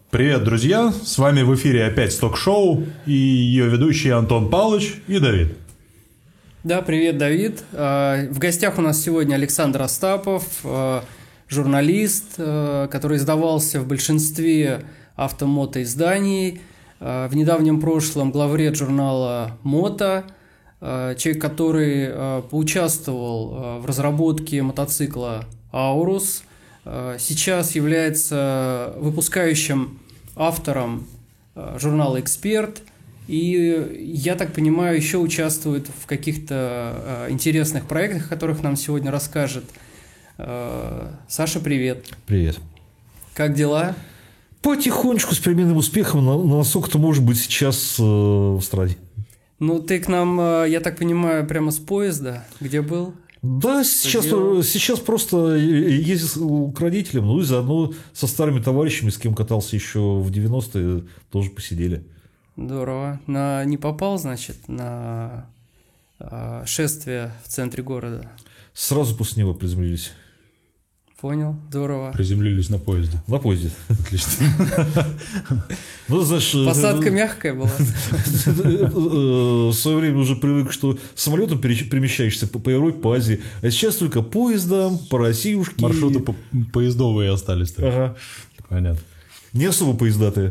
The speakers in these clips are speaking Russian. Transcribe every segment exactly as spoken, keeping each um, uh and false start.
Привет, друзья! С вами в эфире опять Сток-шоу и ее ведущие Антон Павлович и Давид. Да, привет, Давид. В гостях у нас сегодня Александр Остапов, журналист, который издавался в большинстве автомотоизданий. В недавнем прошлом главред журнала «Мото», человек, который поучаствовал в разработке мотоцикла «Аурус», сейчас является выпускающим автором журнала «Эксперт», и, я так понимаю, еще участвует в каких-то интересных проектах, о которых нам сегодня расскажет. Саша, привет. Привет. Как дела? Потихонечку, с переменным успехом, насколько это может быть сейчас в стране. Ну, ты к нам, я так понимаю, прямо с поезда. Где был? Да, сейчас, сейчас просто ездил к родителям, ну и заодно со старыми товарищами, с кем катался еще в девяностые, тоже посидели. Здорово. На... Не попал, значит, на а, шествие в центре города? Сразу после него приземлились. Понял, здорово. Приземлились на поезде. На поезде. Отлично. Ну, знаешь, посадка мягкая была. В свое время уже привык, что самолетом перемещаешься по Европе, по Азии, а сейчас только поездом, по Россиюшке. Маршруты поездовые остались. Ага. Понятно. Не особо поездатые.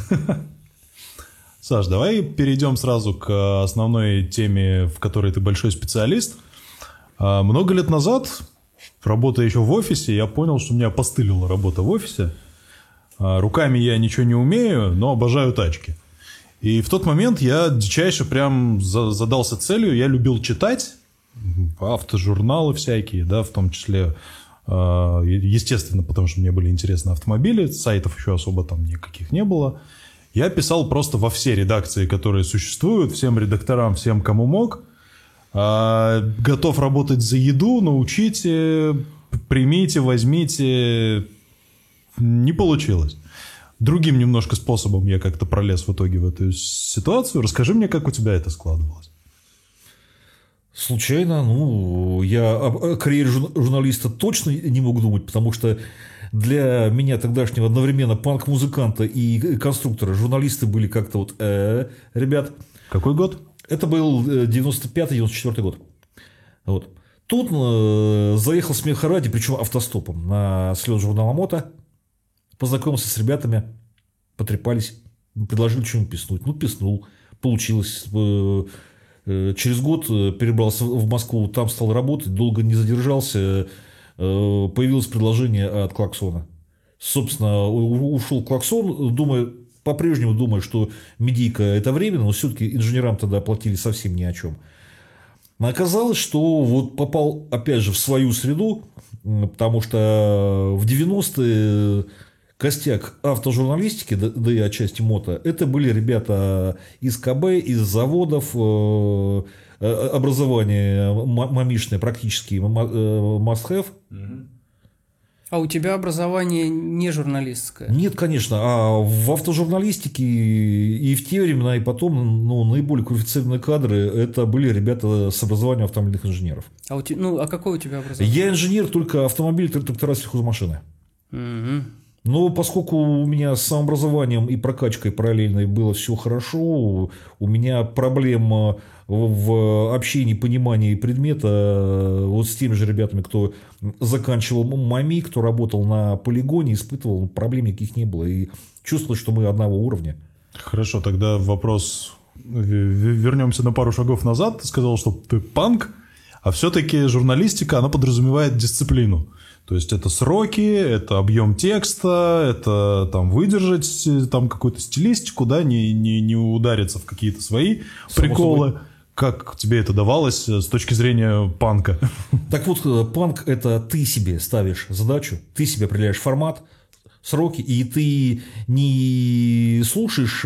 Саш, давай перейдем сразу к основной теме, в которой ты большой специалист. Много лет назад, работая еще в офисе, я понял, что меня постылила работа в офисе. Руками я ничего не умею, но обожаю тачки. И в тот момент я дичайше прям задался целью. Я любил читать автожурналы всякие, да, в том числе, естественно, потому что мне были интересны автомобили, сайтов еще особо там никаких не было. Я писал просто во все редакции, которые существуют, всем редакторам, всем, кому мог. Готов работать за еду, научите, примите, возьмите. Не получилось. Другим немножко способом я как-то пролез в итоге в эту ситуацию. Расскажи мне, как у тебя это складывалось. Случайно, ну, я о карьере журналиста точно не мог думать, потому что для меня тогдашнего одновременно панк-музыканта и конструктора журналисты были как-то вот, э, ребят. Какой год? Это был девяносто пятый - девяносто четвёртый год. Вот. Тут э, заехал смеха ради, причем автостопом, на слет журнала «Мото». Познакомился с ребятами, потрепались, предложили что-нибудь писнуть. Ну, писнул, получилось. Через год перебрался в Москву, там стал работать, долго не задержался. Появилось предложение от Клаксона. Собственно, ушел Клаксон, думаю, по-прежнему думаю, что медийка – это временно, но все-таки инженерам тогда платили совсем ни о чем. Но оказалось, что вот попал опять же в свою среду, потому что в девяностые костяк автожурналистики, да и отчасти мото, это были ребята из КБ, из заводов, образование мамишное практически must-have. А у тебя образование не журналистское? Нет, конечно. А в автожурналистике и в те времена, и потом, ну, наиболее квалифицированные кадры это были ребята с образованием автомобильных инженеров. А, у te... ну, а какое у тебя образование? Я инженер только автомобиль, трактора, сельхозмашины. Угу. Но поскольку у меня с самообразованием и прокачкой параллельной было все хорошо, у меня проблем в общении, понимании предмета вот с теми же ребятами, кто заканчивал МАМИ, кто работал на полигоне, испытывал, проблем никаких не было. И чувствовал, что мы одного уровня. Хорошо, тогда вопрос. Вернемся на пару шагов назад. Ты сказал, что ты панк, а все-таки журналистика, она подразумевает дисциплину. То есть это сроки, это объем текста, это там выдержать там какую-то стилистику, да, не, не, не удариться в какие-то свои Само приколы. Собой. Как тебе это давалось с точки зрения панка? Так вот, панк – это ты себе ставишь задачу, ты себе определяешь формат, сроки, и ты не слушаешь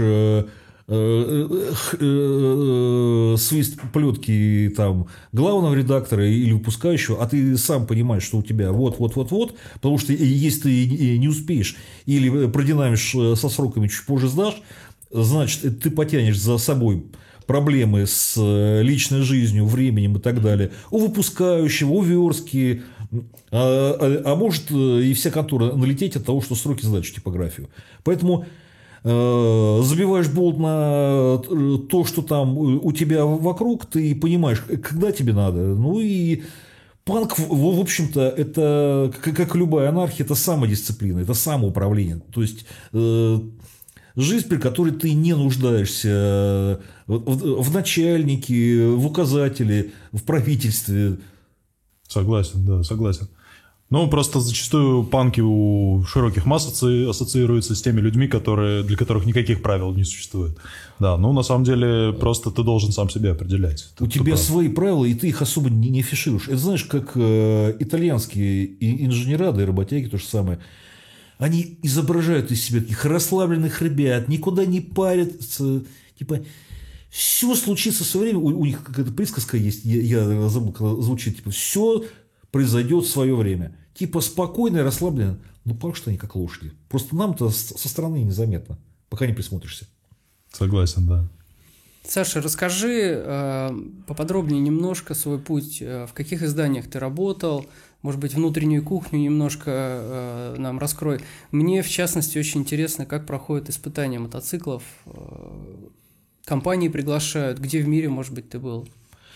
свист плетки там главного редактора или выпускающего, а ты сам понимаешь, что у тебя вот-вот-вот-вот, потому что если ты не успеешь или продинамишь со сроками, чуть позже сдашь, значит, ты потянешь за собой проблемы с личной жизнью, временем и так далее. У выпускающего, у верстки, А, а, а может и вся контора налететь от того, что сроки сдачи типографию. Поэтому э, забиваешь болт на то, что там у тебя вокруг, ты понимаешь, когда тебе надо. Ну и панк, в, в общем-то, это, как, как любая анархия, это самодисциплина, это самоуправление. То есть э, жизнь, при которой ты не нуждаешься в, в, в начальнике, в указателе, в правительстве. Согласен, да, согласен. Ну, просто зачастую панки у широких масс асоци... ассоциируются с теми людьми, которые... для которых никаких правил не существует. Да, ну, на самом деле, просто ты должен сам себя определять. У тебя прав. Свои правила, и ты их особо не, не афишируешь. Это знаешь, как э, итальянские инженера, да и работяги, то же самое. Они изображают из себя таких расслабленных ребят, никуда не парятся. Типа, все случится в свое время. У, у них какая-то присказка есть, я, я забыл, как звучит. Типа, все произойдет в свое время. Типа, спокойно и расслабленно. Ну, потому что они как лошади. Просто нам-то со стороны незаметно, пока не присмотришься. Согласен, да. Саша, расскажи э, поподробнее немножко свой путь. Э, в каких изданиях ты работал? Может быть, внутреннюю кухню немножко э, нам раскрой. Мне, в частности, очень интересно, как проходит испытание мотоциклов. Э, компании приглашают. Где в мире, может быть, ты был?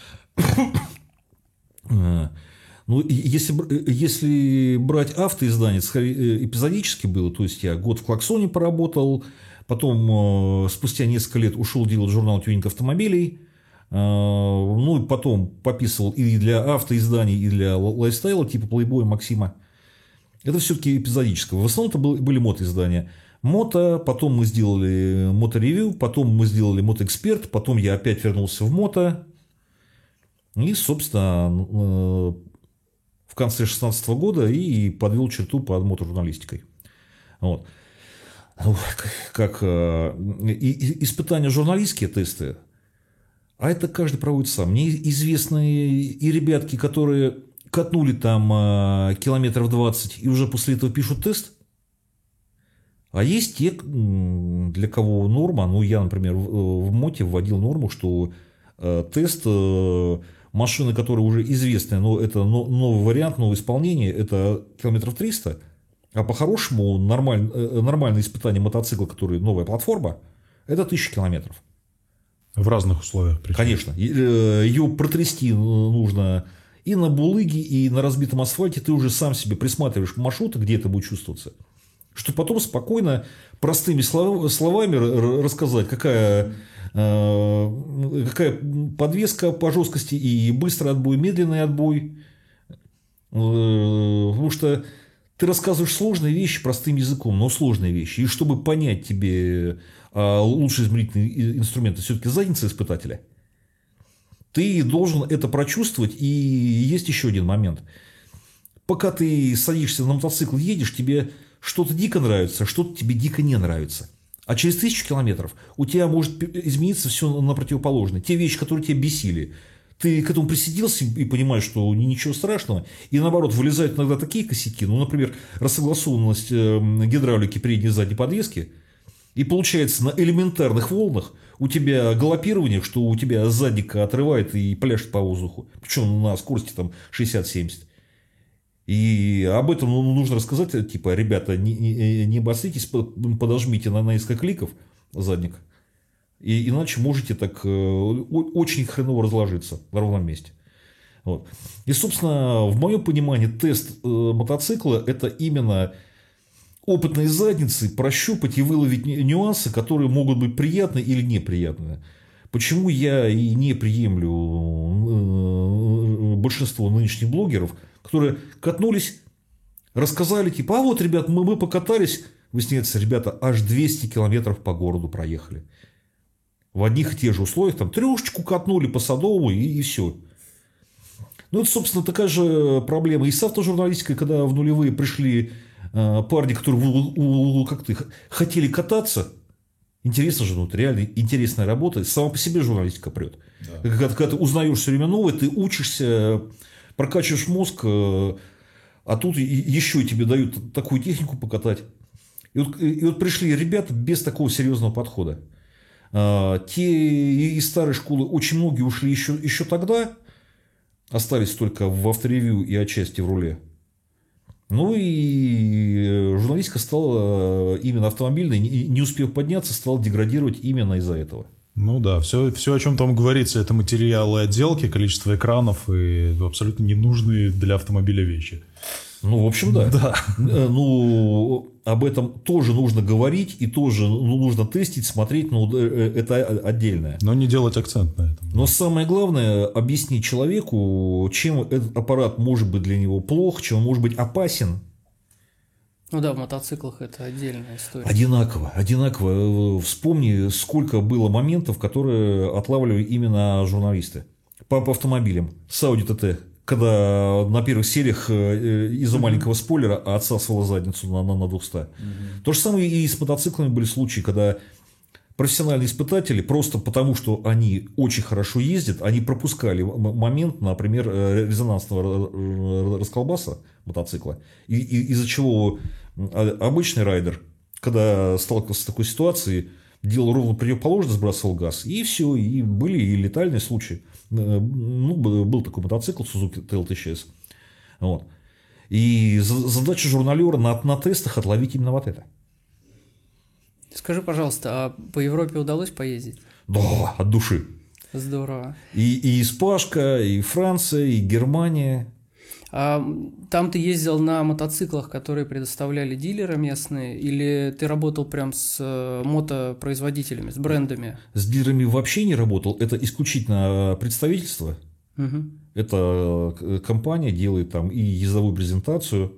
Ну, если, если брать автоиздание, эпизодически было, то есть я год в Клаксоне поработал, потом спустя несколько лет ушел делать журнал «Тюнинг автомобилей», ну и потом пописывал и для автоизданий, и для лайфстайла типа Playboy, Максима. Это все-таки эпизодическое. В основном это были мотоиздания. Мото, потом мы сделали моторевью, потом мы сделали мотоэксперт, потом я опять вернулся в мото. И, собственно, в конце две тысячи шестнадцатого года и подвел черту под мотожурналистикой. Вот. Как и, и, испытания журналистские тесты, а это каждый проводит сам. Мне известны и ребятки, которые катнули там километров двадцать и уже после этого пишут тест. А есть те, для кого норма, ну я, например, в моте вводил норму, что тест машины, которые уже известны, но это новый вариант, новое исполнение, это километров триста, а по-хорошему нормаль, нормальное испытание мотоцикла, который новая платформа, это тысяча километров. В разных условиях. Причем. Конечно. Ее протрясти нужно и на булыге, и на разбитом асфальте. Ты уже сам себе присматриваешь маршруты, где это будет чувствоваться. Чтобы потом спокойно, простыми словами рассказать, какая, какая подвеска по жесткости и быстрый отбой, медленный отбой. Потому что ты рассказываешь сложные вещи простым языком, но сложные вещи. И чтобы понять тебе лучший измерительный инструмент, это все-таки задница испытателя, ты должен это прочувствовать. И есть еще один момент. Пока ты садишься на мотоцикл, едешь, тебе что-то дико нравится, что-то тебе дико не нравится. А через тысячу километров у тебя может измениться все на противоположное. Те вещи, которые тебя бесили, ты к этому присиделся и понимаешь, что ничего страшного. И наоборот, вылезают иногда такие косяки, ну, например, рассогласованность гидравлики передней и задней подвески. И получается, на элементарных волнах у тебя галопирование, что у тебя задника отрывает и пляшет по воздуху. Причем на скорости там шестьдесят-семьдесят. И об этом нужно рассказать, типа, ребята, не, не, не обосритесь, подожмите на несколько кликов задник, и иначе можете так очень хреново разложиться на ровном месте. Вот. И, собственно, в моем понимании тест мотоцикла – это именно опытной задницей прощупать и выловить нюансы, которые могут быть приятны или неприятны. Почему я и не приемлю большинство нынешних блогеров, которые катнулись, рассказали, типа, а вот, ребят, мы, мы покатались, выясняется, ребята аж двести километров по городу проехали. В одних и тех же условиях, там, трешечку катнули по Садовому, и, и все. Ну, это, собственно, такая же проблема и с автожурналистикой, когда в нулевые пришли э, парни, которые у, у, как ты, хотели кататься. Интересно же, ну, это реально интересная работа. Сама по себе журналистика прет. Да. Когда, когда ты узнаешь все время новое, ты учишься, прокачиваешь мозг, а тут еще тебе дают такую технику покатать. И вот, и вот пришли ребята без такого серьезного подхода. Те из старой школы очень многие ушли еще, еще тогда, остались только в авторевью и отчасти в руле. Ну и журналистика стала именно автомобильной, не успев подняться, стала деградировать именно из-за этого. Ну да, все, все, о чем там говорится, это материалы отделки, количество экранов и абсолютно ненужные для автомобиля вещи. Ну, в общем, да. Да. Ну, об этом тоже нужно говорить и тоже ну, нужно тестить, смотреть, но это отдельное. Но не делать акцент на этом. Но самое главное, объяснить человеку, чем этот аппарат может быть для него плох, чем он может быть опасен. Ну да, в мотоциклах это отдельная история. Одинаково, одинаково. Вспомни, сколько было моментов, которые отлавливали именно журналисты по, по автомобилям. С Audi ти ти, когда на первых сериях из-за mm-hmm. маленького спойлера отсасывала задницу на, на, на двухсот. Mm-hmm. То же самое и с мотоциклами были случаи, когда профессиональные испытатели, просто потому что они очень хорошо ездят, они пропускали момент, например, резонансного расколбаса мотоцикла, и, и, из-за чего обычный райдер, когда сталкивался с такой ситуацией, делал ровно противоположно, сбрасывал газ, и все, и были и летальные случаи. Ну, был такой мотоцикл Suzuki ти эл ти си эс. Вот. И задача журналера на, на тестах отловить именно вот это. Скажи, пожалуйста, а по Европе удалось поездить? Да, от души. Здорово. И, и Испашка, и Франция, и Германия. А там ты ездил на мотоциклах, которые предоставляли дилеры местные, или ты работал прям с мотопроизводителями, с брендами? С дилерами вообще не работал. Это исключительно представительство. Угу. Это компания делает там и ездовую презентацию.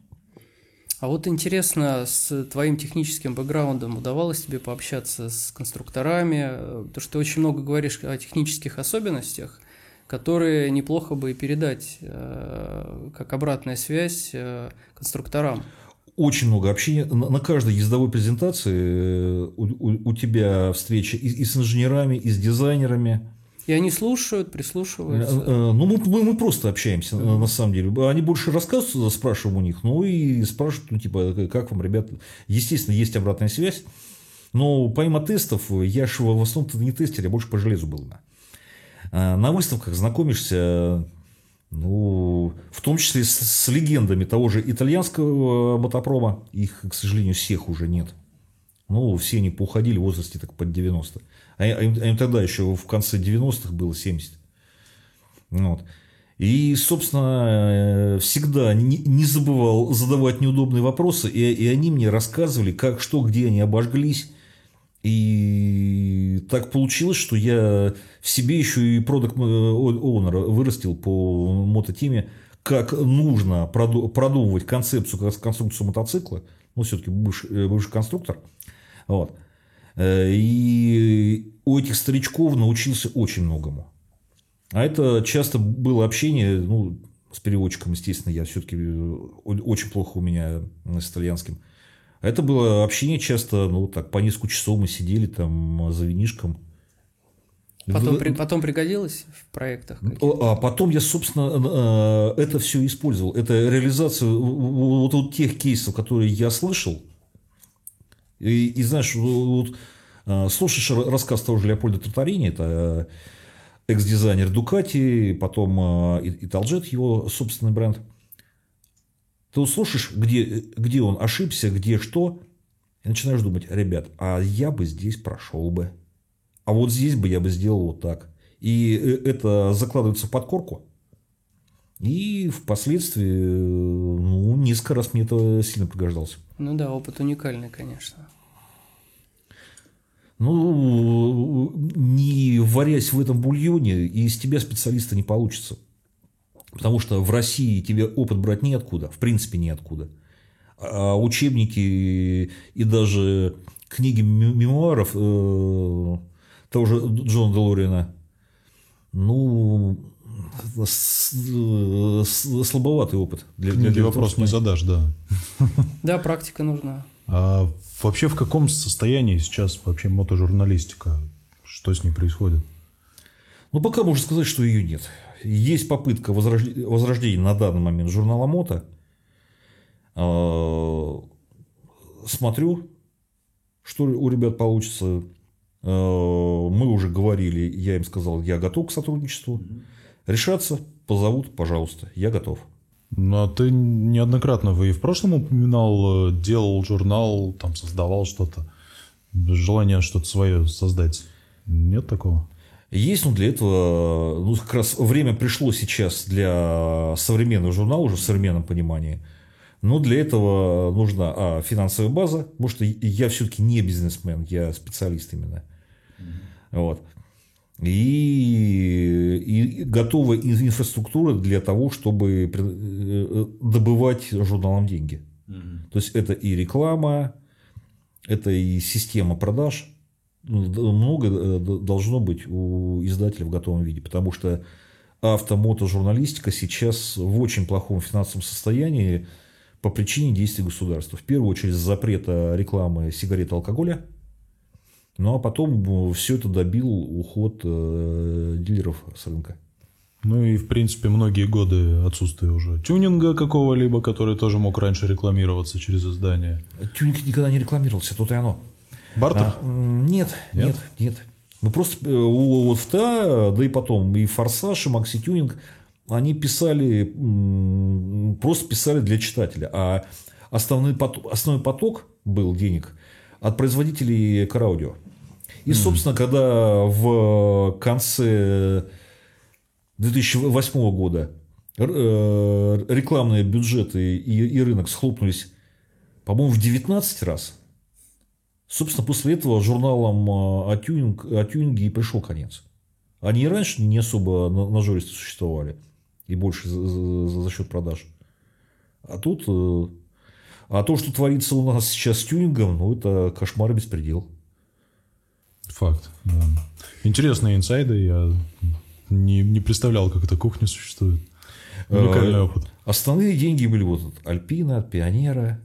А вот интересно, с твоим техническим бэкграундом удавалось тебе пообщаться с конструкторами? Потому что ты очень много говоришь о технических особенностях, которые неплохо бы и передать э, как обратная связь э, конструкторам. Очень много общения. На, на каждой ездовой презентации у, у, у тебя встреча и, и с инженерами, и с дизайнерами. И они слушают, прислушиваются. Ну, мы, мы, мы просто общаемся, mm-hmm. на самом деле. Они больше рассказывают, спрашиваем у них, ну и спрашивают, ну, типа, как вам, ребят. Естественно, есть обратная связь. Но помимо тестов, я же в основном-то не тестер, я больше по железу был. На выставках знакомишься, ну, в том числе с, с легендами того же итальянского мотопрома. Их, к сожалению, всех уже нет. Ну, все они поуходили в возрасте так под девяносто. А им, а им тогда еще в конце девяностых было семьдесят. Вот. И, собственно, всегда не, не забывал задавать неудобные вопросы. И, и они мне рассказывали, как, что, где они обожглись. И так получилось, что я в себе еще и продакт оунера вырастил по мототеме, как нужно продумывать концепцию, конструкцию мотоцикла. Ну, все-таки бывший, бывший конструктор. Вот. И у этих старичков научился очень многому. А это часто было общение, ну, с переводчиком, естественно, я все-таки очень плохо у меня с итальянским. А это было общение часто, ну, так, по несколько часов мы сидели там за винишком. Потом, при, потом пригодилось в проектах? А потом я, собственно, это все использовал. Это реализация вот, вот тех кейсов, которые я слышал. И, и знаешь, вот, слушаешь рассказ того же Леопольда Тартарини, это экс-дизайнер Ducati, потом Italjet, его собственный бренд. Ты вот слушаешь, где, где он ошибся, где что, и начинаешь думать, ребят, а я бы здесь прошел бы. А вот здесь бы я бы сделал вот так. И это закладывается в подкорку. И впоследствии, ну, несколько раз мне это сильно пригождался. Ну да, опыт уникальный, конечно. Ну, не варясь в этом бульоне, из тебя специалиста не получится. Потому что в России тебе опыт брать неоткуда, в принципе неоткуда. А учебники и даже книги мемуаров э, того же Джона Делориана, ну, слабоватый опыт. Для, для, для вопрос не задашь, да. Да, практика нужна. А вообще в каком состоянии сейчас вообще мотожурналистика? Что с ней происходит? Ну, пока можно сказать, что ее нет. Есть попытка возрождения, возрождения на данный момент журнала «Мото». Смотрю, что у ребят получится. Мы уже говорили, я им сказал, я готов к сотрудничеству. Решаться, позовут, пожалуйста, я готов. Ну, а ты неоднократно, вы и в прошлом упоминал, делал журнал, там создавал что-то, желание что-то свое создать. Нет такого? Есть, но для этого, ну, как раз время пришло сейчас для современного журнала, уже в современном понимании. Но для этого нужна а, финансовая база, потому что я все-таки не бизнесмен, я специалист именно. Mm-hmm. Вот. И, и готовая инфраструктура для того, чтобы добывать журналам деньги. Mm-hmm. То есть это и реклама, это и система продаж. Много должно быть у издателя в готовом виде, потому что авто-мото-журналистика сейчас в очень плохом финансовом состоянии по причине действий государства. В первую очередь запрета рекламы сигарет и алкоголя. Ну а потом все это добил уход э, дилеров с рынка. Ну и в принципе многие годы отсутствия уже тюнинга какого-либо, который тоже мог раньше рекламироваться через издание. Тюнинг никогда не рекламировался, тут и оно. Бартер? А, нет, нет, нет, нет. Ну просто у ОФТА, да и потом и Форсаж, и Макси Тюнинг, они писали, просто писали для читателя. А основной поток, основной поток был денег от производителей караудио. И, mm-hmm. собственно, когда в конце две тысячи восьмого года рекламные бюджеты и, и рынок схлопнулись, по-моему, в девятнадцать раз, собственно, после этого журналам о, тюнинг, о тюнинге и пришел конец. Они и раньше не особо нажористо существовали. И больше за, за, за счет продаж. А тут... А то, что творится у нас сейчас с тюнингом, ну, это кошмар и беспредел. Факт, да. Интересные инсайды. Я не, не представлял, как эта кухня существует. Уникальный а, опыт. Основные деньги были вот от Альпина, от Пионера.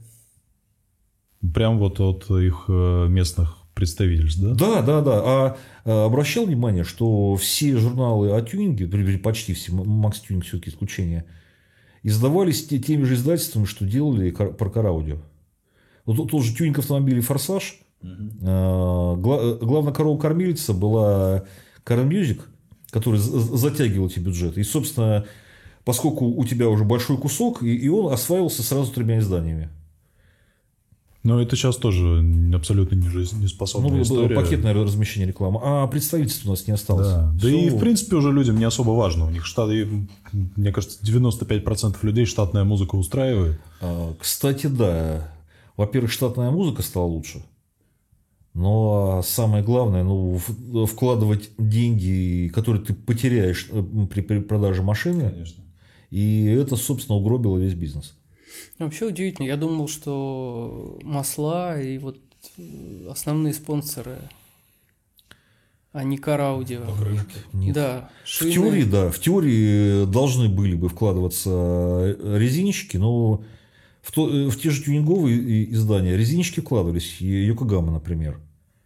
Прям вот от их местных представительств, да? Да, да, да. А, а обращал внимание, что все журналы о тюнинге, почти все, Макс Тюнинг все-таки исключение, издавались теми же издательствами, что делали про караудио. Вот тот же тюнинг автомобилей «Форсаж». Uh-huh. Гла- главная корова-кормилица была Car Music, который затягивал эти бюджеты. И, собственно, поскольку у тебя уже большой кусок, и, и он осваивался сразу тремя изданиями. Но это сейчас тоже абсолютно неспособная ну, история. Пакетное размещение рекламы. А представительств у нас не осталось. Да, да и в принципе уже людям не особо важно. У них штат, мне кажется, девяносто пять процентов людей штатная музыка устраивает. А, кстати, да. Во-первых, штатная музыка стала лучше. Но самое главное, ну, вкладывать деньги, которые ты потеряешь при, при продаже машины. Конечно. И это, собственно, угробило весь бизнес. Вообще удивительно. Я думал, что масла и вот основные спонсоры, а не караудио. Нет. Да, в теории, да. В теории должны были бы вкладываться резиночки, но в, то, в те же тюнинговые издания резиночки вкладывались. Йокогама, например.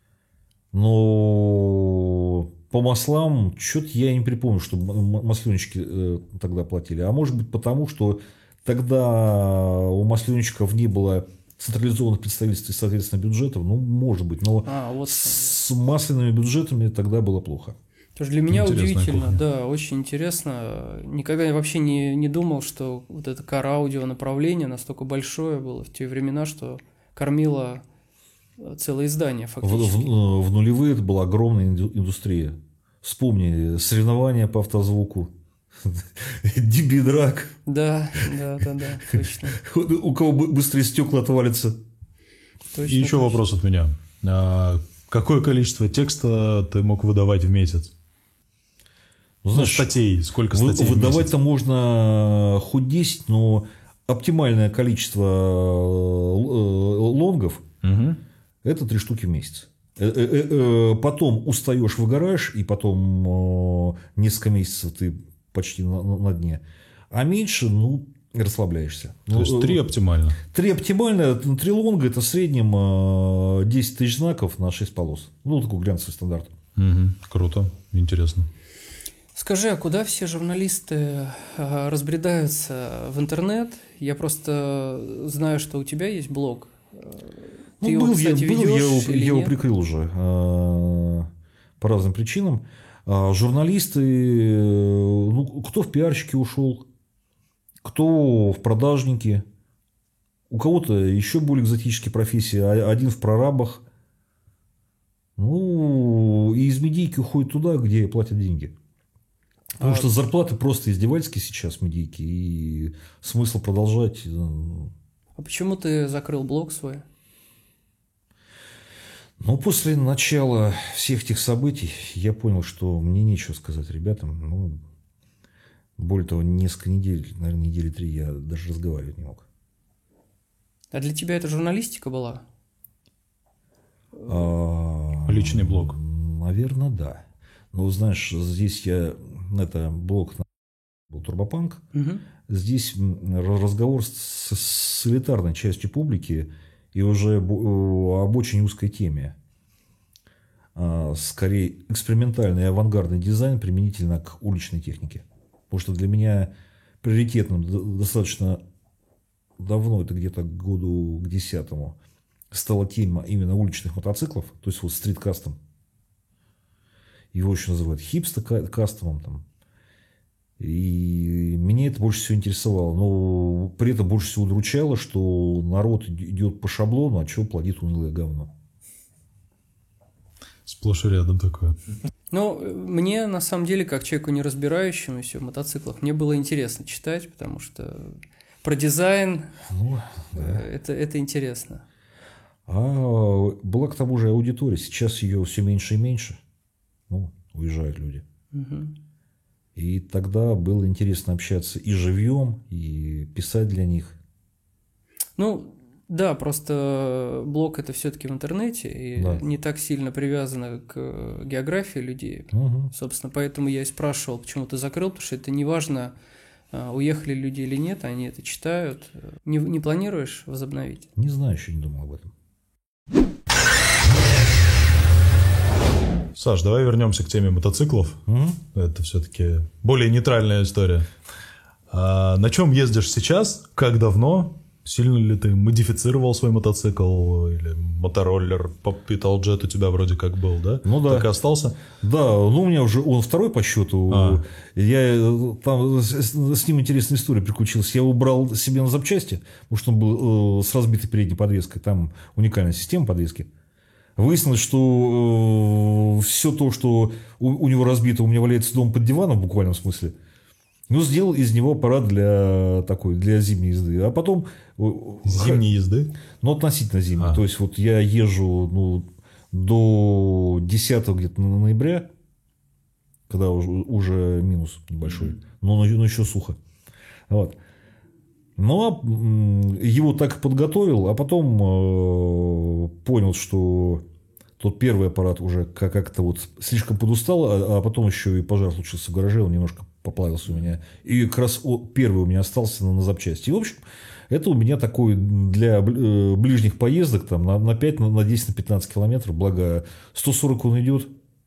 Но по маслам что-то я не припомню, что масленочки тогда платили. А может быть потому, что тогда у масленщиков не было централизованных представительств и, соответственно, бюджетов. Ну, может быть. Но а, вот. с масляными бюджетами тогда было плохо. Тоже для меня интересная удивительно, кухня. Да, очень интересно. Никогда я вообще не, не думал, что вот это кар-аудио направление настолько большое было в те времена, что кормило целое издание фактически. В, в, в нулевые это была огромная индустрия. Вспомни, соревнования по автозвуку. Дибидрак. Да, да, да, да, точно. У кого быстрее стекла отвалится. Точно, и еще точно. Вопрос от меня. А какое количество текста ты мог выдавать в месяц? Ну, знаешь, статей. Сколько статей вы, выдавать-то можно хоть десять, но оптимальное количество лонгов угу. это три штуки в месяц. Потом устаешь, выгораешь, и потом несколько месяцев ты почти на, на дне. А меньше, ну, расслабляешься. То есть три оптимально? Три оптимально. Три лонга – это в среднем десять тысяч знаков на шесть полос. Ну, такой глянцевый стандарт. Угу. Круто. Интересно. Скажи, а куда все журналисты разбредаются в интернет? Я просто знаю, что у тебя есть блог. Ты ну, его, был, кстати, я, был, ведешь я, его, или я его нет? прикрыл уже э, по разным причинам. А журналисты, ну, кто в пиарщики ушел, кто в продажники, у кого-то еще более экзотические профессии, один в прорабах. Ну, и из медийки уходит туда, где платят деньги. Потому а... что зарплаты просто издевательские сейчас в медийке, и смысл продолжать. А почему ты закрыл блог свой? Ну, после начала всех этих событий я понял, что мне нечего сказать ребятам. Ну, более того, несколько недель, наверное, недели три я даже разговаривать не мог. А для тебя это журналистика была? А, Личный блог? Наверное, да. Но, знаешь, здесь я... Это блог был Турбопанк. Угу. Здесь разговор с, с элитарной частью публики и уже об очень узкой теме. Скорее, экспериментальный и авангардный дизайн применительно к уличной технике. Потому что для меня приоритетным достаточно давно, это где-то к году к десятому, стала тема именно уличных мотоциклов, то есть вот стрит-кастом. Его еще называют хипстер-кастомом. Там. И меня это больше всего интересовало. Но при этом больше всего удручало, что народ идет по шаблону, а чего плодит унылое говно. Сплошь и рядом такое. Ну, мне, на самом деле, как человеку, не разбирающемуся в мотоциклах, мне было интересно читать, потому что про дизайн ну, да. это, это интересно. А была к тому же аудитория. Сейчас ее все меньше и меньше. Ну, уезжают люди. Угу. И тогда было интересно общаться и живьем, и писать для них. Ну, да, просто блог это все-таки в интернете, и да. не так сильно привязано к географии людей. Угу. Собственно, поэтому я и спрашивал, почему ты закрыл, потому что это не важно, уехали люди или нет, они это читают. Не, не планируешь возобновить? Не знаю, еще не думал об этом. Саш, давай вернемся к теме мотоциклов. Mm-hmm. Это все-таки более нейтральная история. А на чем ездишь сейчас? Как давно? Сильно ли ты модифицировал свой мотоцикл? Или мотороллер Italjet у тебя вроде как был, да? Ну да. Так и остался? Да, ну у меня уже он второй по счету. А. Я там с, с ним интересная история приключилась. Я убрал себе на запчасти, потому что он был э, с разбитой передней подвеской. Там уникальная система подвески. Выяснилось, что э, все то, что у, у него разбито, у меня валяется дома под диваном в буквальном смысле. Ну, сделал из него аппарат для такой, для зимней езды. А потом... Зимней езды? Ну, относительно зимней. А. То есть, вот я езжу ну, до десятого где-то ноября, когда уже, уже минус небольшой, mm-hmm. но, но еще сухо. Вот. Но его так и подготовил, а потом э, понял, что тот первый аппарат уже как-то вот слишком подустал, а, а потом еще и пожар случился в гараже, он немножко поплавился у меня. И как раз первый у меня остался на, на запчасти. И, в общем, это у меня такой для ближних поездок там, на, на пять, на десять, на пятнадцать километров, благо сто сорок он идет.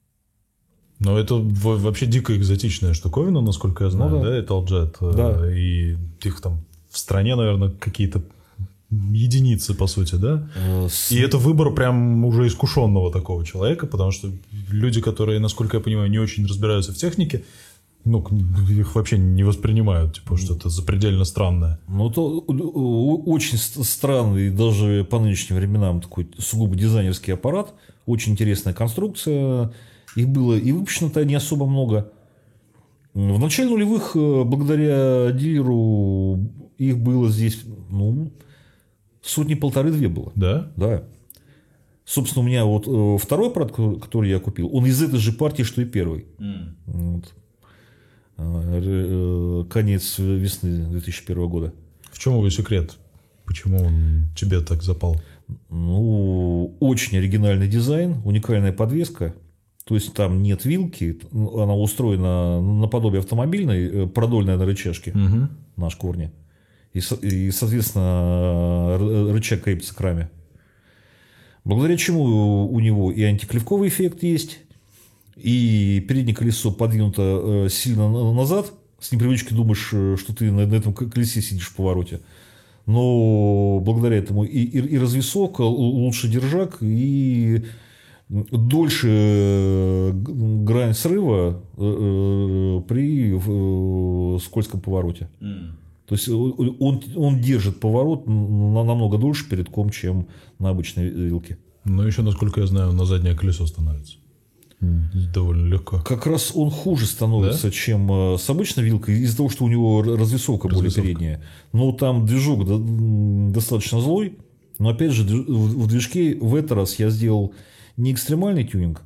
Ну, это вообще дико экзотичная штуковина, насколько я знаю, ну, да, Italjet. Да. И их там в стране, наверное, какие-то единицы, по сути, да? С... И это выбор прям уже искушенного такого человека, потому что люди, которые, насколько я понимаю, не очень разбираются в технике, ну, их вообще не воспринимают, типа, что-то запредельно странное. Ну, это очень странный, даже по нынешним временам, такой сугубо дизайнерский аппарат. Очень интересная конструкция. Их было и выпущено-то не особо много. В начале нулевых, благодаря дилеру, их было здесь, ну, сотни-полторы-две было. Да? Да. Собственно, у меня вот второй аппарат, который я купил, он из этой же партии, что и первый. Mm. Вот. Конец весны две тысячи первого года. В чем его секрет? Почему он тебе так запал? Ну, очень оригинальный дизайн, уникальная подвеска. То есть там нет вилки, она устроена наподобие автомобильной, продольная на рычажке, угу. на шкурне. И, и, соответственно, рычаг крепится к раме. Благодаря чему у него и антиклевковый эффект есть, и переднее колесо подвинуто сильно назад. С непривычки думаешь, что ты на этом колесе сидишь в повороте. Но благодаря этому и, и, и развесовка, лучше держак, и дольше э, грань срыва э, э, при э, скользком повороте. Mm. То есть он, он держит поворот на, намного дольше перед ком, чем на обычной вилке. Но еще, насколько я знаю, на заднее колесо становится. Довольно легко. Как раз он хуже становится, да? чем с обычной вилкой, из-за того, что у него развесовка, развесовка. более передняя. Но там движок достаточно злой. Но опять же, в движке в этот раз я сделал не экстремальный тюнинг,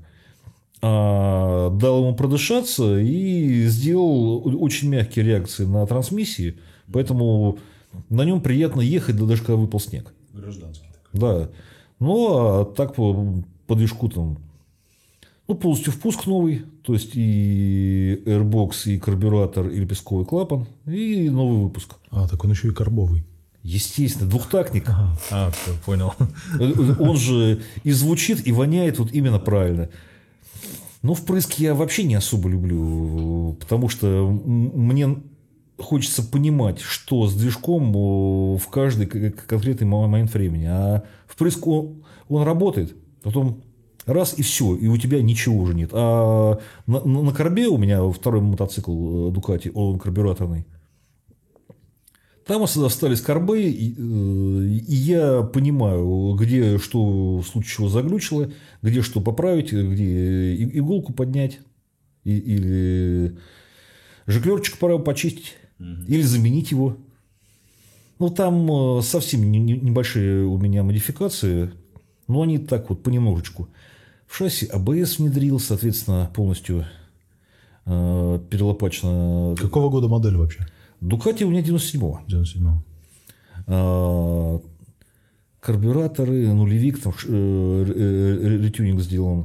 а дал ему продышаться и сделал очень мягкие реакции на трансмиссии. Поэтому на нем приятно ехать, даже когда выпал снег. Гражданский такой. Да. Ну, а так по, по движку там... Ну, полностью впуск новый, то есть и Airbox, и карбюратор, и лепестковый клапан, и новый выпуск. А, так он еще и карбовый. Естественно, двухтактник. Ага. А, все, понял. Он же и звучит, и воняет вот именно правильно. Но впрыск я вообще не особо люблю, потому что мне хочется понимать, что с движком в каждый конкретный момент времени. А впрыск он, он работает, потом... Раз и все, и у тебя ничего уже нет. А на, на, на корбе у меня второй мотоцикл Ducati, он карбюраторный. Там остались корбы, и, и я понимаю, где что в случае чего заглючило, где что поправить, где иголку поднять, и, или жиклерчик пора почистить, mm-hmm. или заменить его. Ну, там совсем небольшие у меня модификации, но они так вот понемножечку. В шасси а бэ эс внедрил, соответственно, полностью э, перелопачено. Какого года модель вообще? Ducati у меня девяносто седьмого. девяносто седьмого. Э, карбюраторы, нулевик, там э, ретюнинг сделан.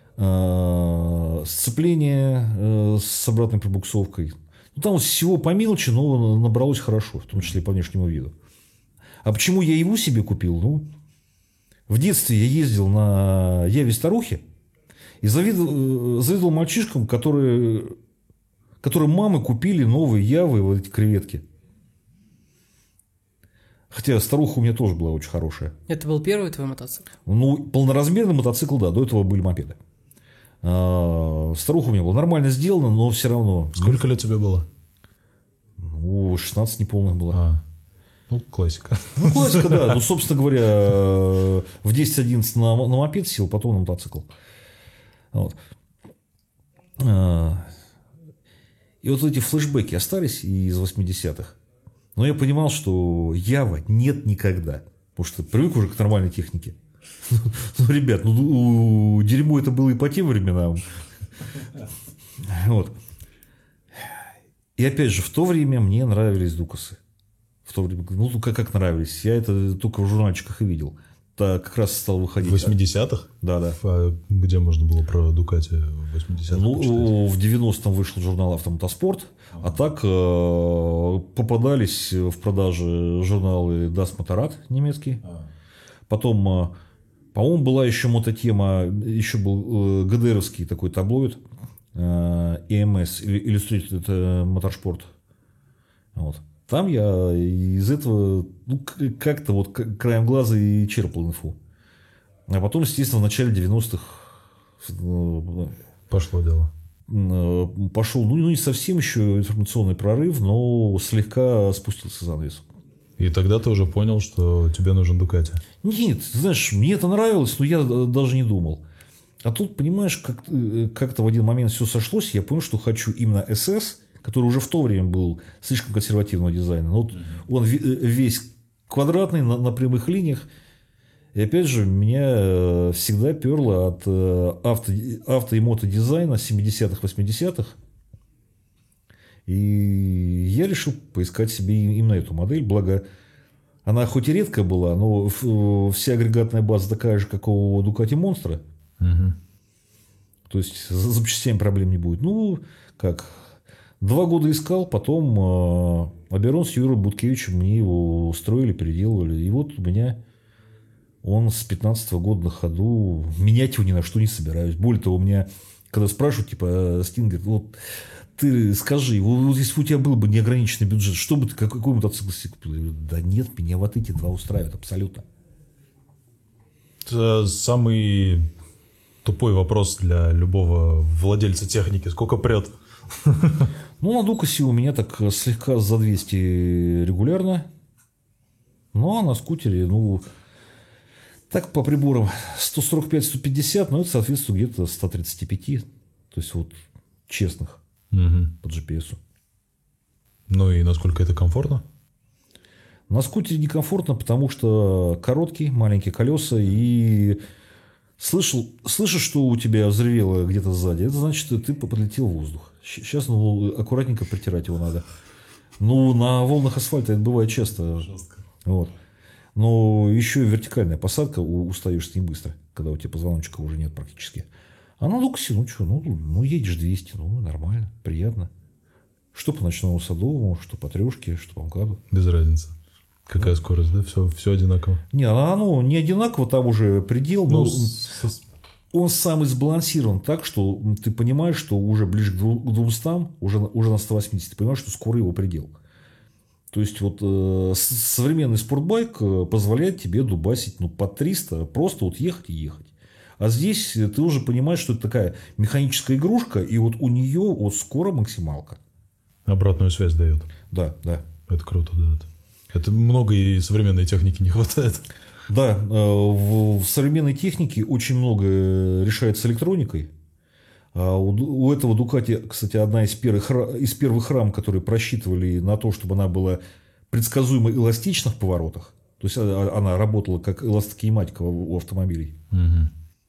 Э, сцепление э, с обратной пробуксовкой. Ну, там всего по мелочи, но набралось хорошо, в том числе и по внешнему виду. А почему я его себе купил? Ну, в детстве я ездил на Яве старухи и завидовал, завидовал мальчишкам, которые, которые мамы купили новые Явы, вот эти креветки. Хотя старуха у меня тоже была очень хорошая. Это был первый твой мотоцикл? Ну, полноразмерный мотоцикл, да, до этого были мопеды. А, старуха у меня была нормально сделана, но все равно. Сколько лет тебе было? Ну, шестнадцать неполных было. А. Ну, классика. Ну, классика, да. Ну, собственно говоря, в десять-одиннадцать на, на мопед сел, потом на мотоцикл. Вот. И вот эти флешбеки остались из восьмидесятых. Но я понимал, что Ява нет никогда. Потому что привык уже к нормальной технике. Ну, ребят, ну, дерьмо это было и по тем временам. Вот. И опять же, в то время мне нравились Дукасы. В то время, ну, как, как нравились. Я это только в журнальчиках и видел. Так как раз стал выходить. В восьмидесятых? Да, да. А где можно было про Дукати в восьмидесятых Ну, почитать? в девяностом вышел журнал «Автомотоспорт», а так э, попадались в продаже журналы Das Motorrad немецкий. А. Потом, э, по-моему, была еще мототема, еще был э, ГДРовский такой таблоид, э, и эм эс, Illustrated Motorsport. Вот. Там я из этого ну, как-то вот краем глаза и черпал инфу. А потом, естественно, в начале девяностых пошло дело. Пошел, ну, не совсем еще информационный прорыв, но слегка спустился занавес. И тогда ты уже понял, что тебе нужен Дукати? Нет, знаешь, мне это нравилось, но я даже не думал. А тут, понимаешь, как- как-то в один момент все сошлось, я понял, что хочу именно эс эс, который уже в то время был слишком консервативного дизайна. Вот mm-hmm. Он весь квадратный, на, на прямых линиях. И опять же, меня всегда перло от авто, авто и мотодизайна семидесятых, восьмидесятых. И я решил поискать себе именно эту модель. Благо, она хоть и редкая была, но вся агрегатная база такая же, как у Ducati Monster. Mm-hmm. То есть, с запчастями проблем не будет. Ну, как... Два года искал, потом э, Аберон с Юрой Буткевичем мне его устроили, переделывали. И вот у меня он с пятнадцатого года на ходу. Менять его ни на что не собираюсь. Более того, у меня, когда спрашивают, типа, Стин говорит, вот ты скажи, вот, вот если у тебя был бы неограниченный бюджет, что бы ты, какой, какой мотоцикл себе купил? Я говорю, да нет, меня вот эти два устраивают абсолютно. Это самый Тупой вопрос для любого владельца техники. Сколько прет? Ну, на Дукасе у меня так слегка за двести регулярно. Ну, а на скутере, ну, так по приборам сто сорок пять - сто пятьдесят, но это соответствует где-то ста тридцати пяти. То есть, вот, честных Угу. по джи пи эс. Ну и насколько это комфортно? На скутере некомфортно, потому что короткий, маленькие колеса и слышал, слышишь, что у тебя взревело где-то сзади, это значит, что ты подлетел в воздух. Сейчас ну, аккуратненько притирать его надо. Ну, на волнах асфальта это бывает часто. Жестко. Вот. Но еще и вертикальная посадка, устаешь с ней быстро, когда у тебя позвоночника уже нет практически. А на Дукасе, ну что, ну, ну едешь двести, ну нормально, приятно. Что по ночному Садовому, что по трешке, что по МКАДу. Без разницы. Какая скорость, да? Все, все одинаково. Не, оно не одинаково, там уже предел, но Ну, он, с- он сам и сбалансирован так, что ты понимаешь, что уже ближе к дву- к двумстам, уже, на- уже на сто восьмидесяти, ты понимаешь, что скоро его предел. То есть, вот э, с- современный спортбайк э, позволяет тебе дубасить ну, под триста, просто вот ехать и ехать. А здесь ты уже понимаешь, что это такая механическая игрушка, и вот у нее вот скоро максималка. обратную связь дает. Да, да. Это круто, да. Это, это много и современной техники не хватает. Да, э, в, в современной технике очень много решается электроникой. А у, Ду- у этого Дукати, кстати, одна из первых, ра- из первых рам, которые просчитывали на то, чтобы она была предсказуемо эластична в поворотах. То есть а- она работала как эластокинематика у у автомобилей. Мгм.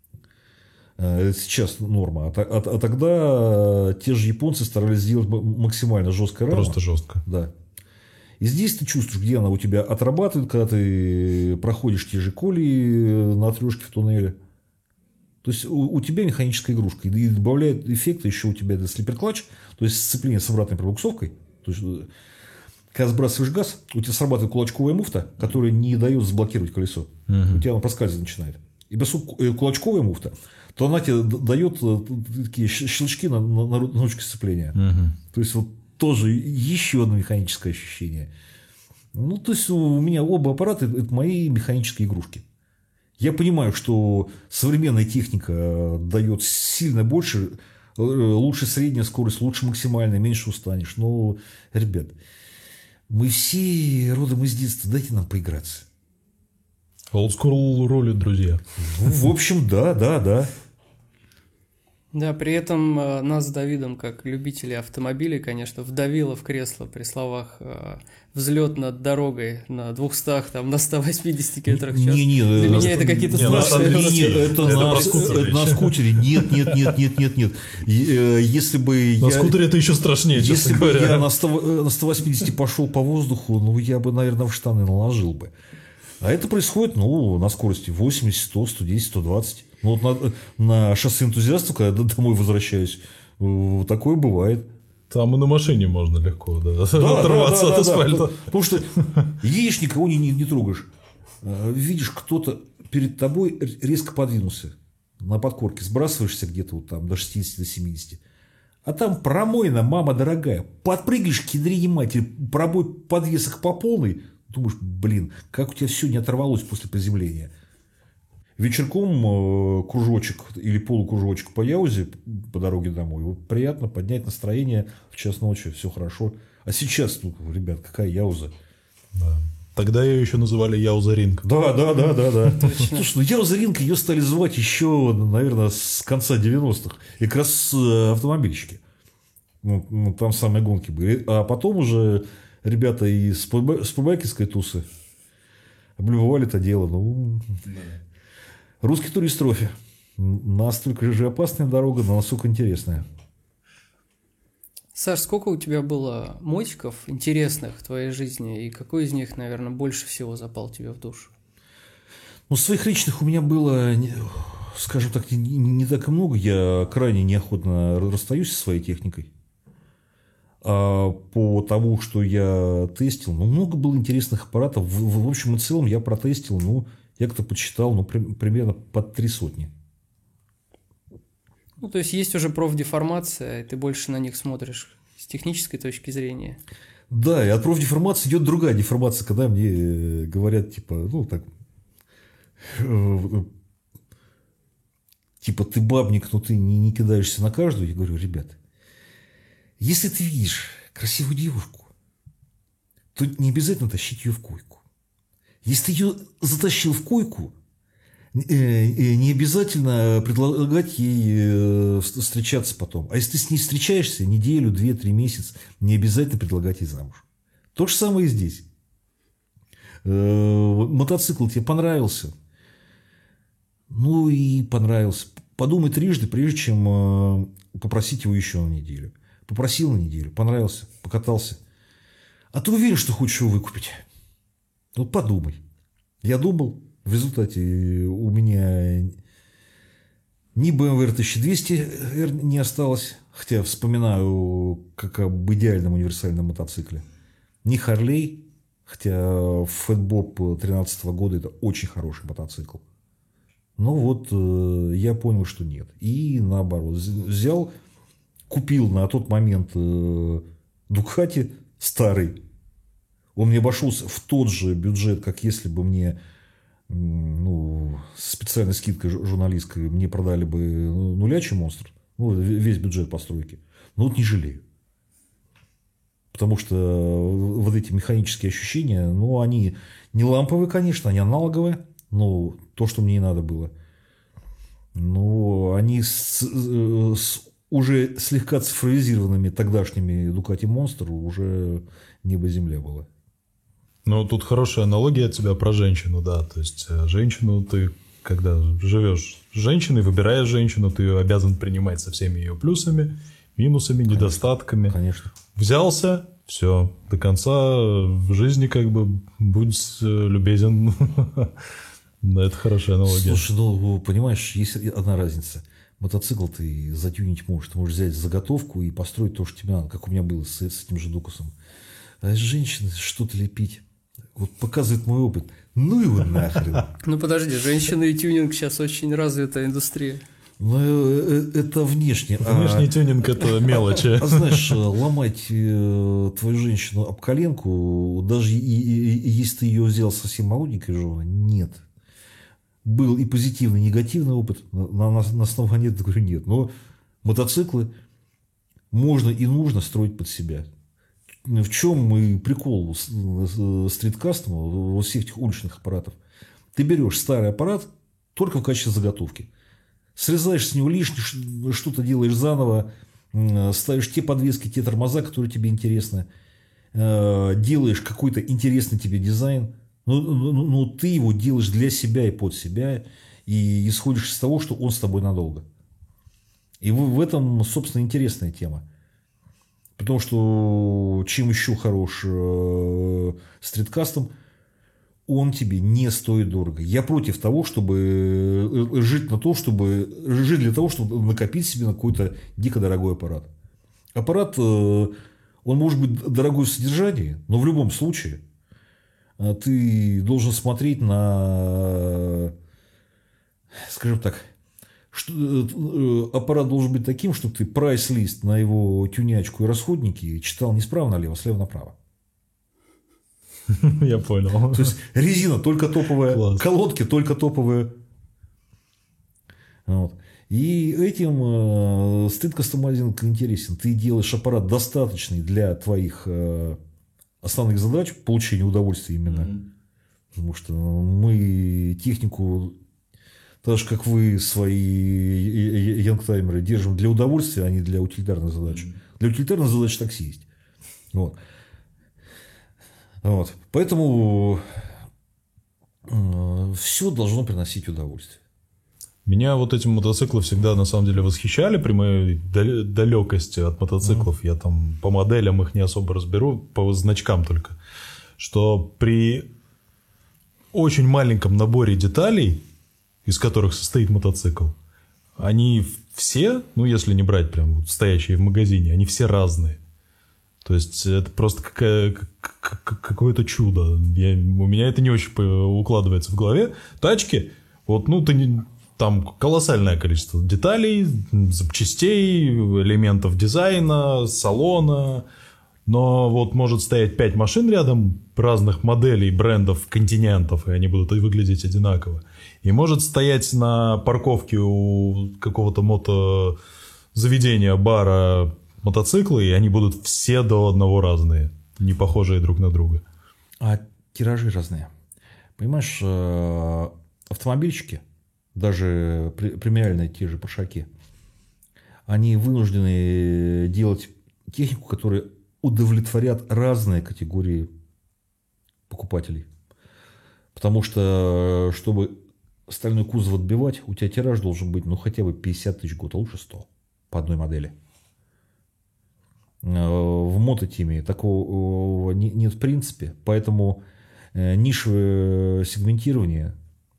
Э, Это сейчас норма. А, та- а- а тогда те же японцы старались сделать м- максимально жесткая рама. Просто жестко. Да. И здесь ты чувствуешь, где она у тебя отрабатывает, когда ты проходишь те же колеи на трешке в туннеле. То есть у, у тебя механическая игрушка. И добавляет эффекта еще у тебя это слипер-клатч, то есть сцепление с обратной пробуксовкой. То есть, э, когда сбрасываешь газ, у тебя срабатывает кулачковая муфта, которая не дает заблокировать колесо. У тебя оно проскальзывать начинает. И поскольку э, кулачковая муфта, то она тебе д- дает э, такие щ- щелчки на, на, на ру- на ручке сцепления. Мгм. То есть, вот тоже еще одно механическое ощущение. Ну, то есть, у меня оба аппарата – это мои механические игрушки. Я понимаю, что современная техника дает сильно больше, э, лучше средняя скорость, лучше максимальная, меньше устанешь. Но, ребят, мы все родом из детства, дайте нам поиграться. Олдскул рулит, друзья. Ну, в общем, да, да, да. Да, при этом э, нас с Давидом, как любители автомобилей, конечно, вдавило в кресло при словах э, взлет над дорогой на двухстах, там, на ста восьмидесяти километрах в час. Не-не, Для э, меня это какие-то не, на страшные самом деле, вещи. Нет, это, Это на, про скутер это на речь. скутере. Нет, нет, нет, нет, нет, нет, нет. Е- э, Если бы На я, скутере это еще страшнее, если честно бы говоря. я на сто, э, на сто восьмидесяти пошел по воздуху, ну, я бы, наверное, в штаны наложил бы. А это происходит, ну, на скорости восемьдесят, сто, сто десять, сто двадцать. Ну, вот на, на шоссе энтузиастов, когда домой возвращаюсь, э, такое бывает. Там и на машине можно легко, да, Да, оторваться да, да, от да, асфальта. да. Потому что едешь, никого не, не, не трогаешь. А, Видишь, кто-то перед тобой резко подвинулся на подкорке, сбрасываешься где-то вот там до шестидесяти, до семидесяти. А там промойна, мама дорогая. Подпрыгнешь к ядрине матери, пробой подвесок по полной. Думаешь, блин, как у тебя все не оторвалось после приземления. Вечерком э, кружочек или полукружочек по Яузе по дороге домой. Вот приятно поднять настроение в час ночи, все хорошо. А сейчас, ну, ребят, какая Яуза? Да. Тогда ее еще называли Яуза Ринг. Да, да, да, да, да. Слушай, ну Яуза Ринг ее стали звать еще, наверное, с конца девяностых. И как раз э, автомобильщики. Ну, ну, там самые гонки были. А потом уже ребята из спортбайкерской тусы облюбовали это дело. Ну, русский турист трофи. Настолько же опасная дорога, но насколько интересная. Саш, сколько у тебя было мотиков интересных в твоей жизни, и какой из них, наверное, больше всего запал тебе в душу? Ну, своих личных у меня было, не- скажем так, не, не- не так и много. Я крайне неохотно расстаюсь со своей техникой. А по тому, что я тестил, ну, много было интересных аппаратов. В, в- в общем и целом я протестил, ну, я как-то подсчитал, ну, при- примерно под три сотни. Ну, то есть есть уже профдеформация, и ты больше на них смотришь с технической точки зрения. Да, и от профдеформации идет другая деформация, когда мне э, говорят, типа, ну, так, э, типа, ты бабник, но ты не, не кидаешься на каждую. Я говорю, ребят, если ты видишь красивую девушку, то не обязательно тащить ее в койку. Если ты ее затащил в койку, не обязательно предлагать ей встречаться потом. А если ты с ней встречаешься неделю, две, три месяца, не обязательно предлагать ей замуж. То же самое и здесь. Мотоцикл тебе понравился? Ну и понравился. Подумай трижды, прежде чем попросить его еще на неделю. Попросил на неделю, понравился, покатался. А ты уверен, что хочешь его выкупить? Вот подумай. Я думал, в результате у меня ни бэ эм вэ эр тысяча двести эр не осталось, хотя вспоминаю как об идеальном универсальном мотоцикле. Ни Харлей, хотя Фэтбоб две тысячи тринадцатого года это очень хороший мотоцикл. Но вот э, я понял, что нет. И наоборот, взял, купил на тот момент э, Дукати старый. Он мне обошелся в тот же бюджет, как если бы мне, ну, с специальной скидкой журналистской мне продали бы нулячий монстр. Ну, весь бюджет постройки. Но вот не жалею. Потому что вот эти механические ощущения, ну, они не ламповые, конечно, они аналоговые. Но то, что мне и надо было. Но они с, с уже слегка цифровизированными тогдашними Ducati Monster уже небо-земля было. Ну, тут хорошая аналогия от тебя про женщину, да. То есть, женщину ты, когда живешь с женщиной, выбираешь женщину, ты ее обязан принимать со всеми ее плюсами, минусами, конечно, недостатками. Конечно. Взялся, все, до конца в жизни как бы будь любезен. Да, это хорошая аналогия. Слушай, ну, понимаешь, есть одна разница. Мотоцикл ты затюнить можешь. Ты можешь взять заготовку и построить то, что тебе надо, как у меня было с, с этим же Дукасом. А с женщиной что-то лепить. Вот показывает мой опыт. Ну его нахрен. Ну подожди, женщины и тюнинг сейчас очень развитая индустрия. Ну, это внешне. Внешний а, тюнинг – это мелочи. А, а знаешь, ломать э, твою женщину об коленку, даже и, и, и, если ты ее взял совсем молоденькой женой, нет. Был и позитивный, и негативный опыт. На, на, на основании этого говорю, нет. Но мотоциклы можно и нужно строить под себя. В чем и прикол стриткастома, во всех этих уличных аппаратов. Ты берешь старый аппарат только в качестве заготовки. Срезаешь с него лишнее, что-то делаешь заново, ставишь те подвески, те тормоза, которые тебе интересны, делаешь какой-то интересный тебе дизайн, но, но, но ты его делаешь для себя и под себя, и исходишь из того, что он с тобой надолго. И в этом, собственно, интересная тема. Потому что чем еще хорош э, стриткастом, он тебе не стоит дорого. Я против того, чтобы жить на то, чтобы жить для того, чтобы накопить себе на какой-то дико дорогой аппарат. Аппарат, э, он может быть дорогой в содержании, но в любом случае э, ты должен смотреть на, скажем так, что, аппарат должен быть таким, чтобы ты прайс-лист на его тюнячку и расходники читал не справа налево, а слева направо. Я понял. То есть резина только топовая, класс. Колодки только топовые. Вот. И этим э, стыд-кастомайзинг интересен. Ты делаешь аппарат достаточный для твоих э, основных задач, получения удовольствия именно. Mm-hmm. Потому что мы технику, так же как вы свои янгтаймеры, держим для удовольствия, а не для утилитарных задач. Mm-hmm. Для утилитарных задач такси есть. Вот. Вот. Поэтому э, все должно приносить удовольствие. Меня вот эти мотоциклы всегда на самом деле восхищали при моей далекости от мотоциклов. Mm. Я там по моделям их не особо разберу, по значкам только. Что при очень маленьком наборе деталей, из которых состоит мотоцикл, они все, ну если не брать прям стоящие в магазине, они все разные. То есть это просто какая, какое-то чудо. Я, у меня это не очень укладывается в голове. Тачки, вот, ну, ты не, там колоссальное количество деталей, запчастей, элементов дизайна, салона, но вот может стоять пять машин рядом разных моделей, брендов, континентов, и они будут выглядеть одинаково. И может стоять на парковке у какого-то мотозаведения, бара мотоциклы, и они будут все до одного разные, не похожие друг на друга. А тиражи разные. Понимаешь, автомобильщики, даже премиальные те же Пашаки, они вынуждены делать технику, которая удовлетворят разные категории покупателей. Потому что, чтобы стальной кузов отбивать, у тебя тираж должен быть, ну, хотя бы пятьдесят тысяч в год, а лучше сто по одной модели. В мототиме такого нет в принципе, поэтому нишевое сегментирование,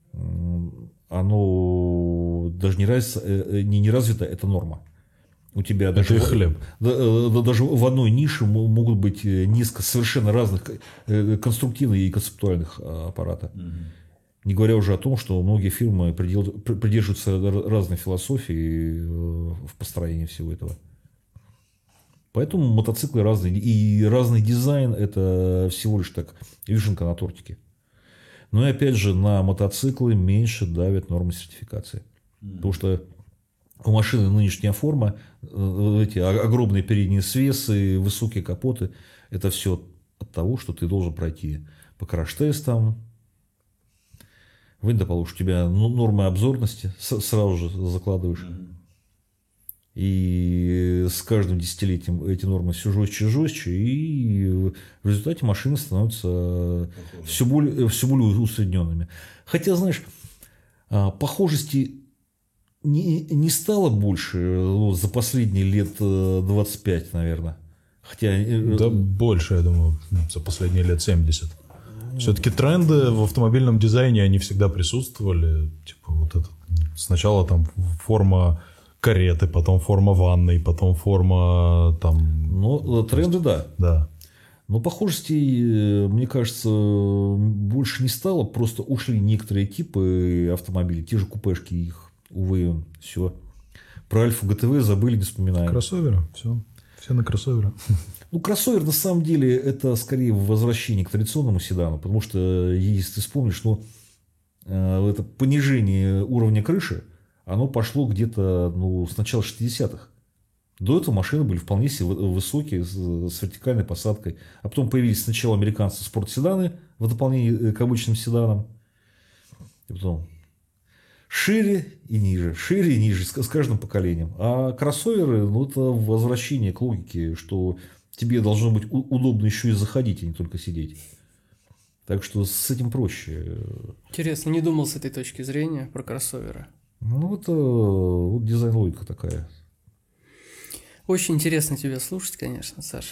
оно даже не развито, не, не развито, это норма. У тебя это даже, хлеб. В, даже в одной нише могут быть несколько совершенно разных конструктивных и концептуальных аппарата. Угу. Не говоря уже о том, что многие фирмы придерживаются разной философии в построении всего этого. Поэтому мотоциклы разные. И разный дизайн – это всего лишь так вишенка на тортике. Но и опять же, на мотоциклы меньше давят нормы сертификации. Mm. Потому что у машины нынешняя форма, эти огромные передние свесы, высокие капоты – это все от того, что ты должен пройти по краш-тестам. Вынь да получишь, у тебя нормы обзорности сразу же закладываешь. Mm. И с каждым десятилетием эти нормы все жестче и жестче, и в результате машины становятся все более, все более усредненными. Хотя, знаешь, похожести не, не стало больше, ну, за последние лет двадцать пять, наверное. Хотя... Да больше, я думаю, за последние лет семьдесят. Все-таки тренды в автомобильном дизайне, они всегда присутствовали. Типа вот это, сначала там форма кареты, потом форма ванной, потом форма там... Ну, тренды, да. Да. Но похожестей, мне кажется, больше не стало. Просто ушли некоторые типы автомобилей. Те же купешки их, увы, все. Про Альфу ГТВ забыли, не вспоминаем. Кроссоверы, все. Все на кроссоверы. Ну, кроссовер, на самом деле, это скорее возвращение к традиционному седану. Потому что, если ты вспомнишь, ну, это понижение уровня крыши, оно пошло где-то, ну, с начала шестидесятых. До этого машины были вполне себе высокие, с, с вертикальной посадкой. А потом появились сначала американцы спортседаны в дополнение к обычным седанам. И потом шире и ниже, шире и ниже с, с каждым поколением. А кроссоверы, ну, это возвращение к логике, что тебе должно быть удобно еще и заходить, а не только сидеть. Так что с этим проще. Интересно, не думал с этой точки зрения про кроссоверы. Ну, это вот дизайн-логика такая. Очень интересно тебя слушать, конечно, Саша.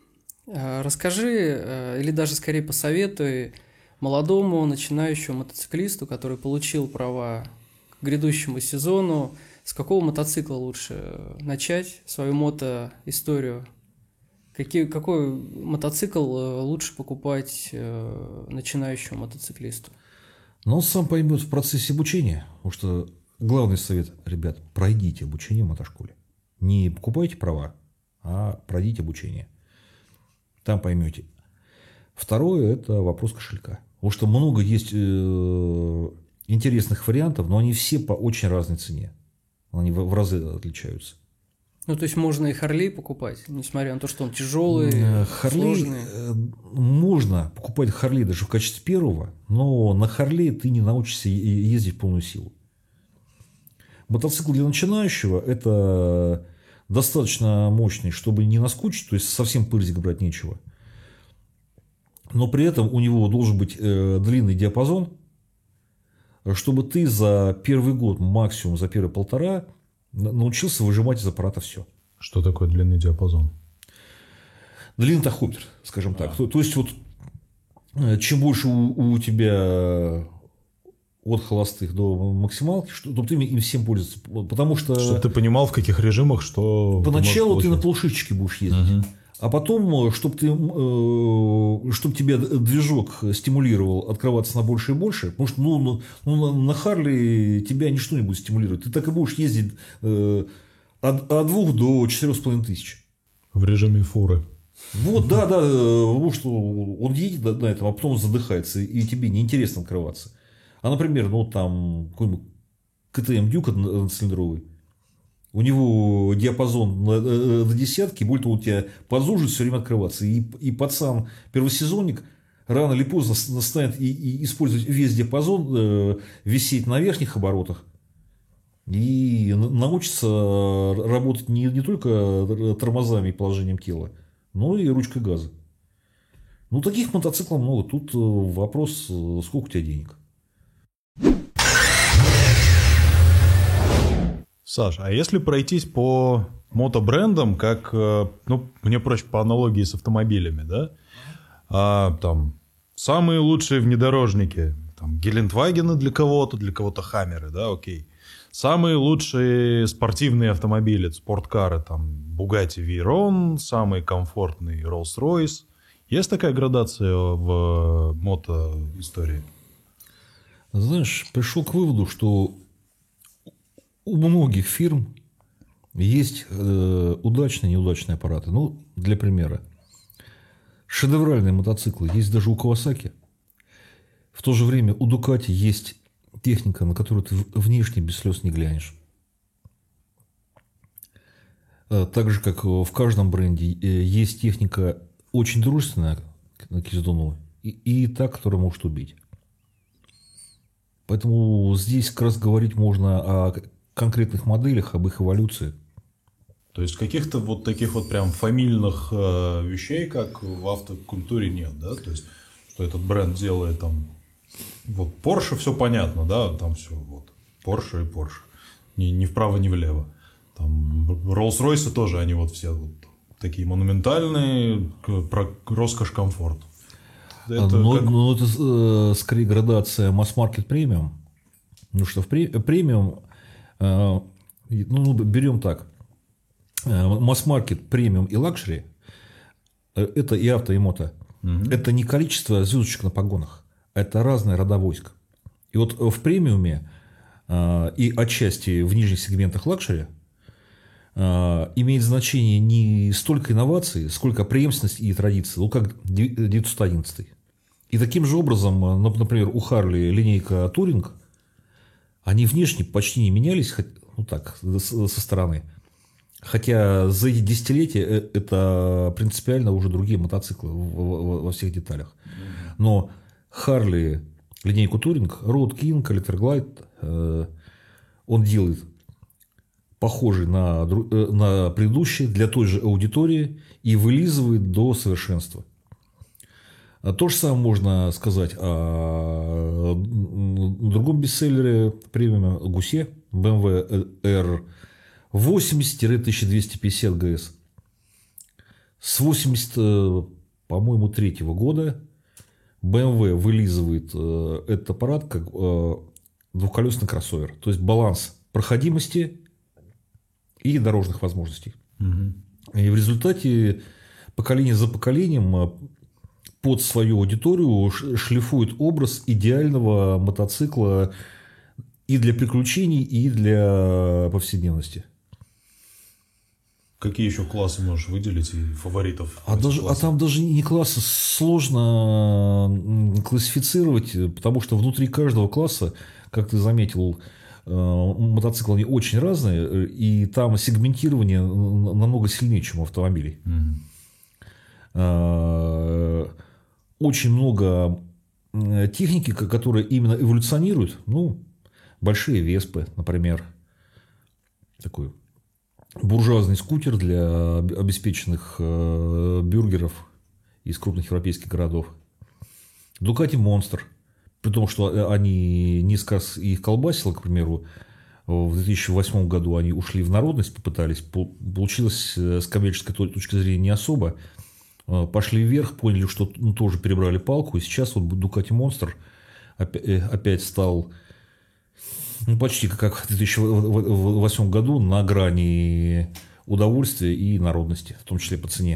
Расскажи, или даже скорее посоветуй молодому начинающему мотоциклисту, который получил права к грядущему сезону, с какого мотоцикла лучше начать свою мотоисторию? Какие, какой мотоцикл лучше покупать начинающему мотоциклисту? Ну, он сам поймет в процессе обучения, потому что главный совет, ребят, пройдите обучение в мотошколе. Не покупайте права, а пройдите обучение. Там поймете. Второе – это вопрос кошелька. Потому что много есть э, интересных вариантов, но они все по очень разной цене. Они в, в разы отличаются. Ну, то есть можно и Харлей покупать, несмотря на то, что он тяжелый, Харлей, сложный. Можно покупать Харлей даже в качестве первого, но на Харлей ты не научишься ездить в полную силу. Мотоцикл для начинающего – это достаточно мощный, чтобы не наскучить, то есть совсем пырзик брать нечего. Но при этом у него должен быть э, длинный диапазон, чтобы ты за первый год, максимум за первые полтора, научился выжимать из аппарата все. Что такое длинный диапазон? Длинный тахометр, скажем так. То, то есть, вот чем больше у, у тебя от холостых до максималки, чтобы ты им всем пользоваться. Потому что... Чтобы ты понимал, в каких режимах, что... Поначалу ты, ты на полшишечке будешь ездить. Угу. А потом, чтобы ты, чтобы тебя движок стимулировал открываться на больше и больше, потому что ну, ну, на Харли тебя ничто не будет стимулировать. Ты так и будешь ездить от, от двух до четырех с половиной тысяч. В режиме фуры. Вот, да, да, потому что он едет на этом, а потом задыхается, и тебе неинтересно открываться. А, например, ну там какой-нибудь КТМ Дюк одноцилиндровый, у него диапазон на, на десятки, будет он у тебя позужит все время открываться. И, и пацан, первосезонник, рано или поздно станет и, и использовать весь диапазон, э, висеть на верхних оборотах. И научится работать не, не только тормозами и положением тела, но и ручкой газа. Ну, таких мотоциклов много. Тут вопрос, сколько у тебя денег. Саш, а если пройтись по мотобрендам, как, ну, мне проще по аналогии с автомобилями, да? А, там, самые лучшие внедорожники, там, Гелендвагены для кого-то, для кого-то Хаммеры, да, окей. Самые лучшие спортивные автомобили, спорткары, там, Bugatti Veyron, самый комфортный Rolls-Royce. Есть такая градация в мотоистории? Знаешь, пришел к выводу, что у многих фирм есть э, удачные и неудачные аппараты. Ну, для примера. Шедевральные мотоциклы есть даже у Kawasaki. В то же время у Ducati есть техника, на которую ты внешне без слез не глянешь. Так же, как в каждом бренде есть техника очень дружественная к Кизуну и, и та, которая может убить. Поэтому здесь как раз говорить можно о конкретных моделях, об их эволюции. То есть каких-то вот таких вот прям фамильных э, вещей, как в автокультуре, нет, да? То есть, что этот бренд делает там... Вот Porsche все понятно, да, там все вот Porsche и Porsche, ни, ни вправо, ни влево. Там Rolls-Royce тоже, они вот все вот такие монументальные, про роскошь, комфорт. Это но, как... но это э, скорее градация масс-маркет премиум. Ну что в премиум, э, ну берем так, э, масс-маркет, премиум и лакшери, э, это и авто, и мото. Угу. Это не количество звездочек на погонах. Это разные рода войск. И вот в премиуме э, и отчасти в нижних сегментах лакшери э, имеет значение не столько инноваций, сколько преемственность и традиции, ну как девятьсот одиннадцать. И таким же образом, например, у Харли линейка Touring, они внешне почти не менялись, ну так, со стороны. Хотя за эти десятилетия это принципиально уже другие мотоциклы во всех деталях. Но Харли, линейку Touring, Road King, Collector Glide, э, он делает похожий на, на предыдущий для той же аудитории и вылизывает до совершенства. То же самое можно сказать о другом бестселлере премиума Гусе бэ эм вэ эр восемьдесят - тысяча двести пятьдесят джи эс. С восемьдесят, по-моему, третьего года бэ эм вэ вылизывает э, этот аппарат как э, двухколесный кроссовер. То есть баланс проходимости и дорожных возможностей. Угу. И в результате поколение за поколением под свою аудиторию шлифует образ идеального мотоцикла и для приключений, и для повседневности. Какие еще классы можешь выделить и фаворитов? А, даже, а там даже не классы, сложно классифицировать, потому что внутри каждого класса, как ты заметил, мотоциклы они очень разные, и там сегментирование намного сильнее, чем у автомобилей. Mm-hmm. Очень много техники, которая именно эволюционирует. Ну, большие веспы, например, такой буржуазный скутер для обеспеченных бюргеров из крупных европейских городов. Ducati Monster. При том, что они несколько раз их колбасило, к примеру, в две тысячи восьмом году они ушли в народность, попытались. Получилось с коммерческой точки зрения не особо. Пошли вверх, поняли, что ну, тоже перебрали палку. И сейчас вот Ducati Monster опять стал... Ну, почти как в две тысячи восьмом году на грани удовольствия и народности, в том числе по цене.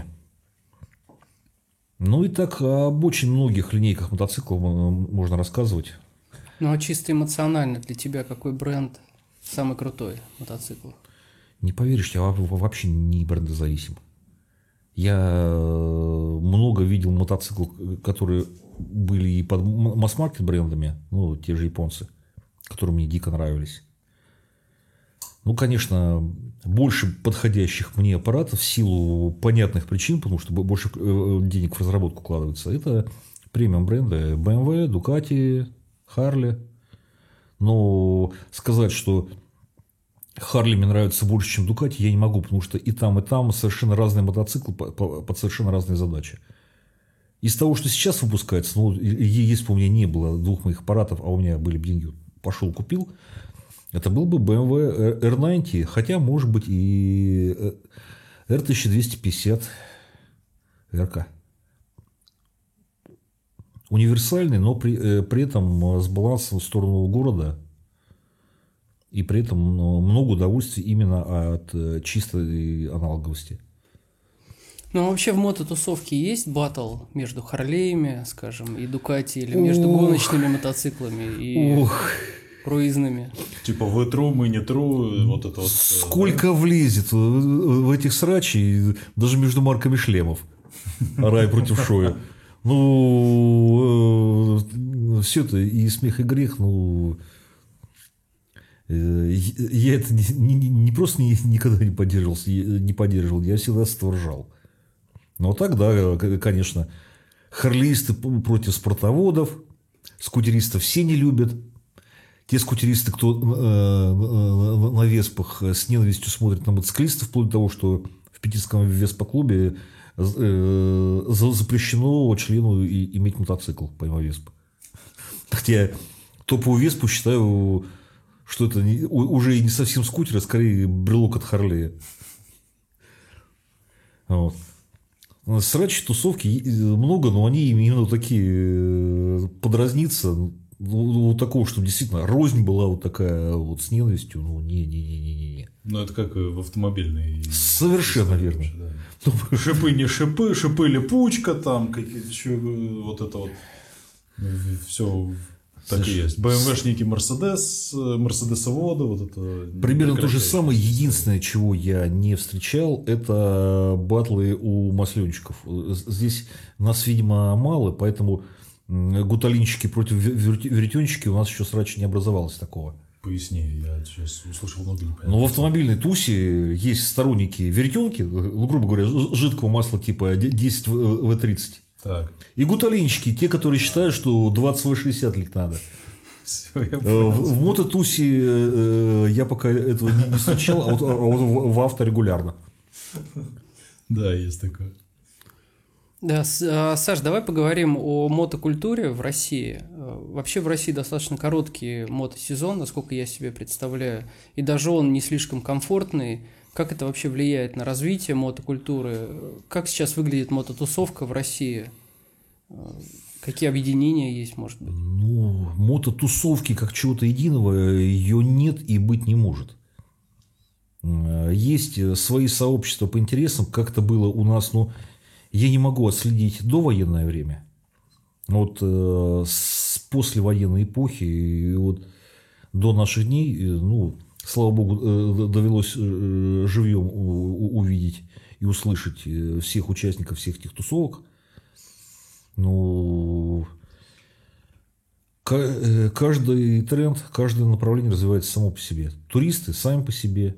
Ну и так об очень многих линейках мотоциклов можно рассказывать. Ну а чисто эмоционально для тебя какой бренд самый крутой мотоцикл? Не поверишь, я вообще не брендозависим. Я много видел мотоциклов, которые были и под масс-маркет брендами, ну, те же японцы, которые мне дико нравились. Ну, конечно, больше подходящих мне аппаратов в силу понятных причин, потому что больше денег в разработку вкладывается, это премиум бренды бэ эм вэ, Ducati, Harley. Но сказать, что Harley мне нравится больше, чем Ducati, я не могу, потому что и там, и там совершенно разные мотоциклы под совершенно разные задачи. Из того, что сейчас выпускается, ну, если бы у меня не было двух моих аппаратов, а у меня были деньги, пошел купил, это был бы бэ эм вэ эр девяносто, хотя, может быть, и эр тысяча двести пятьдесят эр ка. Универсальный, но при, при этом с балансом в сторону города. И при этом много удовольствия именно от чистой аналоговости. Ну, а вообще в мототусовке есть баттл между Харлеями, скажем, и Дукати, или между Ох. гоночными мотоциклами и Ох. круизными? Типа вы тру, мы не тру, вот это вот. Сколько да? влезет в этих срачей, даже между марками шлемов. Рай против Шоя. Ну, все это и смех, и грех, ну... Я это не, не, не просто не, никогда не поддерживал, не поддерживал, я всегда с этого ржал. Но так, да, конечно, харлеисты против спортоводов, скутеристов все не любят. Те скутеристы, кто э, на веспах с ненавистью смотрят на мотоциклистов, вплоть до того, что в питерском веспа-клубе э, запрещено члену иметь мотоцикл, помимо веспа. Хотя топовую веспу считаю... что это не, уже не совсем скутер, а скорее брелок от Харлея. Вот. Срачи, тусовки много, но они именно такие подразниться. Ну, вот такого, чтобы действительно рознь была вот такая вот с ненавистью. Ну, не-не-не-не-не. Ну, это как в автомобильной. Совершенно верно. Да. Шипы не шипы, шипы липучка, там какие-то еще вот это вот. Все. Так и есть. бэ эм вэ-шники, Мерседес, Мерседесоводы, вот это. Примерно то же самое. Единственное, чего я не встречал, это батлы у масленщиков. Здесь нас, видимо, мало, поэтому гуталинщики против веретенщики у нас еще срача не образовалось такого. Поясни, я сейчас услышал много непонятного. Но в автомобильной тусе есть сторонники веретенки, ну, грубо говоря, жидкого масла типа десять вэ тридцать. Так. И гуталинщики, те, которые считают, что двадцать вэ шестьдесят лить надо. Все, я в, в мототусе э, я пока этого не, не встречал, а вот, а вот в, в авто регулярно. Да, есть такое. Да, Саш, давай поговорим о мотокультуре в России. Вообще в России достаточно короткий мотосезон, насколько я себе представляю, и даже он не слишком комфортный. Как это вообще влияет на развитие мотокультуры? Как сейчас выглядит мототусовка в России? Какие объединения есть, может быть? Ну, мототусовки как чего-то единого ее нет и быть не может. Есть свои сообщества по интересам, как это было у нас, ну, я не могу отследить довоенное время. Вот э, с послевоенной эпохи вот до наших дней, ну, слава богу, довелось живьем увидеть и услышать всех участников всех этих тусовок. Ну, каждый тренд, каждое направление развивается само по себе. Туристы сами по себе,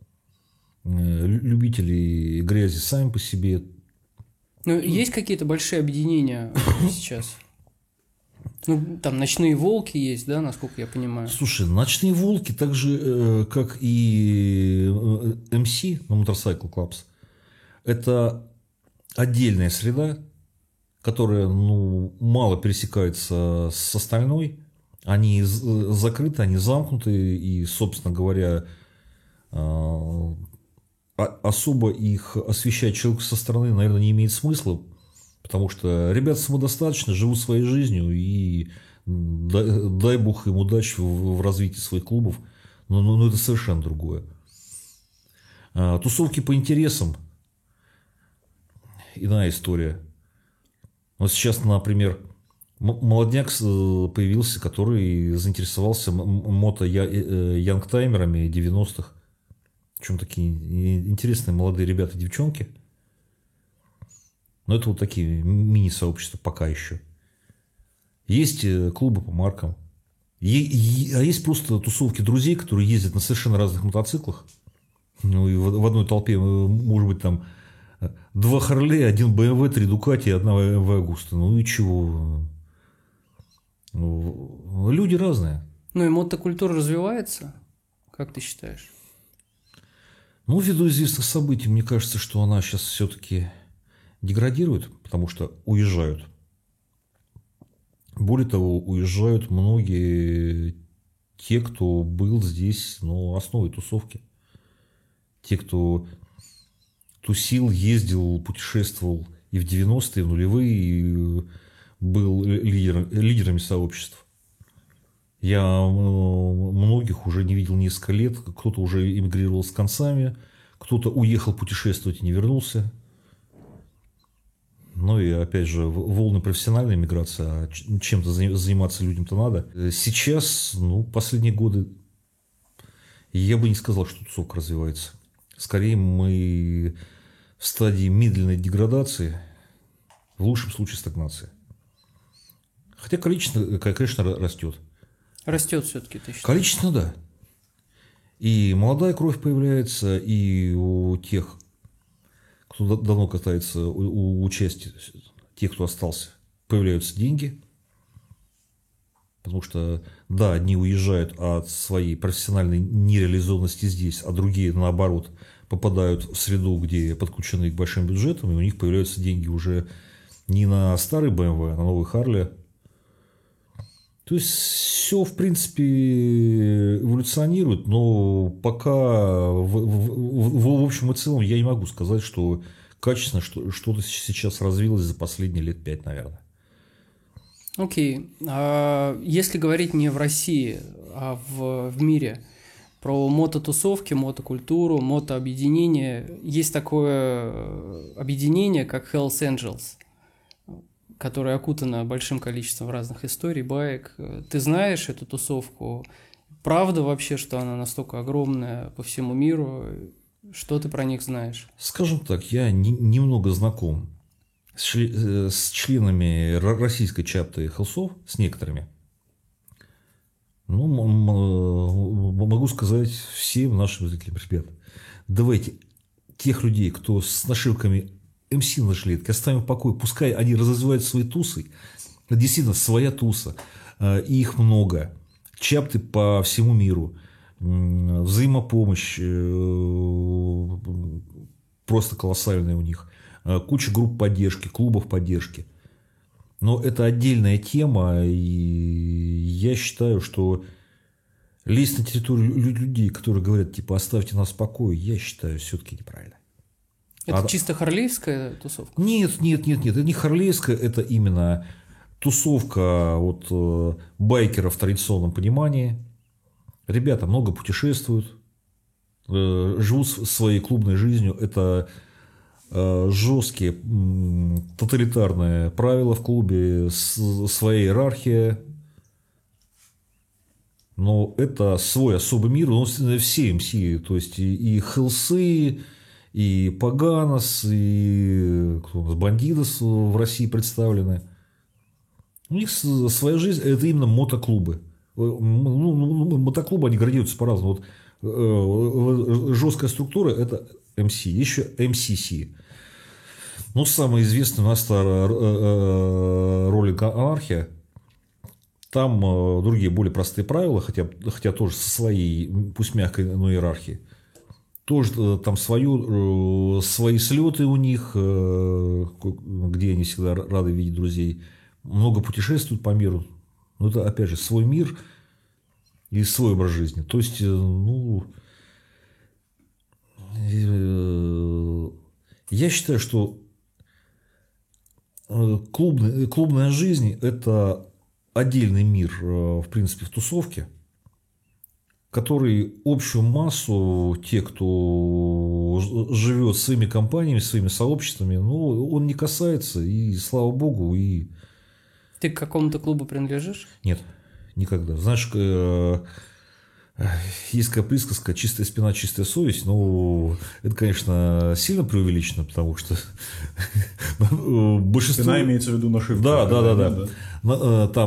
любители грязи сами по себе. Ну, есть какие-то большие объединения сейчас? Ну, там ночные волки есть, да, насколько я понимаю. Слушай, ночные волки, так же, как и эм си, на Motorcycle Clubs, это отдельная среда, которая, ну, мало пересекается с остальной. Они закрыты, они замкнуты, и, собственно говоря, особо их освещать человеку со стороны, наверное, не имеет смысла. Потому что ребята самодостаточно, живут своей жизнью, и дай, дай бог им удачи в, в развитии своих клубов. Но, но, но это совершенно другое. А, тусовки по интересам. Иная история. Вот сейчас, например, молодняк появился, который заинтересовался мото-янгтаймерами девяностых. Причем такие интересные молодые ребята, девчонки. Но это вот такие мини-сообщества пока еще. Есть клубы по маркам. Е- е- а есть просто тусовки друзей, которые ездят на совершенно разных мотоциклах. Ну, и в, в одной толпе может быть там два Харлея, один бэ эм вэ, три Дукати и одна бэ эм вэ Агуста. Ну и чего? Ну, люди разные. Ну и мотокультура развивается, как ты считаешь? Ну, ввиду известных событий, мне кажется, что она сейчас все-таки деградирует, потому что уезжают. Более того, уезжают многие те, кто был здесь, ну, основой тусовки. Те, кто тусил, ездил, путешествовал и в девяностые, и в нулевые, и был лидер, лидерами сообществ. Я многих уже не видел несколько лет. Кто-то уже эмигрировал с концами, кто-то уехал путешествовать и не вернулся. Ну и опять же, волны профессиональной миграции, а чем-то заниматься людям-то надо. Сейчас, ну, последние годы, я бы не сказал, что тусовка развивается. Скорее, мы в стадии медленной деградации, в лучшем случае стагнации. Хотя количество, конечно, растет. Растет все-таки, ты считаешь? Количественно, да. И молодая кровь появляется, и у тех, кто давно катается, у, у части тех, кто остался, появляются деньги. Потому что, да, одни уезжают от своей профессиональной нереализованности здесь, а другие, наоборот, попадают в среду, где подключены к большим бюджетам, и у них появляются деньги уже не на старый бэ эм вэ, а на новый Харли. То есть все, в принципе, эволюционирует, но пока в, в, в, в общем и целом я не могу сказать, что качественно что, что-то сейчас развилось за последние лет пять, наверное. Окей. А если говорить не в России, а в, в мире про мототусовки, мотокультуру, мотообъединение, есть такое объединение, как Hells Angels, которая окутана большим количеством разных историй, баек. Ты знаешь эту тусовку? Правда вообще, что она настолько огромная по всему миру? Что ты про них знаешь? Скажем так, я не, немного знаком с, член, с членами российской чапты хелсов, с некоторыми. Ну, могу сказать всем нашим зрителям, ребят, давайте тех людей, кто с нашивками эм си на жилетке, оставим в покое, пускай они развивают свои тусы. Это действительно своя туса, и их много. Чапты по всему миру, взаимопомощь просто колоссальная у них, куча групп поддержки, клубов поддержки. Но это отдельная тема, и я считаю, что лезть на территорию людей, которые говорят, типа, оставьте нас в покое, я считаю, все-таки неправильно. Это а... чисто харлейская тусовка? Нет, нет, нет, нет, это не харлейская, это именно тусовка вот, байкеров в традиционном понимании. Ребята много путешествуют, живут своей клубной жизнью. Это жесткие тоталитарные правила в клубе, своя иерархия. Но это свой особый мир. Но все эм си, то есть и хелсы, и Паганос, и кто у нас, Бандидос в России представлены. У них своя жизнь, это именно мотоклубы. Ну, мотоклубы, они градируются по-разному. Вот, жесткая структура – это эм си, еще эм си си. Ну, самый известный у нас ролик «Анархия». Там другие, более простые правила, хотя, хотя тоже со своей, пусть мягкой, но иерархией. Тоже там свою, свои слеты у них, где они всегда рады видеть друзей. Много путешествуют по миру. Но это, опять же, свой мир и свой образ жизни. То есть, ну, я считаю, что клубная, клубная жизнь – это отдельный мир, в принципе, в тусовке, который общую массу, те, кто живет своими компаниями, своими сообществами, ну, он не касается, и слава богу, и... Ты к какому-то клубу принадлежишь? Нет, никогда. Знаешь, Есть такая присказка «чистая спина, чистая совесть». Ну, это, конечно, сильно преувеличено, потому что большинство... Спина имеется в виду нашивка. Да, да, да, да. да. Там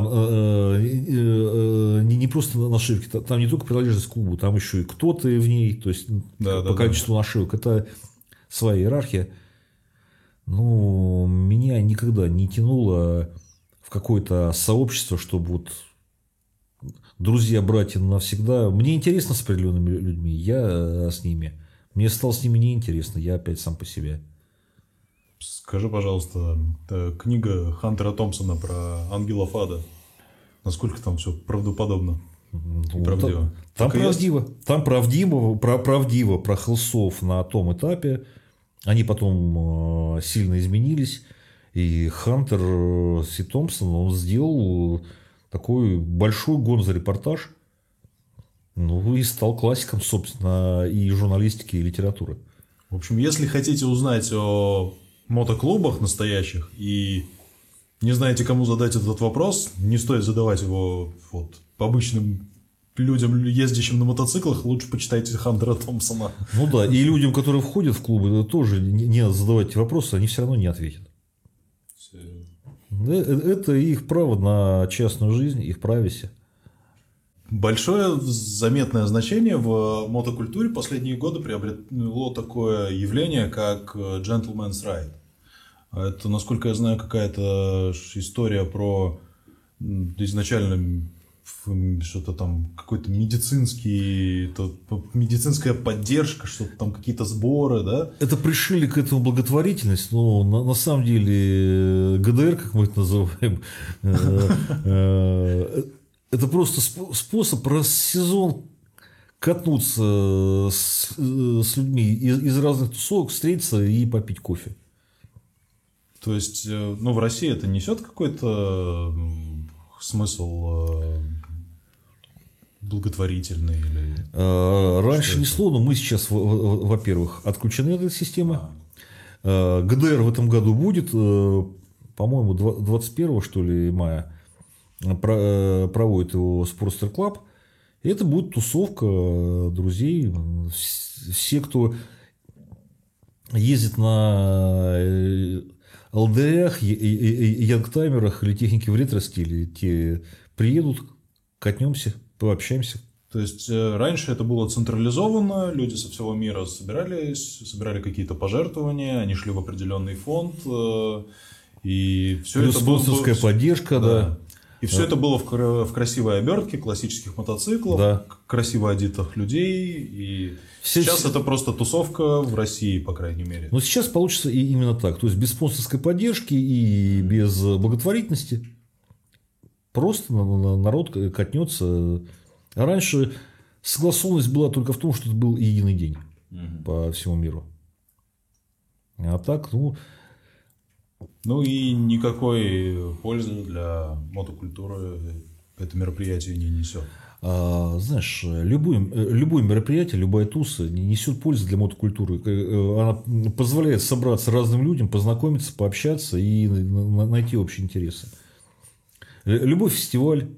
не, не просто нашивки, там не только принадлежность к клубу, там еще и кто ты в ней, то есть да, по да, количеству да. нашивок. Это своя иерархия. Ну, меня никогда не тянуло в какое-то сообщество, чтобы вот друзья, братья навсегда. Мне интересно с определенными людьми, я с ними. Мне стало с ними неинтересно, я опять сам по себе. Скажи, пожалуйста, книга Хантера Томпсона про ангелов ада, насколько там все правдоподобно и правдиво? Там, там правдиво. Есть? Там правдиво, про, правдиво про хелсов на том этапе. Они потом сильно изменились. И Хантер Си Томпсон, он сделал такой большой гон за репортаж. Ну, и стал классиком, собственно, и журналистики, и литературы. В общем, если хотите узнать о мотоклубах настоящих и не знаете, кому задать этот вопрос, не стоит задавать его вот, обычным людям, ездящим на мотоциклах, лучше почитайте Хантера Томпсона. Ну да, и людям, которые входят в клубы, тоже не надо задавать эти вопросы, они все равно не ответят. Это их право на частную жизнь, их privacy. Большое заметное значение в мотокультуре последние годы приобрело такое явление, как gentleman's ride. Это, насколько я знаю, какая-то история про изначально что-то там, какой-то медицинский, то, медицинская поддержка, что-то там, какие-то сборы, да? Это пришили к этому благотворительность, но на, на самом деле ГДР, как мы это называем, это просто способ раз в сезон катнуться с, с людьми из, из разных тусовок, встретиться и попить кофе. То есть, ну, в России это несет какой-то смысл благотворительный? Или... Раньше несло, но мы сейчас, во-первых, отключены от этой системы. А. ГДР в этом году будет, по-моему, двадцать первого, что ли, мая. Проводит его Sportster Club. И это будет тусовка друзей. Все, кто ездит на эл дэ эр, янгтаймерах или технике в ретро-стиле, те приедут, катнемся, пообщаемся. То есть раньше это было централизованно, люди со всего мира собирались, собирали какие-то пожертвования, они шли в определенный фонд, и все плюс это было... спонсорская поддержка, да. да. И все да. это было в, в красивой обертке классических мотоциклов, да. красиво одетых людей. И все, сейчас все... это просто тусовка в России, по крайней мере. Но сейчас получится и именно так. То есть без спонсорской поддержки и без благотворительности просто народ катнется. А раньше согласованность была только в том, что это был единый день угу. по всему миру. А так, ну... Ну и никакой пользы для мотокультуры это мероприятие не несет. А, знаешь, любое, любое мероприятие, любая туса несет пользу для мотокультуры. Она позволяет собраться разным людям, познакомиться, пообщаться и найти общие интересы. Любой фестиваль,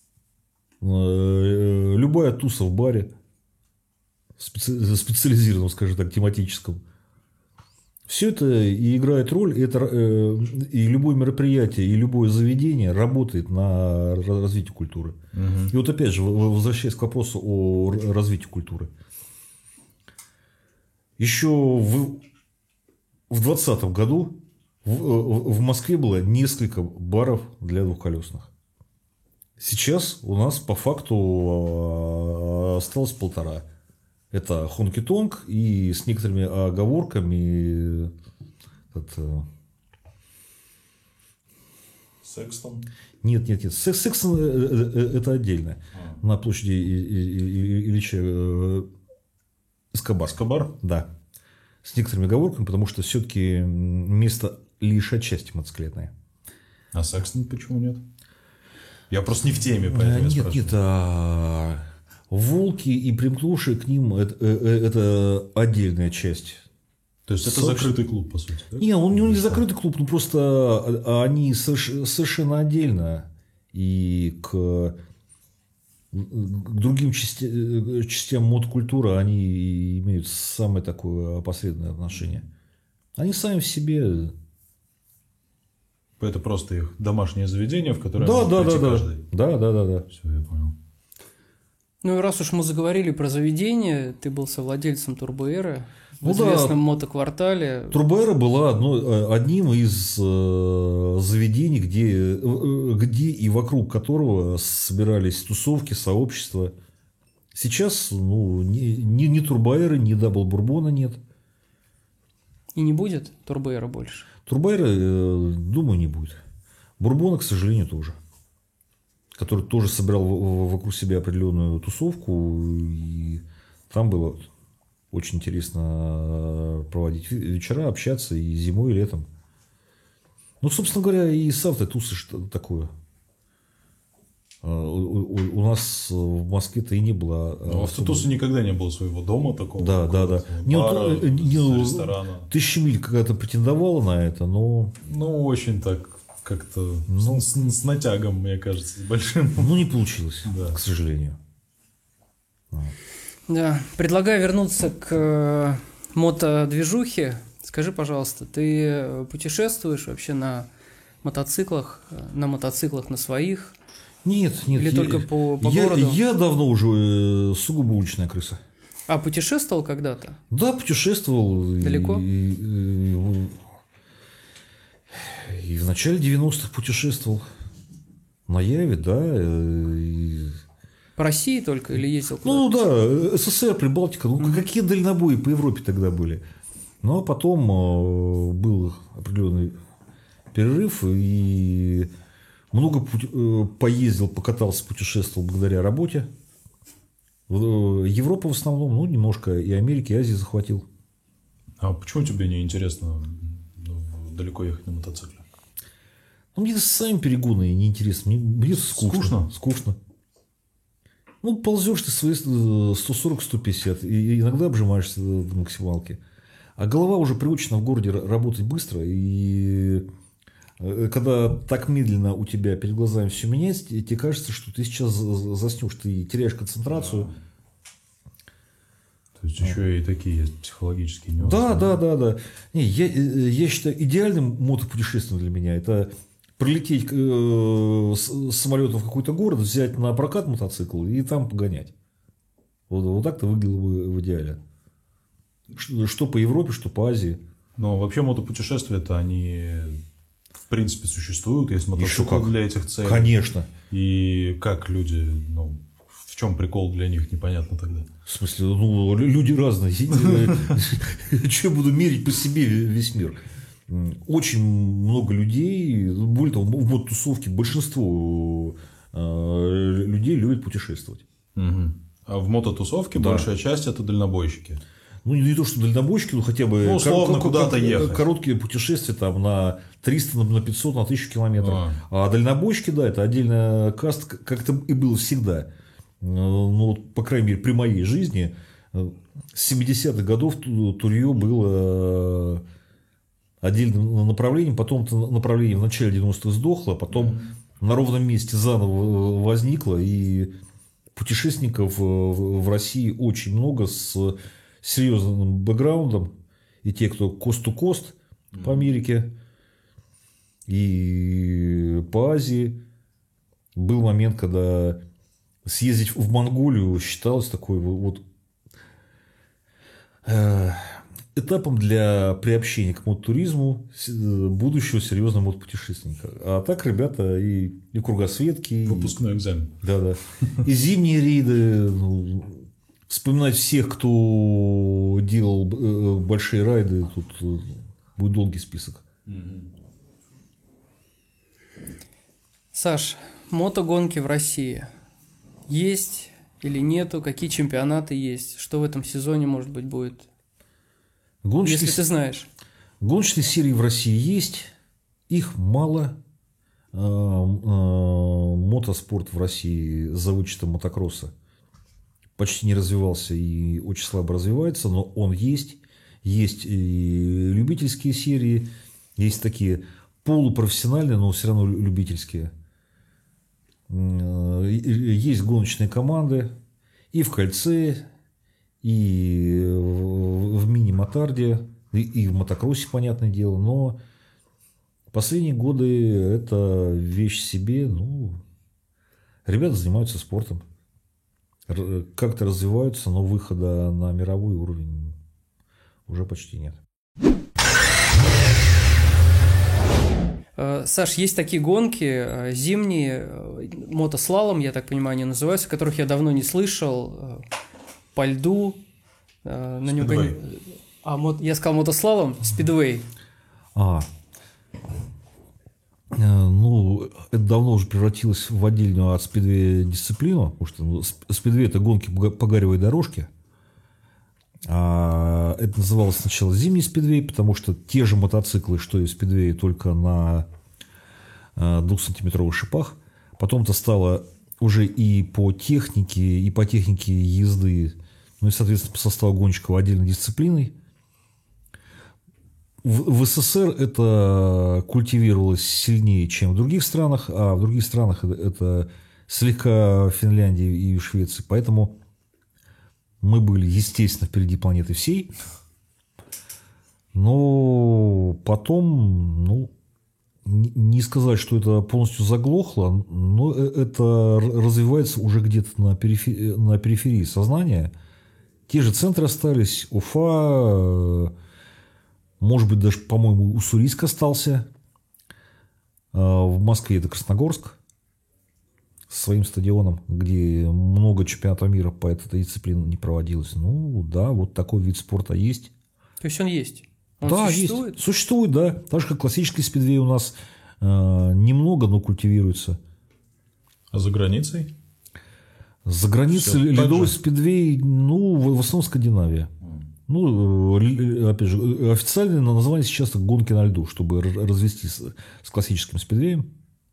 любая туса в баре, специализированном, скажем так, тематическом. Все это и играет роль, и, это, и любое мероприятие, и любое заведение работает на развитие культуры. Угу. И вот опять же, возвращаясь к вопросу о развитии культуры. Еще в двадцатом году в, в Москве было несколько баров для двухколесных. Сейчас у нас по факту осталось полтора. Это Хонки-Тонг и с некоторыми оговорками это... Секстон? Нет, нет, нет. Секстон это отдельно. А. На площади Ильича Эскобар. Эскобар? Да. С некоторыми оговорками, потому что все-таки место лишь отчасти мотоциклетное. А Секстон почему нет? Я просто не в теме, поэтому а, я нет, спрашиваю. Нет, а... Волки и примкнувшие к ним это, это отдельная часть. То есть это Собственно... закрытый клуб, по сути, да? Не, он не закрытый клуб, ну просто они совершенно отдельно. И к к другим части, частям мотокультуры они имеют самое такое опосредованное отношение. Они сами в себе... Это просто их домашнее заведение, в которое Да, может да, прийти да, каждый. да, да, да, да. Все, я понял. Ну и раз уж мы заговорили про заведение, ты был совладельцем Турбоэра в Ну да. известном мотоквартале. Турбоэра была одно, одним из э, заведений, где, э, где и вокруг которого собирались тусовки, сообщества. Сейчас ну, ни, ни, ни Турбоэра, ни Дабл Бурбона нет. И не будет Турбоэра больше? Турбоэра, э, думаю, не будет. Бурбона, к сожалению, тоже. Который тоже собирал в- вокруг себя определенную тусовку. И там было очень интересно проводить вечера, общаться и зимой, и летом. Ну, собственно говоря, и с автотусы что такое. А, У, у- у нас в Москве-то и не было. Но у особо- Автотуса никогда не было своего дома такого. Да, да, да. какого-то Не, бара, вот, э, не, ресторана. Тысяча миль когда-то претендовала на это, но Ну, очень так как-то Ну. с, с- с натягом, мне кажется, с большим. ну, не получилось, Да. к сожалению. Да. Предлагаю вернуться к э, мотодвижухе. Скажи, пожалуйста, ты путешествуешь вообще на мотоциклах, э, на мотоциклах на своих? Нет, нет. Или я, только по- по я, городу? я давно уже э, сугубо уличная крыса. А путешествовал когда-то? Да, путешествовал. и- Далеко? И, и- и в начале девяностых путешествовал. На Яве, да. э, и- По России только или ездил куда-то? Ну да, СССР, Прибалтика. Ну какие дальнобои по Европе тогда были? Ну а потом э, был определенный перерыв и много пути- э, поездил, покатался, путешествовал благодаря работе. В- э, Европа в основном, ну немножко и Америки, и Азии захватил. А почему тебе не интересно ну, далеко ехать на мотоцикле? Ну, мне сами перегоны неинтересно. Мне, мне скучно. Скучно? Скучно. Ну, ползешь ты свои сто сорок - сто пятьдесят, и иногда обжимаешься до максималки. А голова уже приучена в городе ра- работать быстро, и э, когда так медленно у тебя перед глазами все меняется, тебе тебе кажется, что ты сейчас за- заснешь, ты теряешь концентрацию. То есть еще и такие есть психологические нюансы. Да, да, да, да. Не, я, э, я считаю, идеальным мотопутешествием для меня это прилететь э, с самолетом в какой-то город, взять на прокат мотоцикл и там погонять. Вот, вот так-то выглядело бы в идеале. Что, что по Европе, что по Азии. Но вообще мотопутешествия-то они в принципе существуют, есть Еще мотоциклы как. для этих целей. Конечно. И как люди, ну, в чем прикол для них, непонятно тогда. В смысле, ну, лю- люди разные. Че буду мерить по себе весь мир? Очень много людей, более того, в мототусовке большинство э, людей любят путешествовать. А в мототусовке Да. большая часть это дальнобойщики. Ну, не то, что дальнобойщики, но хотя бы Ну, условно, кор- кор- куда-то кор- ехать. Короткие путешествия там на триста, на пятьсот, на тысячу километров. А. А, дальнобойщики, да, это отдельная каста, как это и было всегда. Ну, вот, по крайней мере, при моей жизни э, с семидесятых годов ту- Турье было отдельным направлением, потом это направление в начале девяностых сдохло, потом на ровном месте заново возникло, и путешественников в в России очень много с серьезным бэкграундом, и те, кто кост-то-кост по Америке, и по Азии. Был момент, когда съездить в Монголию считалось такой вот э, этапом для приобщения к мототуризму с- э, будущего серьезного мотопутешественника. А так ребята и, и кругосветки, и, Выпускной экзамен. да, да, и зимние рейды. Ну, вспоминать всех, кто делал э, большие райды, тут э, будет долгий список. Саш, мотогонки в России есть или нету? Какие чемпионаты есть? Что в этом сезоне, может быть, будет? Гоночные, Если ты знаешь. гоночные серии в России есть, их мало. А, а, Мотоспорт в России за вычетом мотокросса почти не развивался и очень слабо развивается, но он есть. Есть и любительские серии, есть такие полупрофессиональные, но все равно любительские. Есть гоночные команды и в кольце, и в мини-мотарде, и в мотокроссе, понятное дело. Но последние годы это вещь себе. Ну, ребята занимаются спортом. Как-то развиваются, но выхода на мировой уровень уже почти нет. Саш, есть такие гонки зимние, мотослалом, я так понимаю, они называются, которых я давно не слышал, по льду. На нем гони... А, мот... я сказал мотослалом, спидвей. А, ну, это давно уже превратилось в отдельную от спидвея дисциплину, потому что спидвей – это гонки по гаревой дорожке. А это называлось сначала зимний спидвей, потому что те же мотоциклы, что и в спидвее, только на двухсантиметровых шипах. Потом это стало уже и по технике, и по технике езды, ну и, соответственно, по составу гонщиков отдельной дисциплиной. В, в СССР это культивировалось сильнее, чем в других странах, а в других странах это, это слегка в Финляндии и в Швеции. Поэтому мы были, естественно, впереди планеты всей. Но потом, ну, не сказать, что это полностью заглохло, но это развивается уже где-то на периферии, на периферии сознания. Те же центры остались, Уфа, может быть, даже, по-моему, Уссурийск остался. В Москве это Красногорск с своим стадионом, где много чемпионатов мира по этой дисциплине не проводилось. Ну, да, вот такой вид спорта есть. То есть он есть? Он да, существует? есть. Существует, да. Так же, как классический спидвей у нас э, немного, но культивируется. А за границей? За границей ледовый спидвей, ну, в, в основном Скандинавия. Mm. Ну, опять же, официальное название сейчас гонки на льду, чтобы развести с, с классическим спидвеем.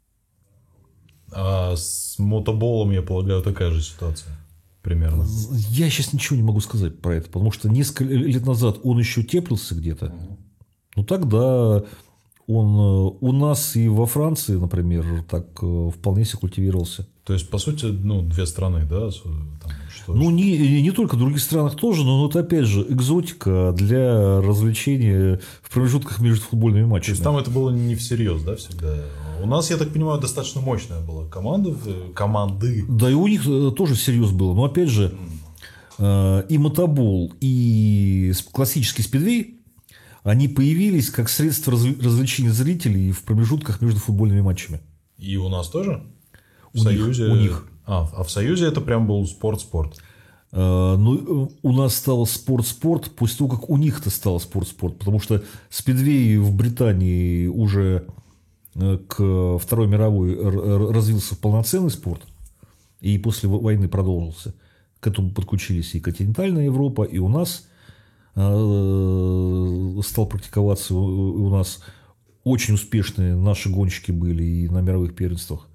А с мотоболом, я полагаю, такая же ситуация. Примерно. Я сейчас ничего не могу сказать про это, потому что несколько лет назад он еще теплился где-то. Uh-huh. Ну, тогда он у нас и во Франции, например, так вполне себе культивировался. То есть, по сути, ну, две страны, да? Там, что, ну, не, не только в других странах тоже, но вот опять же, экзотика для развлечения в промежутках между футбольными матчами. То есть, там это было не всерьез, да, всегда? У нас, я так понимаю, достаточно мощная была команда, команды. Да, и у них тоже всерьез было. Но, опять же, mm. и мотобол, и классический спидвей, они появились как средство развлечения зрителей в промежутках между футбольными матчами. И у нас тоже? В у Союзе? Них, у них. А, а в Союзе это прям был спорт-спорт? А, ну, у нас стало спорт-спорт после того, как у них-то стало спорт-спорт. Потому что спидвей в Британии уже к Второй мировой развился полноценный спорт. И после войны продолжился. К этому подключились и континентальная Европа, и у нас стал практиковаться. У нас очень успешные наши гонщики были и на мировых первенствах.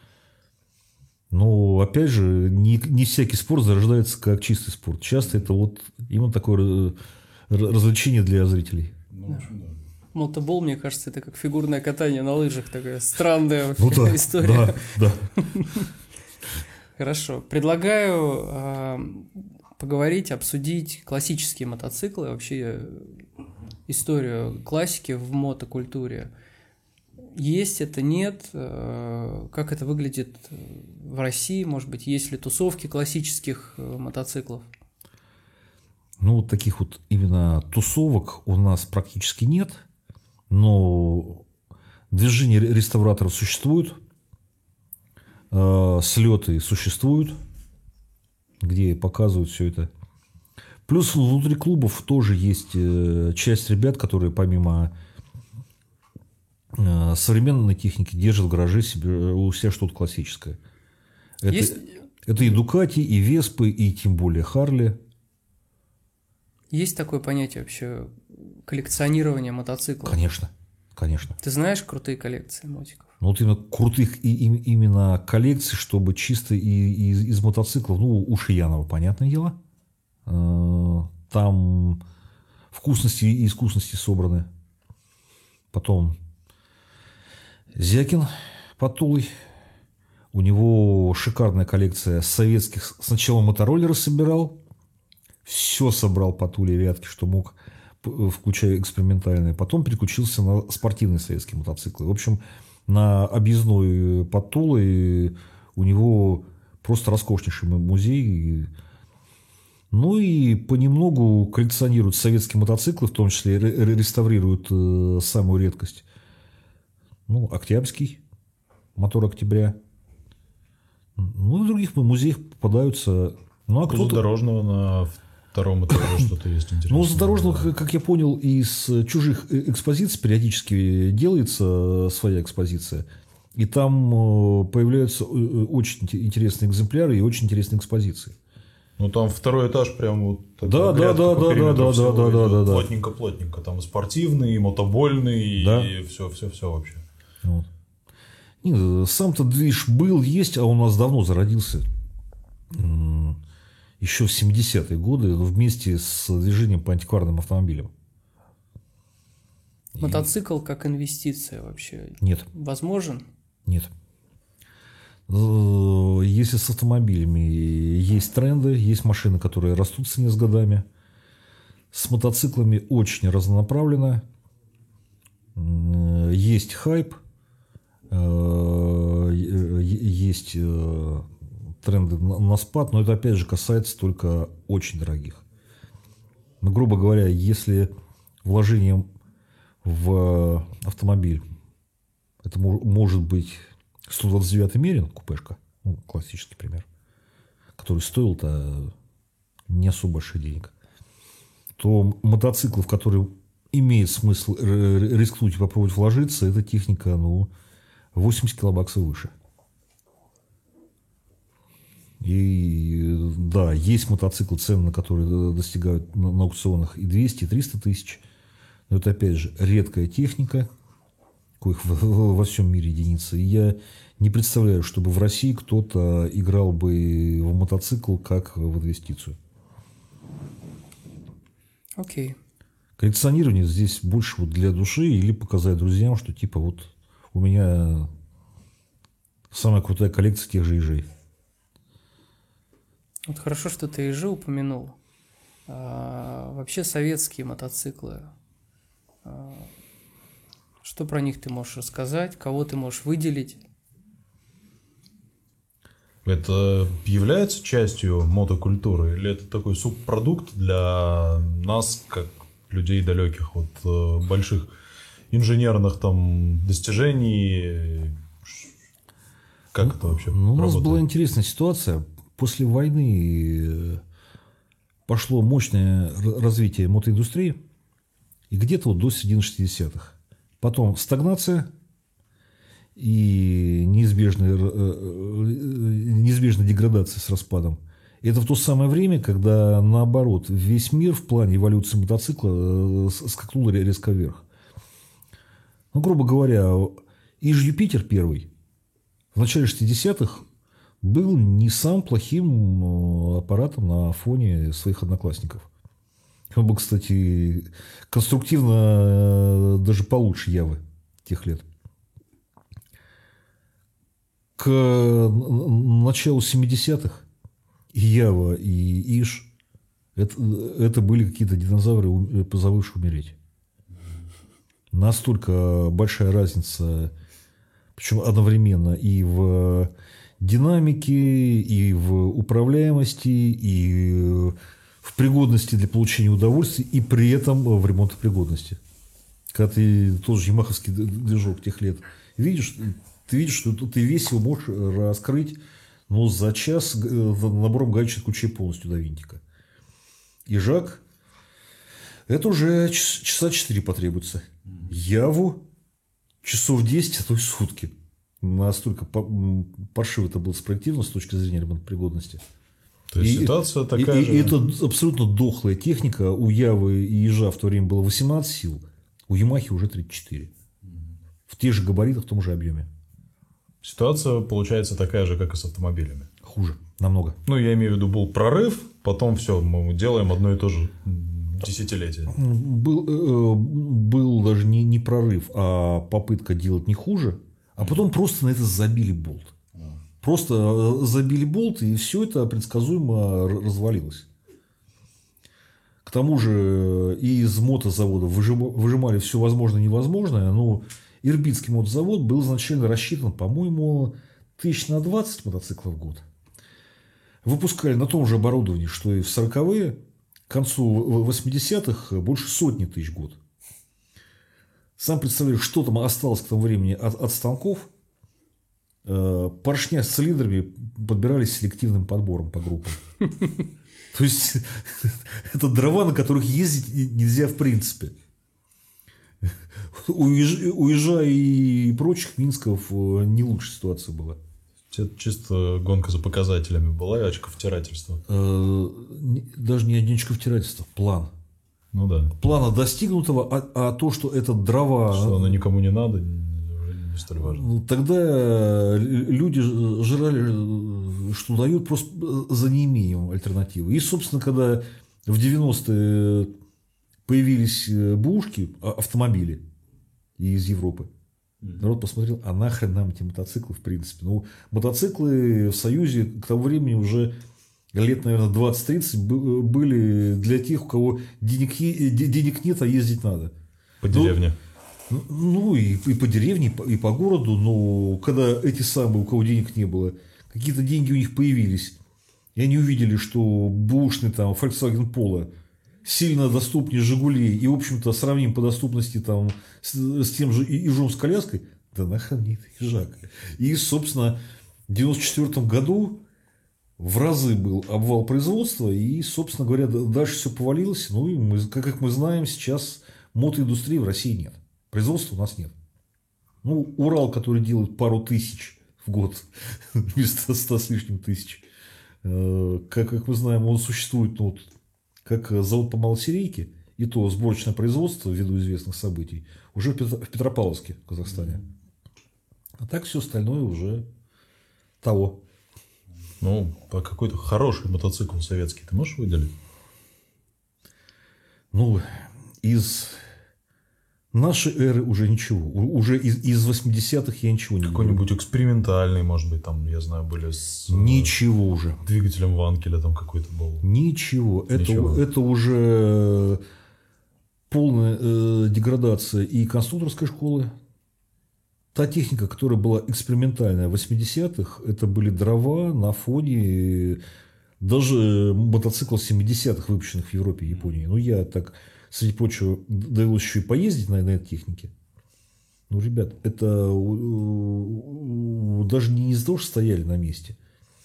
Но, опять же, не, не всякий спорт зарождается как чистый спорт. Часто это вот именно такое развлечение для зрителей. Ну, в общем, да. Мотобол, мне кажется, это как фигурное катание на лыжах. Такая странная ну, да, история. Да, да. Хорошо. Предлагаю э, поговорить, обсудить классические мотоциклы, вообще историю классики в мотокультуре. Есть это, нет? Э, как это выглядит в России? Может быть, есть ли тусовки классических э, мотоциклов? Ну, вот таких вот именно тусовок у нас практически нет. Но движения реставраторов существуют, э, слеты существуют, где показывают все это. Плюс внутри клубов тоже есть э, часть ребят, которые помимо э, современной техники держат в гараже себе, у себя что-то классическое. Это, есть... это и Дукати, и Веспы, и тем более Харли. Есть такое понятие вообще коллекционирование мотоциклов? Конечно, конечно. Ты знаешь крутые коллекции мотиков? Ну, вот именно крутых и, и, именно коллекций, чтобы чисто и, и, из, из мотоциклов, ну, у Шиянова, понятное дело. Там вкусности и искусности собраны. Потом Зякин под Тулой. У него шикарная коллекция советских. Сначала мотороллеры собирал. Все собрал по Туле и Вятке, что мог, включая экспериментальные. Потом переключился на спортивные советские мотоциклы. В общем, на объездной под Тулой у него просто роскошнейший музей. Ну и понемногу коллекционируют советские мотоциклы, в том числе реставрируют самую редкость. Ну, Октябрьский, мотор Октября. Ну, и в других музеях попадаются. Ну, а у кто-то... Задорожного на втором этаже что-то есть интересное. Ну, у Задорожного, как я понял, из чужих экспозиций периодически делается своя экспозиция. И там появляются очень интересные экземпляры и очень интересные экспозиции. Ну, там второй этаж прям вот... Да, да, да, да, да, да, да, да, да, да. Плотненько-плотненько. Там и спортивный, и мотобольный, да. и все-все-все вообще. Вот. Нет, сам-то движ был, есть, а у нас давно зародился. Еще в семидесятые годы вместе с движением по антикварным автомобилям. Мотоцикл как инвестиция вообще? Нет. Возможен? Нет. Если с автомобилями есть тренды, есть машины, которые растут в цене с годами. С мотоциклами очень разнонаправленно. Есть хайп. Есть тренды на спад, но это опять же касается только очень дорогих. Но, грубо говоря, если вложением в автомобиль, это может быть сто двадцать девятый Мерин, купешка, ну, классический пример, который стоил-то не особо больших денег, то мотоцикл, в который имеет смысл рискнуть и попробовать вложиться, это техника, ну, восемьдесят килобаксов выше. И да, есть мотоциклы, цены на которые достигают на, на аукционах и двести, и триста тысяч. Но это, опять же, редкая техника, коих в, во всем мире единицы. И я не представляю, чтобы в России кто-то играл бы в мотоцикл как в инвестицию. Окей. Okay. Коллекционирование здесь больше вот для души или показать друзьям, что типа вот у меня самая крутая коллекция тех же ежей. Вот хорошо, что ты ежи упомянул. А, вообще советские мотоциклы. А, что про них ты можешь рассказать? Кого ты можешь выделить? Это является частью мотокультуры? Или это такой субпродукт для нас, как людей далеких от больших инженерных там достижений? Как ну, это вообще ну, у нас работает? Была интересная ситуация. После войны пошло мощное развитие мотоиндустрии, и где-то вот до середины шестидесятых. Потом стагнация и неизбежная, неизбежная деградация с распадом. И это в то самое время, когда, наоборот, весь мир в плане эволюции мотоцикла скакнул резко вверх. Ну, грубо говоря, Иж Юпитер первый в начале шестидесятых был не самым плохим аппаратом на фоне своих одноклассников. Он был, кстати, конструктивно даже получше Явы тех лет. К началу семидесятых и Ява, и Иж это, это были какие-то динозавры, позабывшие умереть. Настолько большая разница, причем одновременно и в динамики, и в управляемости, и в пригодности для получения удовольствия, и при этом в ремонтопригодности. Когда ты тот же ямаховский движок тех лет видишь, ты видишь, что ты весь его можешь раскрыть, но за час набором гаечных ключей полностью до винтика. И Жак, это уже часа четыре потребуется. Яву часов десять, а то и сутки. Настолько паршиво это было спроектировано с точки зрения ремонтопригодности. То есть и, ситуация такая и, же. И это абсолютно дохлая техника. У Явы и Ижа в то время было восемнадцать сил, у Ямахи уже тридцать четыре. В тех же габаритах, в том же объеме. Ситуация получается такая же, как и с автомобилями. Хуже, намного. Ну, я имею в виду, был прорыв, потом все, мы делаем одно и то же десятилетие. Был, э, был даже не, не прорыв, а попытка делать не хуже. А потом просто на это забили болт. Просто забили болт, и все это предсказуемо развалилось. К тому же и из мотозавода выжимали все возможное и невозможное. Но Ирбитский мотозавод был изначально рассчитан, по-моему, тысяч на двадцать мотоциклов в год. Выпускали на том же оборудовании, что и в сороковые. К концу восьмидесятых больше сотни тысяч в год. Сам представляешь, что там осталось к тому времени от, от станков. Поршня с цилиндрами подбирались селективным подбором по группам. То есть, это дрова, на которых ездить нельзя в принципе. У Ижа и прочих Минсков не лучшая ситуация была. Это чисто гонка за показателями была и очковтирательство. Даже не очковтирательство, план. Ну да. Плана достигнутого, а, а то, что это дрова... Что оно никому не надо, не столь важно. Тогда люди жрали, что дают, просто за неимением альтернативы. И, собственно, когда в девяностые появились бэушки, автомобили из Европы, народ посмотрел, а нахрен нам эти мотоциклы в принципе. Ну, мотоциклы в Союзе к тому времени уже лет, наверное, двадцать-тридцать были для тех, у кого денег, денег нет, а ездить надо. По деревне. Ну, ну и, и по деревне, и по, и по городу. Но когда эти самые, у кого денег не было, какие-то деньги у них появились, и они увидели, что бэушный там Volkswagen Polo сильно доступнее Жигулей и, в общем-то, сравним по доступности там с, с тем же Ижом с коляской, да нахрен мне это Ижак. И, собственно, в девяносто четвёртом году в разы был обвал производства, и, собственно говоря, дальше все повалилось. Ну, и мы, как мы знаем, сейчас мотоиндустрии в России нет. Производства у нас нет. Ну, Урал, который делает пару тысяч в год вместо ста с лишним тысяч, как, как мы знаем, он существует, ну, вот, как завод по малосерийке, и то сборочное производство ввиду известных событий уже в Петропавловске, в Казахстане. А так все остальное уже того. Ну, по какой-то хороший мотоцикл советский ты можешь выделить? Ну, из нашей эры уже ничего. Уже из, из восьмидесятых я ничего не Какой-нибудь говорю. Экспериментальный, может быть, там, я знаю, были с... Ничего уже. Двигателем Ванкеля там какой-то был. Ничего. Ничего. Это, это уже полная э, деградация и конструкторской школы. Та техника, которая была экспериментальная в восьмидесятых, это были дрова на фоне даже мотоциклов семидесятых, выпущенных в Европе и Японии. Ну, я так, среди прочего, довелось еще и поездить на, на этой технике. Ну, ребят, это даже не из-за того, что стояли на месте,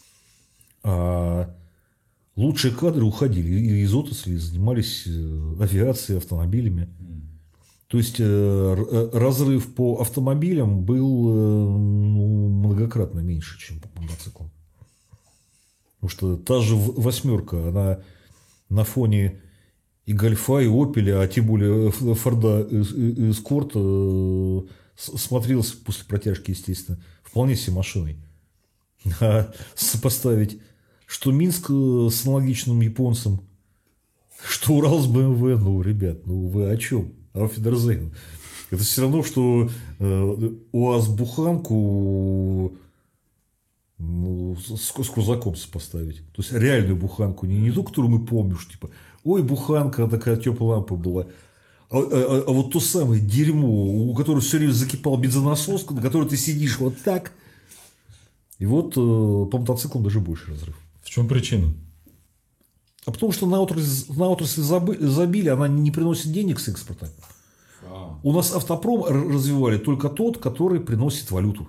а лучшие кадры уходили из отрасли, занимались авиацией, автомобилями. То есть разрыв по автомобилям был, ну, многократно меньше, чем по мотоциклам. Потому что та же восьмерка, она на фоне и Гольфа, и Опеля, а тем более Форда Эскорта смотрелась после протяжки, естественно, вполне себе машиной. А сопоставить, что Минск с аналогичным японцем, что Урал с БМВ, ну, ребят, ну вы о чем? Ауфидерзейн. Это все равно, что э, УАЗ-буханку ну, с, с крузаком сопоставить. То есть реальную буханку, не, не ту, которую мы помним, что типа, ой, буханка, такая теплая лампа была. А, а, а вот то самое дерьмо, у которого все время закипал бензонасос, на которой ты сидишь вот так. И вот э, по мотоциклам даже больше разрыв. В чем причина? А потому что на отрасль, на отрасль забили, она не приносит денег с экспорта. А. У нас автопром развивали только тот, который приносит валюту.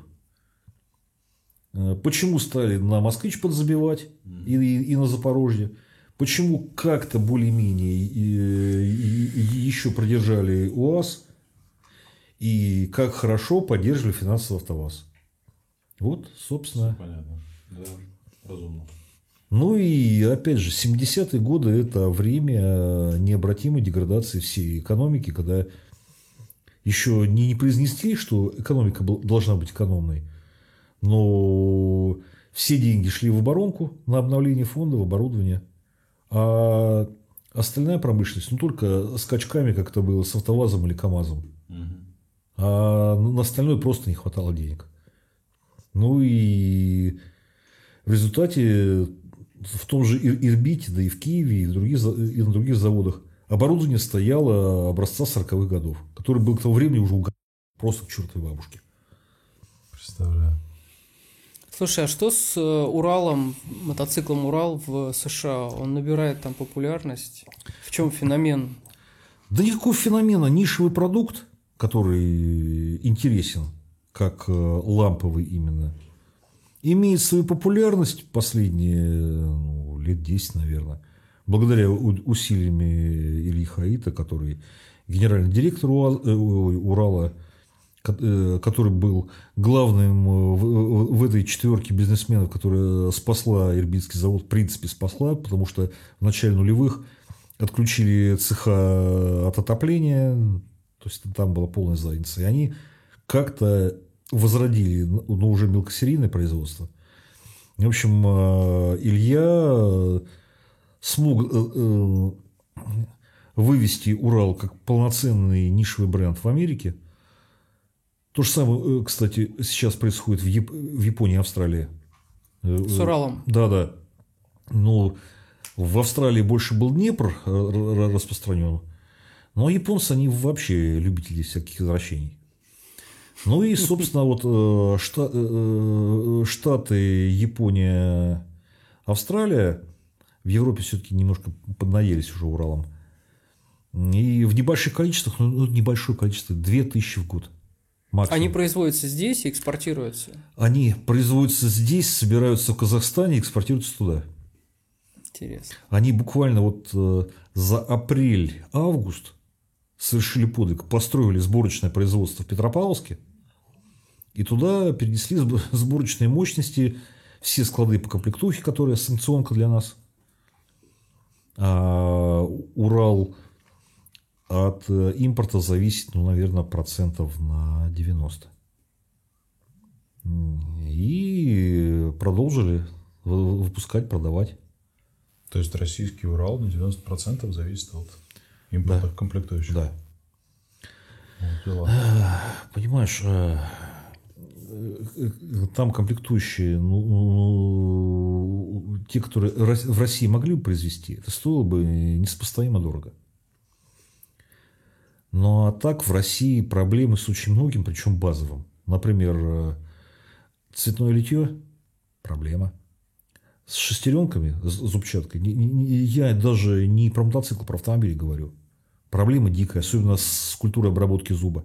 Почему стали на Москвич подзабивать mm. и, и, и на Запорожье? Почему как-то более-менее и, и, и еще продержали УАЗ? И как хорошо поддерживали финансовый АвтоВАЗ? Вот, собственно. Все понятно. Да, разумно. Ну и опять же, семидесятые годы – это время необратимой деградации всей экономики, когда еще не, не произнесли, что экономика должна быть экономной, но все деньги шли в оборонку на обновление фондов, оборудования, а остальная промышленность, ну только скачками, как это было с АвтоВАЗом или КАМАЗом, угу. А на остальное просто не хватало денег. Ну и В результате в том же Ирбите, да и в Киеве, и, в других, и на других заводах оборудование стояло образца сороковых годов, который был к тому времени уже угорел просто к чертовой бабушке. Представляю. Слушай, а что с Уралом, мотоциклом Урал в США? Он набирает там популярность? В чем феномен? Да никакого феномена. Нишевый продукт, который интересен, как ламповый именно, имеет свою популярность последние ну, лет десять, наверное, благодаря усилиями Ильи Хаита, который генеральный директор Урала, который был главным в этой четверке бизнесменов, которая спасла Ирбитский завод, в принципе спасла, потому что в начале нулевых отключили цеха от отопления, то есть там была полная задница, и они как-то возродили, но уже мелкосерийное производство. В общем, Илья смог вывести Урал как полноценный нишевый бренд в Америке. То же самое, кстати, сейчас происходит в, Яп... в Японии и Австралии. С Уралом. Да, да. Но в Австралии больше был Днепр распространен. Но японцы, они вообще любители всяких извращений. Ну и, собственно, вот Штаты, Япония, Австралия в Европе все-таки немножко поднаелись уже Уралом. И в небольших количествах, ну, небольшое количество, две тысячи в год. Максимум. Они производятся здесь и экспортируются? Они производятся здесь, собираются в Казахстане и экспортируются туда. Интересно. Они буквально вот за апрель-август совершили подвиг, построили сборочное производство в Петропавловске, и туда перенесли сборочные мощности, все склады по комплектухе, которые санкционка для нас. А Урал от импорта зависит, ну, наверное, процентов на девяносто. И продолжили выпускать, продавать. То есть российский Урал на девяносто процентов зависит от импортных да. комплектующих. Да. Вот дела. Понимаешь, там комплектующие, ну, те, которые в России могли бы произвести, это стоило бы несопоставимо дорого. Ну, а так в России проблемы с очень многим, причем базовым. Например, цветное литье – проблема. С шестеренками, с зубчаткой, я даже не про мотоцикл, про автомобиль говорю. Проблема дикая, особенно с культурой обработки зуба.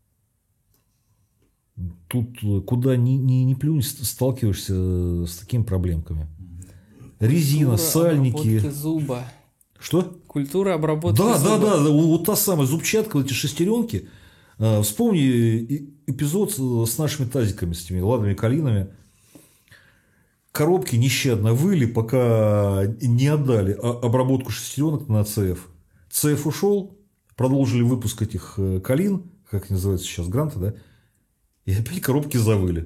Тут куда ни, ни, ни плюнь, сталкиваешься с такими проблемками. Резина, Культура сальники. обработки зуба. Что? Культура обработки да, зуба. Да, да, да. Вот та самая зубчатка, вот эти шестеренки. Вспомни эпизод с нашими тазиками, с этими ладными калинами. Коробки нещадно выли, пока не отдали обработку шестеренок на ЦФ. ЦФ ушел, продолжили выпуск этих калин, как они называются сейчас, гранты, да, и опять коробки завыли.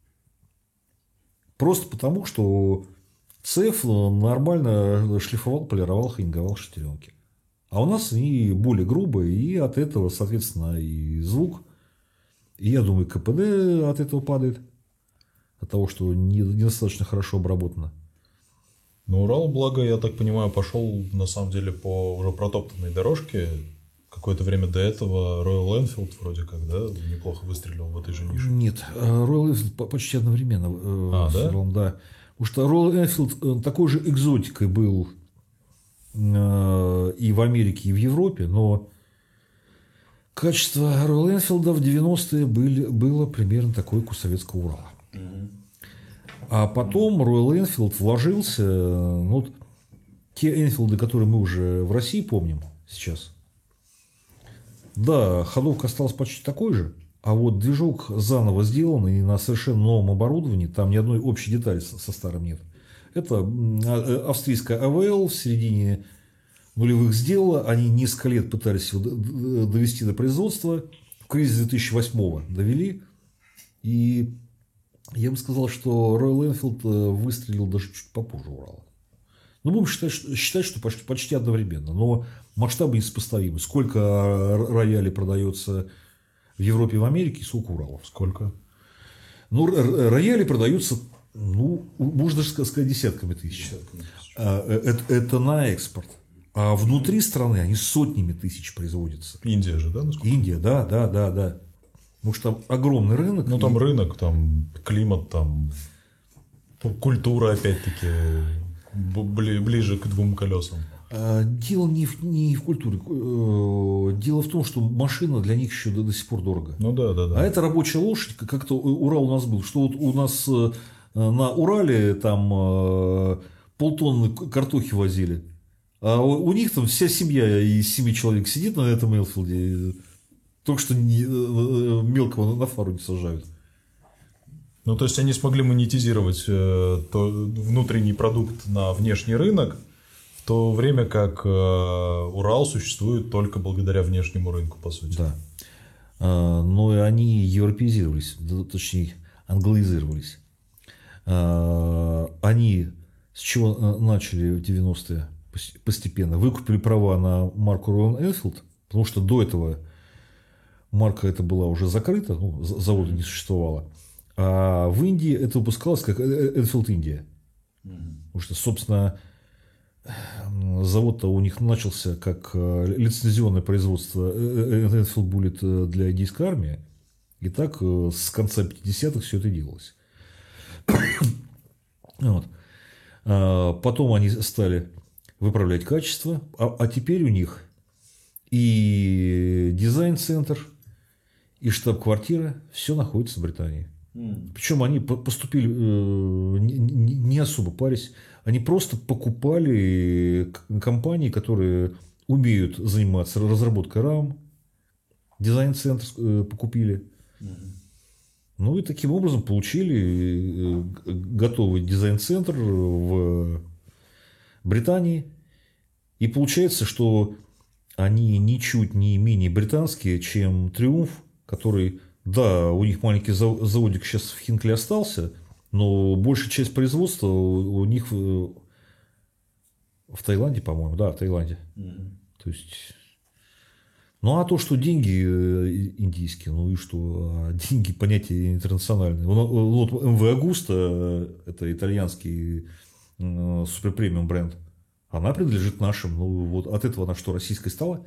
Просто потому, что ЦФ нормально шлифовал, полировал, хренговал шестеренки. А у нас они более грубые, и от этого, соответственно, и звук, и, я думаю, КПД от этого падает. От того, что недостаточно хорошо обработано. Но Урал, благо, я так понимаю, пошел на самом деле по уже протоптанной дорожке. Какое-то время до этого Royal Enfield вроде как, да, неплохо выстрелил в этой же нише. Нет, Royal Enfield почти одновременно. А, с да? Уралом, да? Потому что Royal Enfield такой же экзотикой был и в Америке, и в Европе, но качество Royal Enfield в девяностые были, было примерно такое, как у советского Урала. А потом Royal Enfield вложился, ну, вот, те Энфилды, которые мы уже в России помним сейчас. Да, ходовка осталась почти такой же, а вот движок заново сделан и на совершенно новом оборудовании, там ни одной общей детали со, со старым нет. Это австрийская АВЛ в середине нулевых сделала, они несколько лет пытались его довести до производства, в кризис две тысячи восьмого довели, и я бы сказал, что Royal Enfield выстрелил даже чуть попозже Урала. Ну, будем считать, что, считать, что почти, почти одновременно. Но масштабы несопоставимы. Сколько роялей продается в Европе и в Америке, и сколько Уралов. Сколько? Ну, рояли продаются Ну, можно даже сказать, десятками тысяч. Десятками тысяч. А, это, это на экспорт. А внутри страны они сотнями тысяч производятся. Индия же, да? Насколько? Индия, да, да, да, да. Потому что там огромный рынок. Ну, там и... рынок, там климат, там культура, опять-таки, бли- ближе к двум колесам. Дело не в, не в культуре. Дело в том, что машина для них еще до, до сих пор дорого. Ну да, да, да. А это рабочая лошадь, как-то Урал у нас был, что вот у нас на Урале там полтонны картохи возили, а у, у них там вся семья из семи человек сидит на этом Элфилде, только что не, мелкого на фару не сажают. Ну, то есть они смогли монетизировать э, то, внутренний продукт на внешний рынок, в то время как э, Урал существует только благодаря внешнему рынку, по сути. Да. А, но и они европеизировались, точнее, англоизировались. А, они с чего начали в девяностые постепенно? Выкупили права на марку Royal Enfield, потому что до этого марка эта была уже закрыта, ну, завода не существовало. А в Индии это выпускалось как Enfield India. Mm-hmm. Потому что, собственно, завод-то у них начался как лицензионное производство Enfield Bullet для индийской армии. И так с конца пятидесятых все это делалось. Вот. А потом они стали выправлять качество. А, а теперь у них и дизайн-центр, и штаб-квартира, все находится в Британии. Mm. Причем они поступили э, не, не особо парясь. Они просто покупали компании, которые умеют заниматься разработкой рам, дизайн-центр э, покупили. Mm-hmm. Ну и таким образом получили готовый дизайн-центр в Британии. И получается, что они ничуть не менее британские, чем Триумф, который, да, у них маленький заводик сейчас в Хинкли остался, но большая часть производства у них в, в Таиланде, по-моему, да, в Таиланде. Mm-hmm. То есть, ну а то, что деньги индийские, ну и что, деньги понятие интернациональное. Вот эм ви Agusta, это итальянский суперпремиум бренд, она принадлежит нашим. Ну вот от этого она что, российской стала?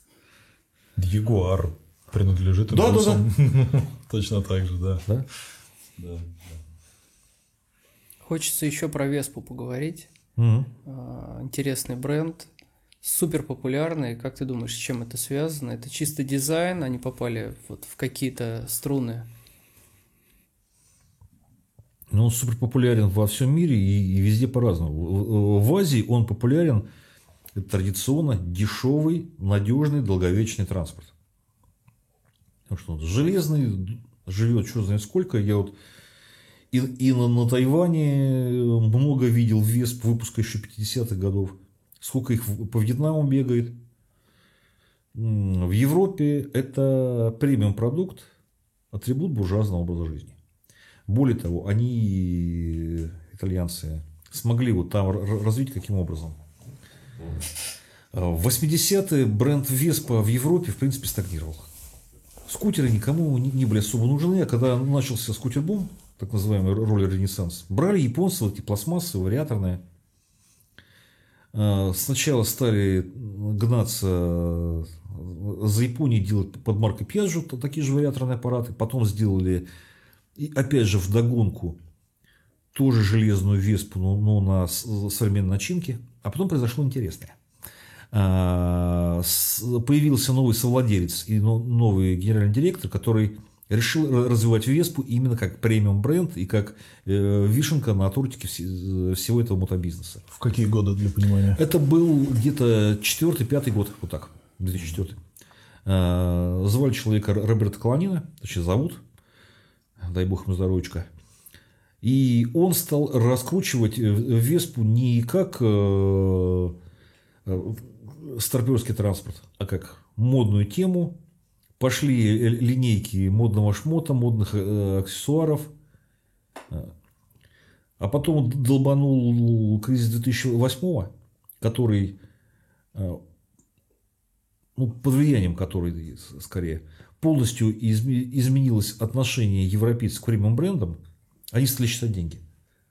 Ягуар принадлежит да, да, да. Точно так же, да. Да? Да. Хочется еще про Веспу поговорить. Угу. Интересный бренд, супер популярный. Как ты думаешь, с чем это связано? Это чисто дизайн, они попали вот в какие-то струны? Ну, он супер популярен во всем мире и, и везде по-разному. В Азии он популярен традиционно дешевый, надежный, долговечный транспорт. Потому что он железный, живет черт знает сколько. Я вот и, и на, на Тайване много видел Весп выпуска еще пятидесятых годов. Сколько их по Вьетнаму бегает. В Европе это премиум продукт, атрибут буржуазного образа жизни. Более того, они, итальянцы, смогли вот там развить каким образом. В восьмидесятые бренд Веспа в Европе, в принципе, стагнировал. Скутеры никому не были особо нужны, а когда начался скутер-бум, так называемый роллер-ренессанс, брали японцы, эти пластмассы, вариаторные. Сначала стали гнаться за Японией, делать под маркой Piaggio такие же вариаторные аппараты, потом сделали... И опять же вдогонку тоже железную Веспу, но, но на современной начинке. А потом произошло интересное. Появился новый совладелец и новый генеральный директор, который решил развивать Веспу именно как премиум бренд и как вишенка на тортике всего этого мотобизнеса. В какие годы, для понимания? Это был где-то четвертый-пятый год, вот так, две тысячи четвёртый. Звали человека Роберто Колонина, точнее зовут. Дай бог ему здоровечка. И он стал раскручивать Веспу не как э, старперский транспорт, а как модную тему. Пошли линейки модного шмота, модных э, аксессуаров. А потом долбанул кризис две тысячи восьмого, который, э, ну, под влиянием которой, скорее, полностью изменилось отношение европейцев к премиум брендам, они стали считать деньги.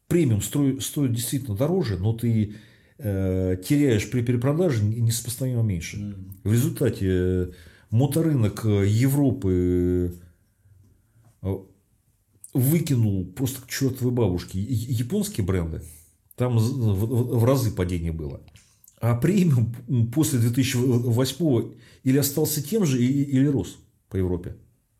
премиум стоит, стоит действительно дороже, но ты э, теряешь при перепродаже несопоставимо меньше. Mm. В результате э, моторынок Европы э, выкинул просто к чертовой бабушке японские бренды. Там в, в, в разы падение было. А премиум после две тысячи восьмого или остался тем же, или рос по Европе.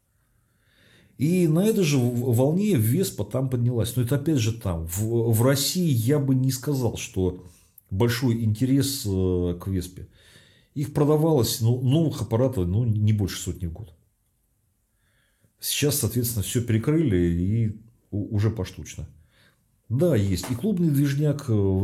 И на этой же волне Веспа там поднялась. Но это опять же там. В, в России я бы не сказал, что большой интерес к Веспе. Их продавалось, ну, новых аппаратов, ну, не больше сотни в год. Сейчас, соответственно, все перекрыли и уже поштучно. Да, есть и клубный движняк.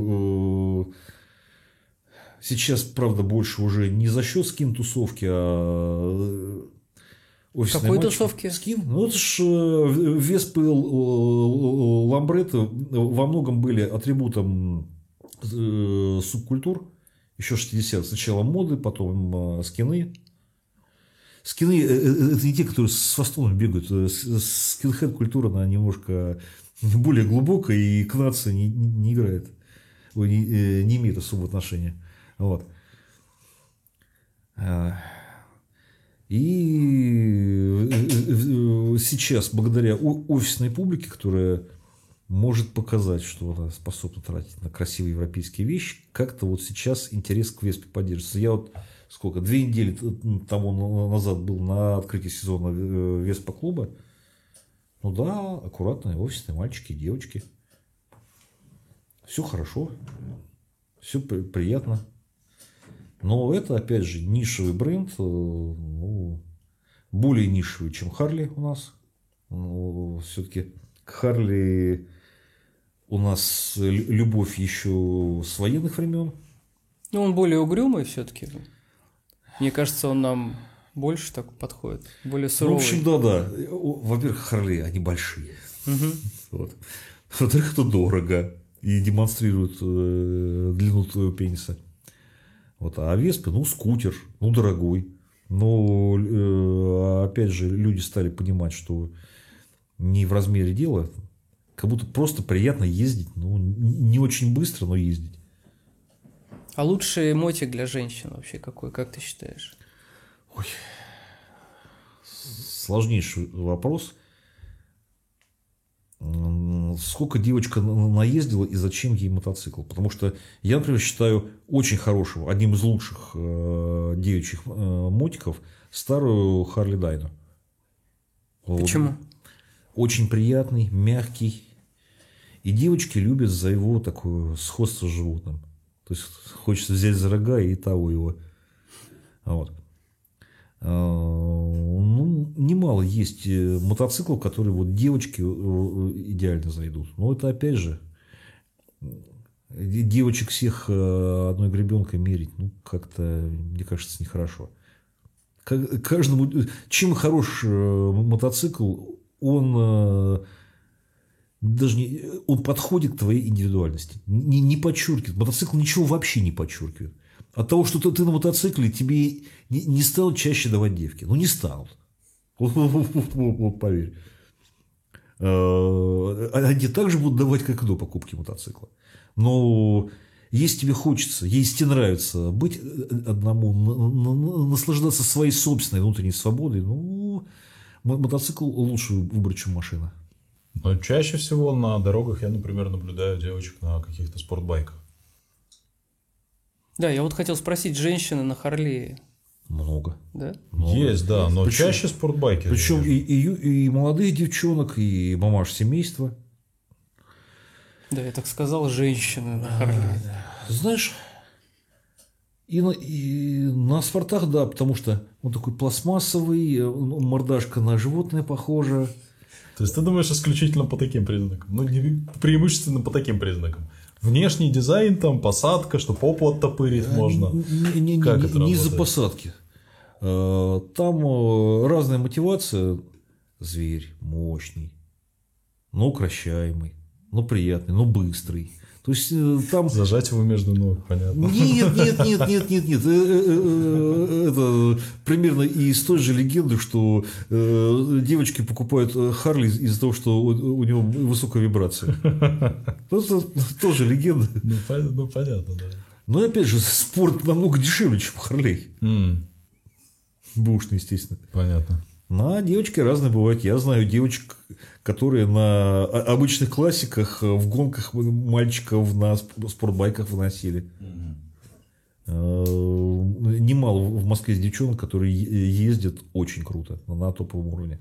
Сейчас, правда, больше уже не за счет скин-тусовки, а офисные Какой мальчики. тусовки? Скин. Ну, это ж Веспы, Ламбреты во многом были атрибутом субкультур. Еще шестидесятых. Сначала моды, потом скины. Скины – это не те, которые с фастонами бегают. Скинхед-культура, она немножко более глубокая и к нации не, не играет. Не, не имеет особого отношения. Вот. И сейчас, благодаря офисной публике, которая может показать, что она способна тратить на красивые европейские вещи, как-то вот сейчас интерес к Веспе поддерживается. Я вот сколько, две недели тому назад был на открытии сезона Веспа клуба. Ну да, аккуратные офисные мальчики и девочки. Все хорошо, все приятно. Но это, опять же, нишевый бренд, ну, более нишевый, чем Харли у нас. Ну, все-таки к Харли у нас любовь еще с военных времен. Ну, он более угрюмый все-таки. Мне кажется, он нам больше так подходит, более суровый. Ну, в общем, да-да. Во-первых, Харли, они большие. Угу. Вот. Во-вторых, это дорого и демонстрирует э, длину твоего пениса. Вот. А Веспа, ну, скутер, ну, дорогой. Но, э, опять же, люди стали понимать, что не в размере дела, как будто просто приятно ездить. Ну, не очень быстро, но ездить. А лучший мотик для женщин вообще какой, как ты считаешь? Ой. Сложнейший вопрос. Сколько девочка наездила и зачем ей мотоцикл? Потому что я, например, считаю очень хорошим, одним из лучших э, девичьих э, мотиков старую Харли Дайну. Почему? Вот. Очень приятный, мягкий. И девочки любят за его такое сходство с животным. То есть хочется взять за рога и того его. Вот. Ну, немало есть мотоциклов, которые вот девочки идеально зайдут. Но это опять же девочек всех одной гребенкой мерить, ну, как-то, мне кажется, нехорошо. Каждому, чем хорош мотоцикл, он даже не, он подходит к твоей индивидуальности. Не, не подчеркивает. Мотоцикл ничего вообще не подчеркивает. От того, что ты, ты на мотоцикле, тебе не, не станут чаще давать девки. Ну, не станут. Вот, вот, вот, вот поверь. Они также будут давать, как и до покупки мотоцикла. Но если тебе хочется, если тебе нравится быть одному, наслаждаться своей собственной внутренней свободой, ну, мотоцикл лучше выбор, чем машина. Но чаще всего на дорогах я, например, наблюдаю девочек на каких-то спортбайках. Да, я вот хотел спросить, женщины на Харлее? Много. Да? Много. Есть, да, но причем, чаще спортбайки. Причем и, и, и молодых девчонок, и мамаш семейства. Да, я так сказал, женщины на Харлее. Знаешь, и на, и на спортах, да, потому что он такой пластмассовый, мордашка на животное похожа. То есть ты думаешь исключительно по таким признакам? Ну, не, преимущественно по таким признакам. Внешний дизайн, там, посадка, что попу оттопырить можно. Не, не, как не, это не из-за работает? посадки. Там разная мотивация. Зверь мощный, но укращаемый, но приятный, но быстрый. То есть э, там... Зажать его между ног, понятно. Нет, нет, нет, нет, нет, нет. Это примерно из той же легенды, что девочки покупают Харли из-за того, что у него высокая вибрация. Это тоже легенда. Ну, понятно, да. Но опять же, спорт намного дешевле, чем Харлей. Бушный, естественно. Понятно. Но девочки разные бывают. Я знаю девочек, которые на обычных классиках в гонках мальчиков на спортбайках выносили. Mm-hmm. Немало в Москве есть девчонок, которые ездят очень круто, на топовом уровне.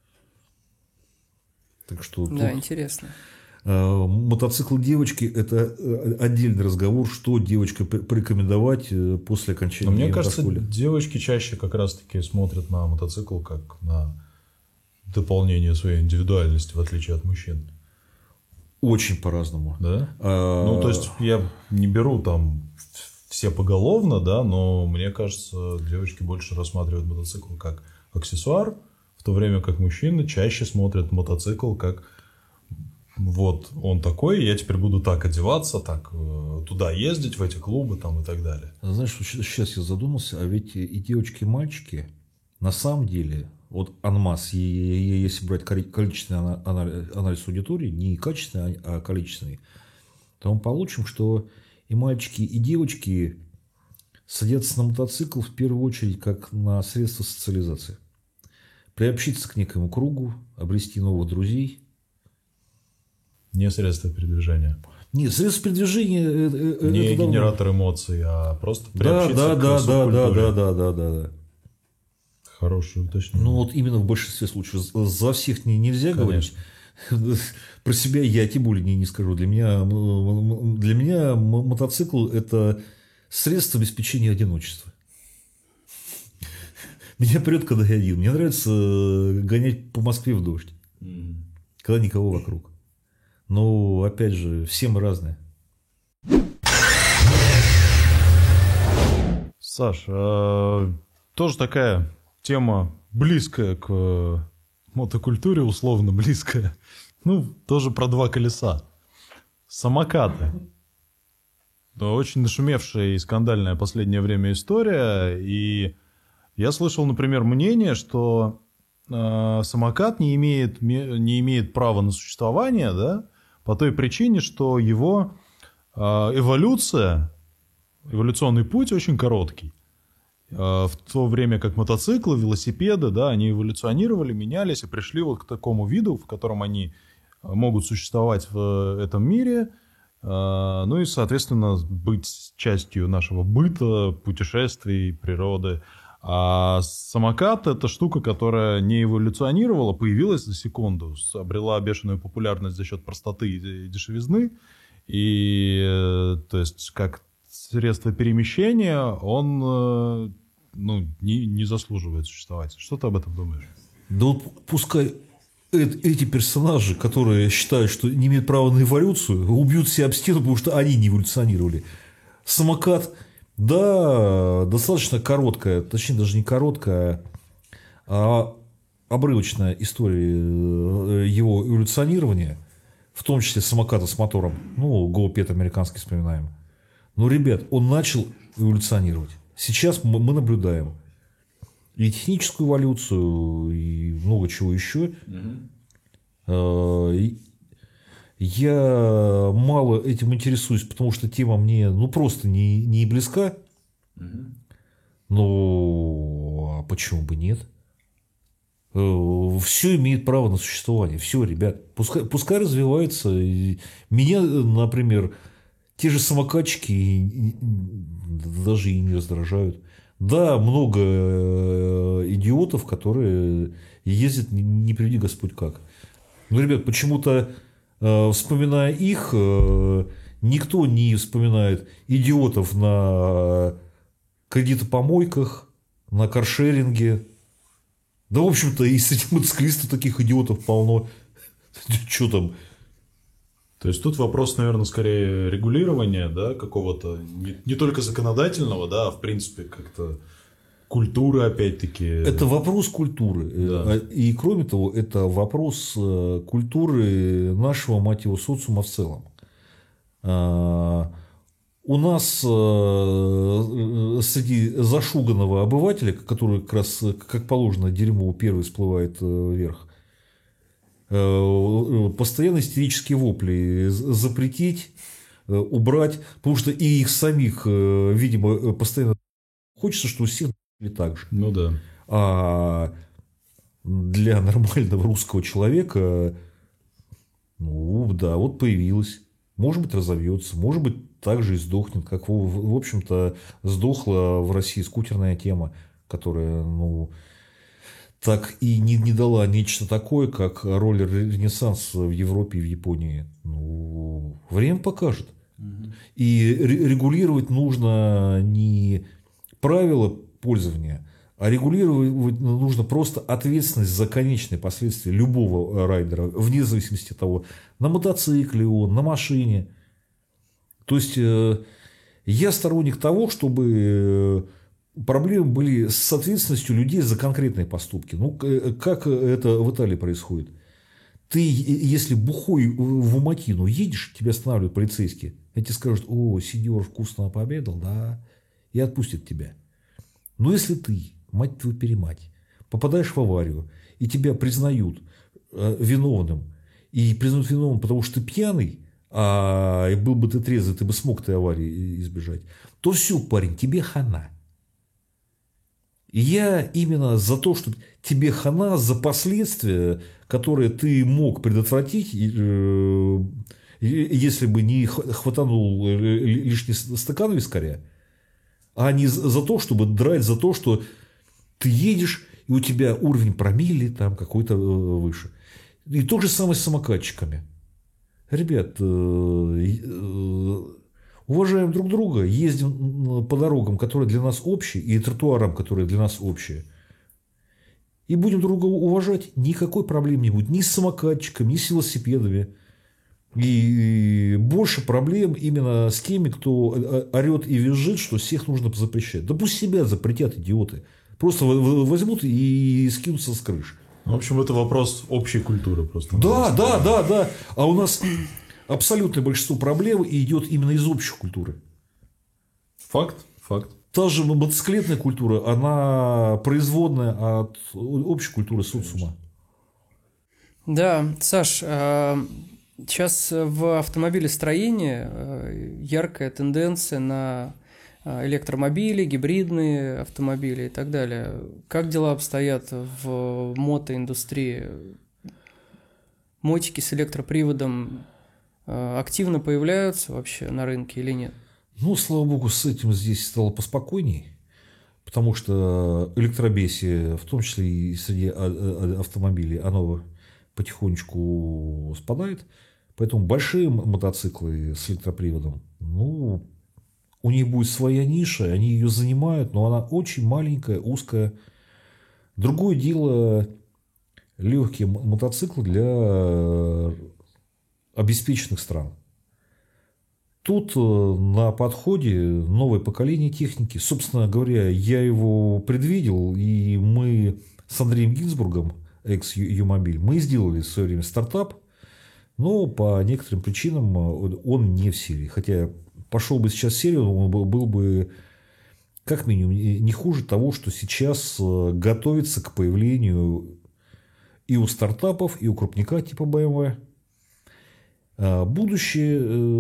Так что да, тут... интересно. Мотоцикл девочки – это отдельный разговор, что девочка порекомендовать после окончания. Но мне кажется, девочки чаще как раз-таки смотрят на мотоцикл как на дополнение своей индивидуальности, в отличие от мужчин. Очень по-разному. Да? А... Ну, то есть, я не беру там все поголовно, да, но мне кажется, девочки больше рассматривают мотоцикл как аксессуар, в то время как мужчины чаще смотрят мотоцикл как... Вот он такой, я теперь буду так одеваться, так туда ездить, в эти клубы там, и так далее. Знаешь, сейчас я задумался, а ведь и девочки, и мальчики, на самом деле, вот анмас, если брать количественный анализ аудитории, не качественный, а количественный, то мы получим, что и мальчики, и девочки садятся на мотоцикл в первую очередь как на средство социализации. Приобщиться к некоему кругу, обрести новых друзей. Не средство передвижения. Нет, средство передвижения... Не это генератор давно... эмоций, а просто приобщиться да, да, к да, субкультуре. Да, да, да, да, да. Хорошее уточнение. Ну, вот именно в большинстве случаев. За всех не, нельзя Конечно. говорить. Про себя я тем более не, не скажу. Для меня, для меня мотоцикл – это средство обеспечения одиночества. Меня прет, когда я один. Мне нравится гонять по Москве в дождь. Mm. Когда никого вокруг. Но, опять же, все мы разные. Саш, э, тоже такая тема близкая к мотокультуре, условно близкая. Ну, тоже про два колеса. Самокаты. Очень нашумевшая и скандальная в последнее время история. И я слышал, например, мнение, что э, самокат не имеет, не имеет права на существование, да, по той причине, что его э, эволюция, эволюционный путь очень короткий. Э, в то время как мотоциклы, велосипеды, да, они эволюционировали, менялись и пришли вот к такому виду, в котором они могут существовать в этом мире, э, ну и, соответственно, быть частью нашего быта, путешествий, природы. А самокат – это штука, которая не эволюционировала, появилась за секунду, обрела бешеную популярность за счет простоты и дешевизны. И, то есть, как средство перемещения, он ну, не, не заслуживает существовать. Что ты об этом думаешь? Да вот пускай эти персонажи, которые считают, что не имеют права на эволюцию, убьют себя об стену, потому что они не эволюционировали. Самокат... Да, достаточно короткая, точнее даже не короткая, а обрывочная история его эволюционирования, в том числе самоката с мотором, ну, Go-Pet американский вспоминаем. Но, ребят, он начал эволюционировать. Сейчас мы наблюдаем и техническую эволюцию, и много чего еще. Mm-hmm. Я мало этим интересуюсь, потому что тема мне ну, просто не, не близка. Угу. Но а почему бы нет? Все имеет право на существование. Все, ребят, пускай, пускай развивается. Меня, например, те же самокатчики даже и не раздражают. Да, много идиотов, которые ездят не приведи Господь как. Но, ребят, почему-то вспоминая их, никто не вспоминает идиотов на кредитопомойках, на каршеринге. Да, в общем-то, и среди мотоциклистов таких идиотов полно. Что там? То есть, тут вопрос, наверное, скорее регулирования, да, какого-то, не, не только законодательного, да, а в принципе как-то культуры, опять-таки. Это вопрос культуры. Да. И, кроме того, это вопрос культуры нашего, мать его, социума в целом. У нас среди зашуганного обывателя, который как раз, как положено, дерьмо первый всплывает вверх, постоянно истерические вопли запретить, убрать, потому что и их самих, видимо, постоянно хочется, что у всех так же. Ну да. А для нормального русского человека, ну да, вот появилось. Может быть, разовьется, может быть, так же и сдохнет, как, в общем-то, сдохла в России скутерная тема, которая, ну, так и не, не дала нечто такое, как роллер-ренессанс в Европе и в Японии. Ну, время покажет. Угу. И регулировать нужно не правила пользования, а регулировать нужно просто ответственность за конечные последствия любого райдера, вне зависимости от того, на мотоцикле он, на машине. То есть, я сторонник того, чтобы проблемы были с ответственностью людей за конкретные поступки. Ну, как это в Италии происходит? Ты, если бухой в Уматину едешь, тебя останавливают полицейские, и тебе скажут: о, сеньор вкусно пообедал, да, и отпустят тебя. Но если ты, мать твою перемать, попадаешь в аварию, и тебя признают виновным, и признают виновным, потому что ты пьяный, а был бы ты трезвый, ты бы смог этой аварии избежать, то все, парень, тебе хана. И я именно за то, что тебе хана за последствия, которые ты мог предотвратить, если бы не хватанул лишний стакан вискаря, а не за то, чтобы драть за то, что ты едешь, и у тебя уровень промилле там какой-то выше. И то же самое с самокатчиками. Ребят, уважаем друг друга, ездим по дорогам, которые для нас общие, и тротуарам, которые для нас общие. И будем друг друга уважать, никакой проблем не будет. Ни с самокатчиками, ни с велосипедами. И больше проблем именно с теми, кто орет и визжит, что всех нужно запрещать. Да пусть себя запретят, идиоты. Просто возьмут и скинутся с крыши. В общем, это вопрос общей культуры просто. Да, да, да, да. А у нас абсолютное большинство проблем идет именно из общей культуры. Факт, факт. Та же мотоциклетная культура, она производная от общей культуры социума. Да, Саш, сейчас в автомобилестроении яркая тенденция на электромобили, гибридные автомобили и так далее. Как дела обстоят в мотоиндустрии? Мотики с электроприводом активно появляются вообще на рынке или нет? Ну, слава богу, с этим здесь стало поспокойней, потому что электробесие, в том числе и среди автомобилей, оно потихонечку спадает. Поэтому большие мотоциклы с электроприводом, ну, у них будет своя ниша, они ее занимают, но она очень маленькая, узкая. Другое дело легкие мотоциклы для обеспеченных стран. Тут на подходе новое поколение техники. Собственно говоря, я его предвидел, и мы с Андреем Гинзбургом, экс-Юмобиль, мы сделали в свое время стартап, но по некоторым причинам он не в серии. Хотя пошел бы сейчас в серию, он был бы как минимум не хуже того, что сейчас готовится к появлению и у стартапов, и у крупника типа бэ эм вэ. Будущее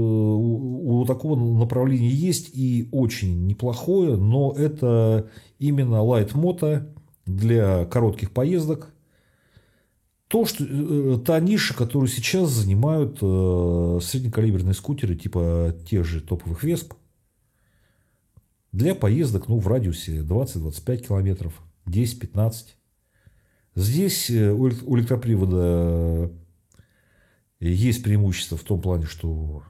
у такого направления есть и очень неплохое, но это именно лайт-мото для коротких поездок. То, что, та ниша, которую сейчас занимают среднекалиберные скутеры типа тех же топовых Весп для поездок, ну, в радиусе двадцать-двадцать пять километров, десять-пятнадцать. Здесь у электропривода есть преимущество в том плане, что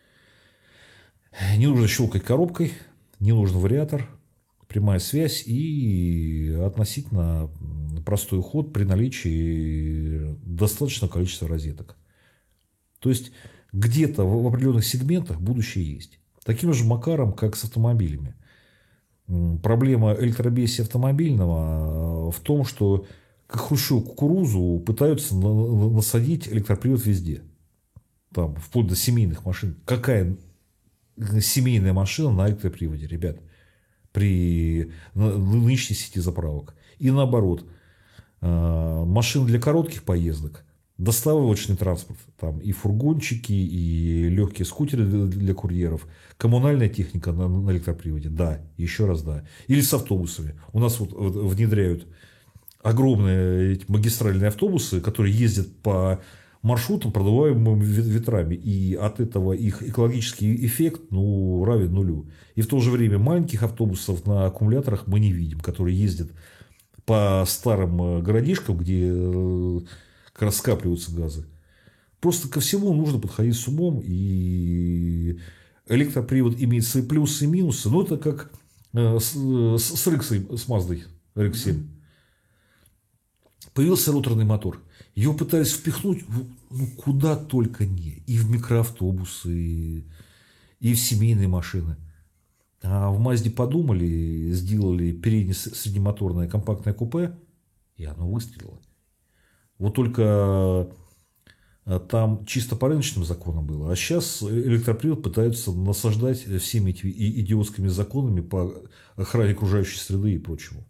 не нужно щелкать коробкой, не нужен вариатор, прямая связь и относительно простой ход при наличии достаточного количества розеток. То есть где-то в определенных сегментах будущее есть. Таким же макаром, как с автомобилями. Проблема электробесия автомобильного в том, что как хрущевую кукурузу пытаются насадить электропривод везде. там, вплоть до семейных машин. Какая семейная машина на электроприводе, ребят, при нынешней сети заправок? И наоборот, машины для коротких поездок, доставочный транспорт, там и фургончики, и легкие скутеры для курьеров, коммунальная техника на, на электроприводе, да, еще раз да. Или с автобусами. У нас вот внедряют огромные эти магистральные автобусы, которые ездят по маршрутам, продуваемым ветрами, и от этого их экологический эффект ну, равен нулю. И в то же время маленьких автобусов на аккумуляторах мы не видим, которые ездят по старым городишкам, где как раз скапливаются газы. Просто ко всему нужно подходить с умом, и электропривод имеет свои плюсы и минусы. Но это как с, с Рексой, с Маздой эр икс семь. Появился роторный мотор. Его пытались впихнуть ну, куда только не. И в микроавтобусы, и в семейные машины. А в Мазде подумали, сделали переднее среднемоторное компактное купе, и оно выстрелило. Вот только там чисто по рыночным законам было. А сейчас электропривод пытаются насаждать всеми этими идиотскими законами по охране окружающей среды и прочему.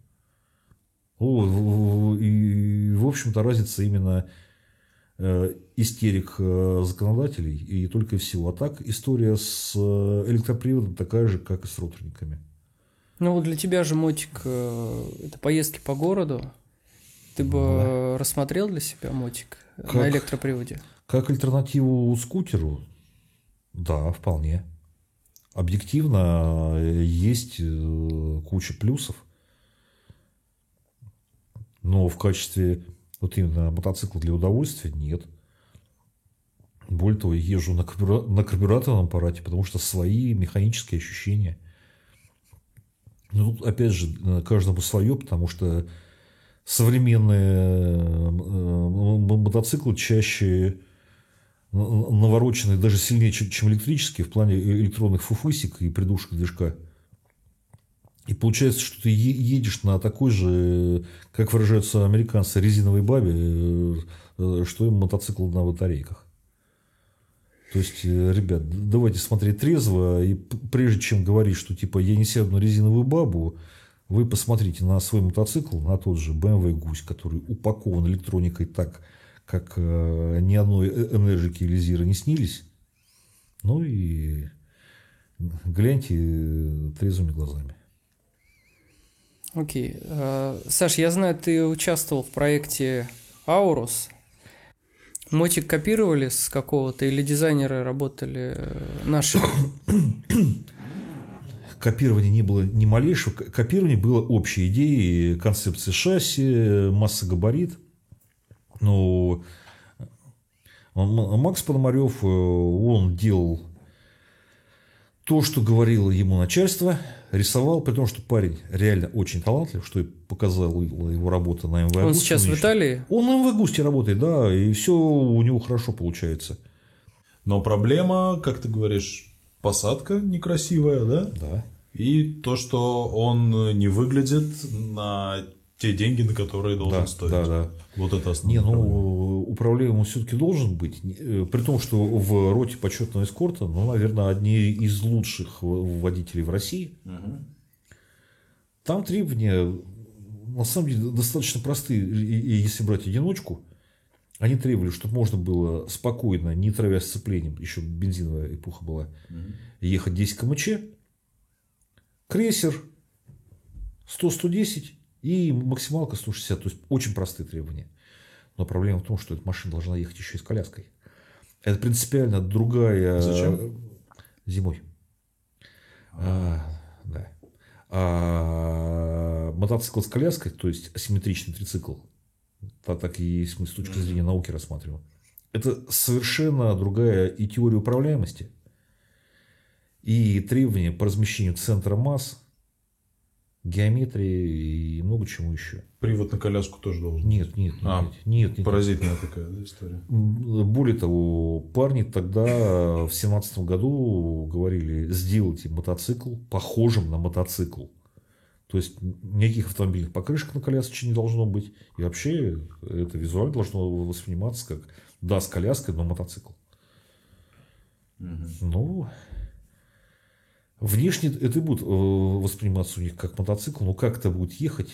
И, в общем-то, разница именно истерик законодателей и только и всего. А так история с электроприводом такая же, как и с роторниками. Ну, вот для тебя же мотик – это поездки по городу. Ты бы да. рассмотрел для себя мотик как, на электроприводе? Как альтернативу скутеру? Да, вполне. Объективно есть куча плюсов. Но в качестве вот именно мотоцикла для удовольствия нет. Более того, я езжу на, карбюра... на карбюраторном аппарате, потому что свои механические ощущения. Ну, опять же, каждому свое, потому что современные мотоциклы чаще навороченные даже сильнее, чем электрические в плане электронных фуфысик и придушек движка. И получается, что ты едешь на такой же, как выражаются американцы, резиновой бабе, что и мотоцикл на батарейках. То есть, ребят, давайте смотреть трезво, и прежде чем говорить, что типа я не сяду на резиновую бабу, вы посмотрите на свой мотоцикл, на тот же бэ эм вэ Гусь, который упакован электроникой так, как ни одной энержики или зира не снились. Ну и гляньте трезвыми глазами. Окей. Okay. Саш, я знаю, ты участвовал в проекте Аурус. Мотик копировали с какого-то или дизайнеры работали наши? Копирования не было ни малейшего. Копирование было общей идеей, концепции шасси, масса-габарит. Но Макс Пономарев, он делал то, что говорило ему начальство, рисовал, при том, что парень реально очень талантлив, что и показала его работа на эм вэ Он Густе. сейчас в Италии? Он на эм вэ Густе работает, да, и все у него хорошо получается. Но проблема, как ты говоришь, посадка некрасивая, да? Да. И то, что он не выглядит на те деньги, на которые должен да, стоить. Да, да. Вот это основное. Не, ну, управляемым все-таки должен быть. При том, что в роте почетного эскорта, ну, наверное, одни из лучших водителей в России. Угу. Там требования, на самом деле, достаточно простые. И если брать одиночку, они требовали, чтобы можно было спокойно, не травя сцеплением, еще бензиновая эпоха была, угу. ехать десять километров, крейсер сто - сто десять и максималка сто шестьдесят. То есть очень простые требования. Но проблема в том, что эта машина должна ехать еще и с коляской. Это принципиально другая... Зачем? Зимой. А, да. А мотоцикл с коляской, то есть асимметричный трицикл, так и есть, мы с точки зрения науки рассматриваем. Это совершенно другая и теория управляемости, и требования по размещению центра масс, геометрии и много чему еще. Привод на коляску тоже должен? Нет, нет, а, нет, нет, нет. Поразительная нет. такая да, история. Более того, парни тогда в семнадцатом году говорили, сделайте мотоцикл похожим на мотоцикл. То есть никаких автомобильных покрышек на колясочке не должно быть. И вообще это визуально должно восприниматься как да, с коляской, но мотоцикл. Ну, внешне это будет восприниматься у них как мотоцикл, но как это будет ехать,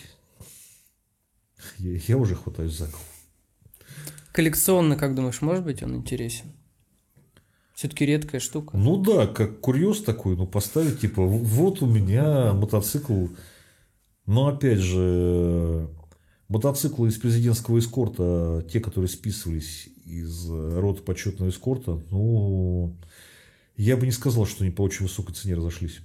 я, я уже хватаюсь за голову. Коллекционно, как думаешь, может быть он интересен? Все-таки редкая штука. Ну да, как курьез такой, ну поставить, типа, вот у меня мотоцикл, но опять же, мотоциклы из президентского эскорта, те, которые списывались из роты почетного эскорта, ну, я бы не сказал, что они по очень высокой цене разошлись.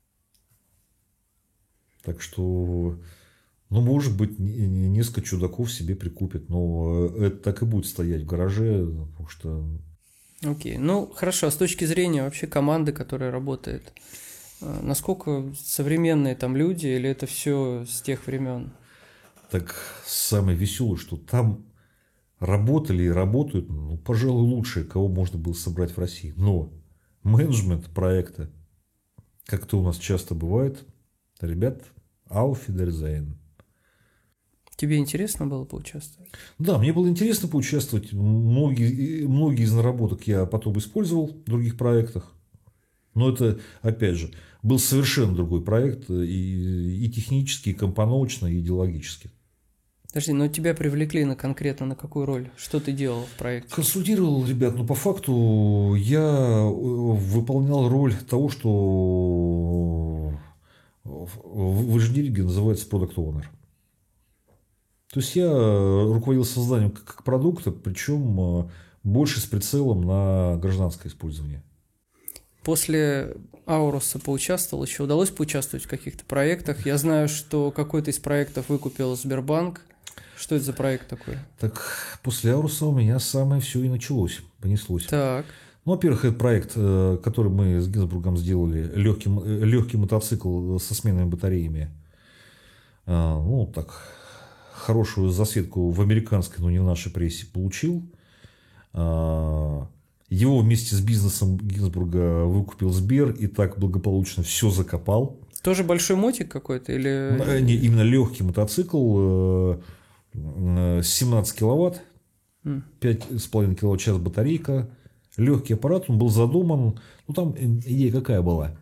Так что, ну, может быть, несколько чудаков себе прикупят, но это так и будет стоять в гараже, потому что... Окей, ну, хорошо, а с точки зрения вообще команды, которая работает, насколько современные там люди, или это все с тех времен? Так самое веселое, что там работали и работают, ну, пожалуй, лучшие, кого можно было собрать в России. Но менеджмент проекта, как это у нас часто бывает, ребят, auf Wiedersehen. Тебе интересно было поучаствовать? Да, мне было интересно поучаствовать. Многие, многие из наработок я потом использовал в других проектах. Но это, опять же, был совершенно другой проект и, и технически, и компоновочно, и идеологически. Подожди, но тебя привлекли на конкретно на какую роль? Что ты делал в проекте? Консультировал ребят, но по факту я выполнял роль того, что в инженеринге называется product owner. То есть я руководил созданием как продукта, причем больше с прицелом на гражданское использование. После Ауруса поучаствовал, еще удалось поучаствовать в каких-то проектах. Я знаю, что какой-то из проектов выкупил Сбербанк. Что это за проект такой? Так, после Ауруса у меня самое все и началось, понеслось. Так. Ну, во-первых, это проект, который мы с Гинзбургом сделали, легкий, легкий мотоцикл со сменными батареями. Ну, так, хорошую засветку в американской, но не в нашей прессе получил. Его вместе с бизнесом Гинзбурга выкупил Сбер и так благополучно все закопал. Тоже большой мотик какой-то? Или... Не, именно легкий мотоцикл, семнадцать киловатт, пять с половиной киловатт-час батарейка. Легкий аппарат, он был задуман. Ну, там идея какая была?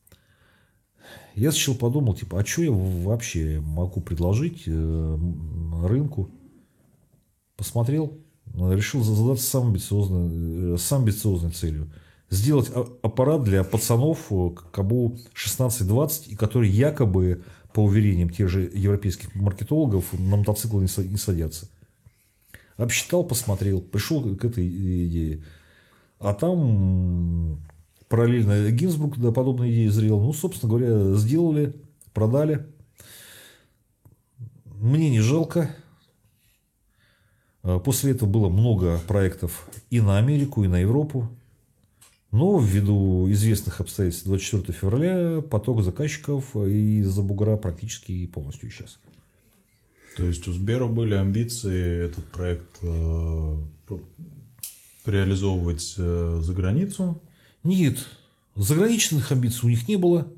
Я сначала подумал, типа, а что я вообще могу предложить рынку? Посмотрел, решил задаться самой амбициозной, самой амбициозной целью. Сделать аппарат для пацанов КАБУ шестнадцать двадцать, и который якобы, по уверениям тех же европейских маркетологов, на мотоцикл не садятся. Обсчитал, посмотрел, пришел к этой идее. А там параллельно Гинзбург до подобной идеи зрел. Ну, собственно говоря, сделали, продали. Мне не жалко. После этого было много проектов и на Америку, и на Европу. Но ввиду известных обстоятельств двадцать четвёртого февраля поток заказчиков из-за бугра практически полностью исчез. То есть у Сбера были амбиции этот проект э, реализовывать э, за границу? Нет, заграничных амбиций у них не было.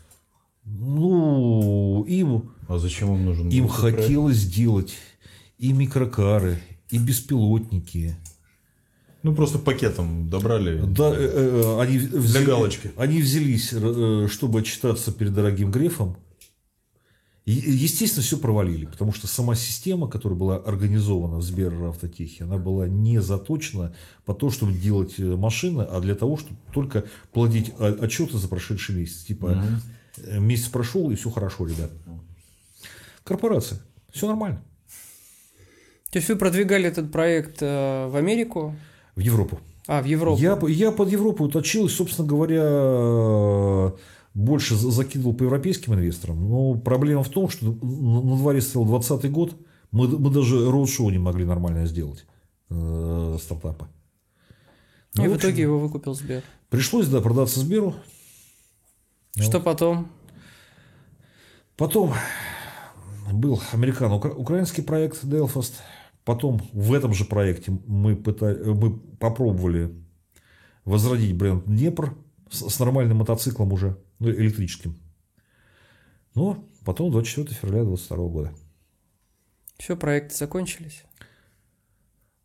Ну, им, а зачем им нужен? Им хотелось сделать и микрокары, и беспилотники. Ну, просто пакетом добрали. Да, э, э, они для взяли, галочки. Они взялись, э, чтобы отчитаться перед дорогим Грефом. И, естественно, все провалили, потому что сама система, которая была организована в Сберавтотехе, она была не заточена по то, чтобы делать машины, а для того, чтобы только платить отчеты за прошедший месяц. Типа, угу. Месяц прошел, и все хорошо, ребят. Корпорация. Все нормально. То есть вы продвигали этот проект в Америку? В Европу. А, в Европу. Я, я под Европу уточил, и, собственно говоря, больше закидывал по европейским инвесторам. Но проблема в том, что на дворе стоял двадцатый год, мы, мы даже роуд-шоу не могли нормально сделать э, стартапа. Ну, и в, в итоге его выкупил Сбер. Пришлось, да, продаться Сберу. Что вот. Потом? Потом был американо-украинский проект Delfast. Потом в этом же проекте мы, пытали, мы попробовали возродить бренд Днепр с, с нормальным мотоциклом уже, ну, электрическим. Но потом двадцать четвёртого февраля две тысячи двадцать второго года. Все, проекты закончились?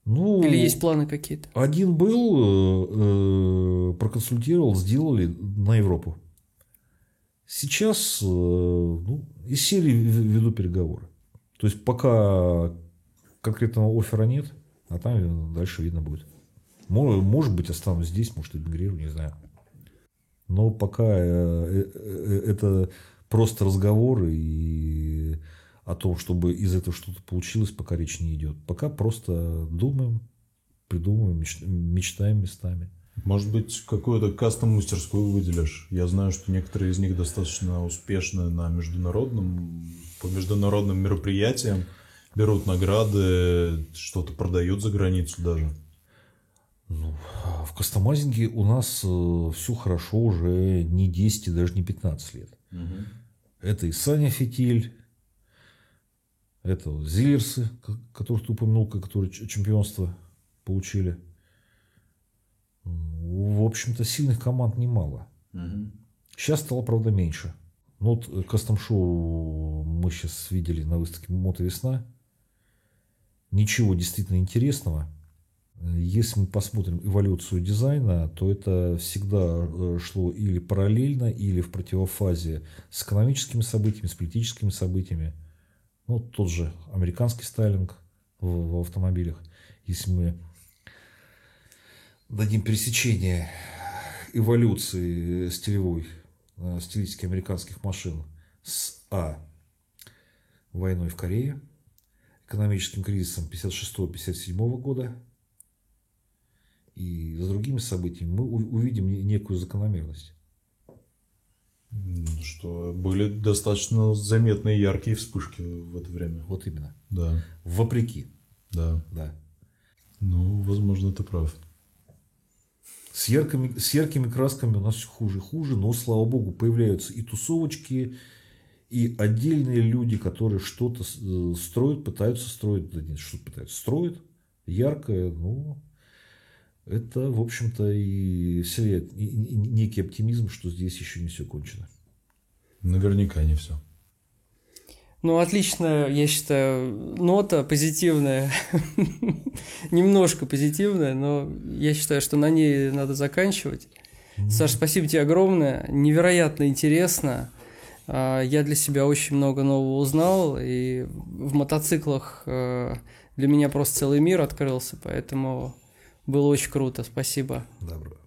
Ну, Или есть планы какие-то? Один был, э, проконсультировал, сделали на Европу. Сейчас э, ну, из серии веду переговоры. То есть пока конкретного оффера нет, а там дальше видно будет. Может, может быть, останусь здесь, может, эмигрирую, не знаю. Но пока э, э, это просто разговоры, и о том, чтобы из этого что-то получилось, пока речь не идет. Пока просто думаем, придумываем, мечтаем местами. Может быть, какую-то кастом-мастерскую выделишь? Я знаю, что некоторые из них достаточно успешны на международном, по международным мероприятиям, берут награды, что-то продают за границу даже. Ну, в кастомайзинге у нас э, все хорошо уже не десять и даже не пятнадцать лет. Угу. Это и Саня Фитиль, это вот Зиллерсы, которых ты упомянул, которые чемпионство получили. В общем-то, сильных команд немало. Угу. Сейчас стало, правда, меньше. Ну, вот кастом-шоу мы сейчас видели на выставке «Мотовесна». Ничего действительно интересного. Если мы посмотрим эволюцию дизайна, то это всегда шло или параллельно, или в противофазе с экономическими событиями, с политическими событиями. Ну, тот же американский стайлинг в, в автомобилях. Если мы дадим пересечение эволюции стилевой, стилистики американских машин с А. войной в Корее, экономическим кризисом пятьдесят шестого — пятьдесят седьмого года, и с другими событиями, мы увидим некую закономерность. Что были достаточно заметные яркие вспышки в это время. Вот именно. Да. Вопреки. Да. Да. Ну, возможно, ты прав. С, яркими, с яркими красками у нас все хуже и хуже, но, слава богу, появляются и тусовочки, и отдельные люди, которые что-то строят, пытаются строить, да нет, что-то пытаются, строят, яркое, ну, это, в общем-то, и вселяет некий оптимизм, что здесь еще не все кончено. Наверняка не все. Ну, отлично, я считаю, нота позитивная, немножко позитивная, но я считаю, что на ней надо заканчивать. Mm-hmm. Саш, спасибо тебе огромное, невероятно интересно. Я для себя очень много нового узнал, и в мотоциклах для меня просто целый мир открылся, поэтому было очень круто, спасибо. Добро.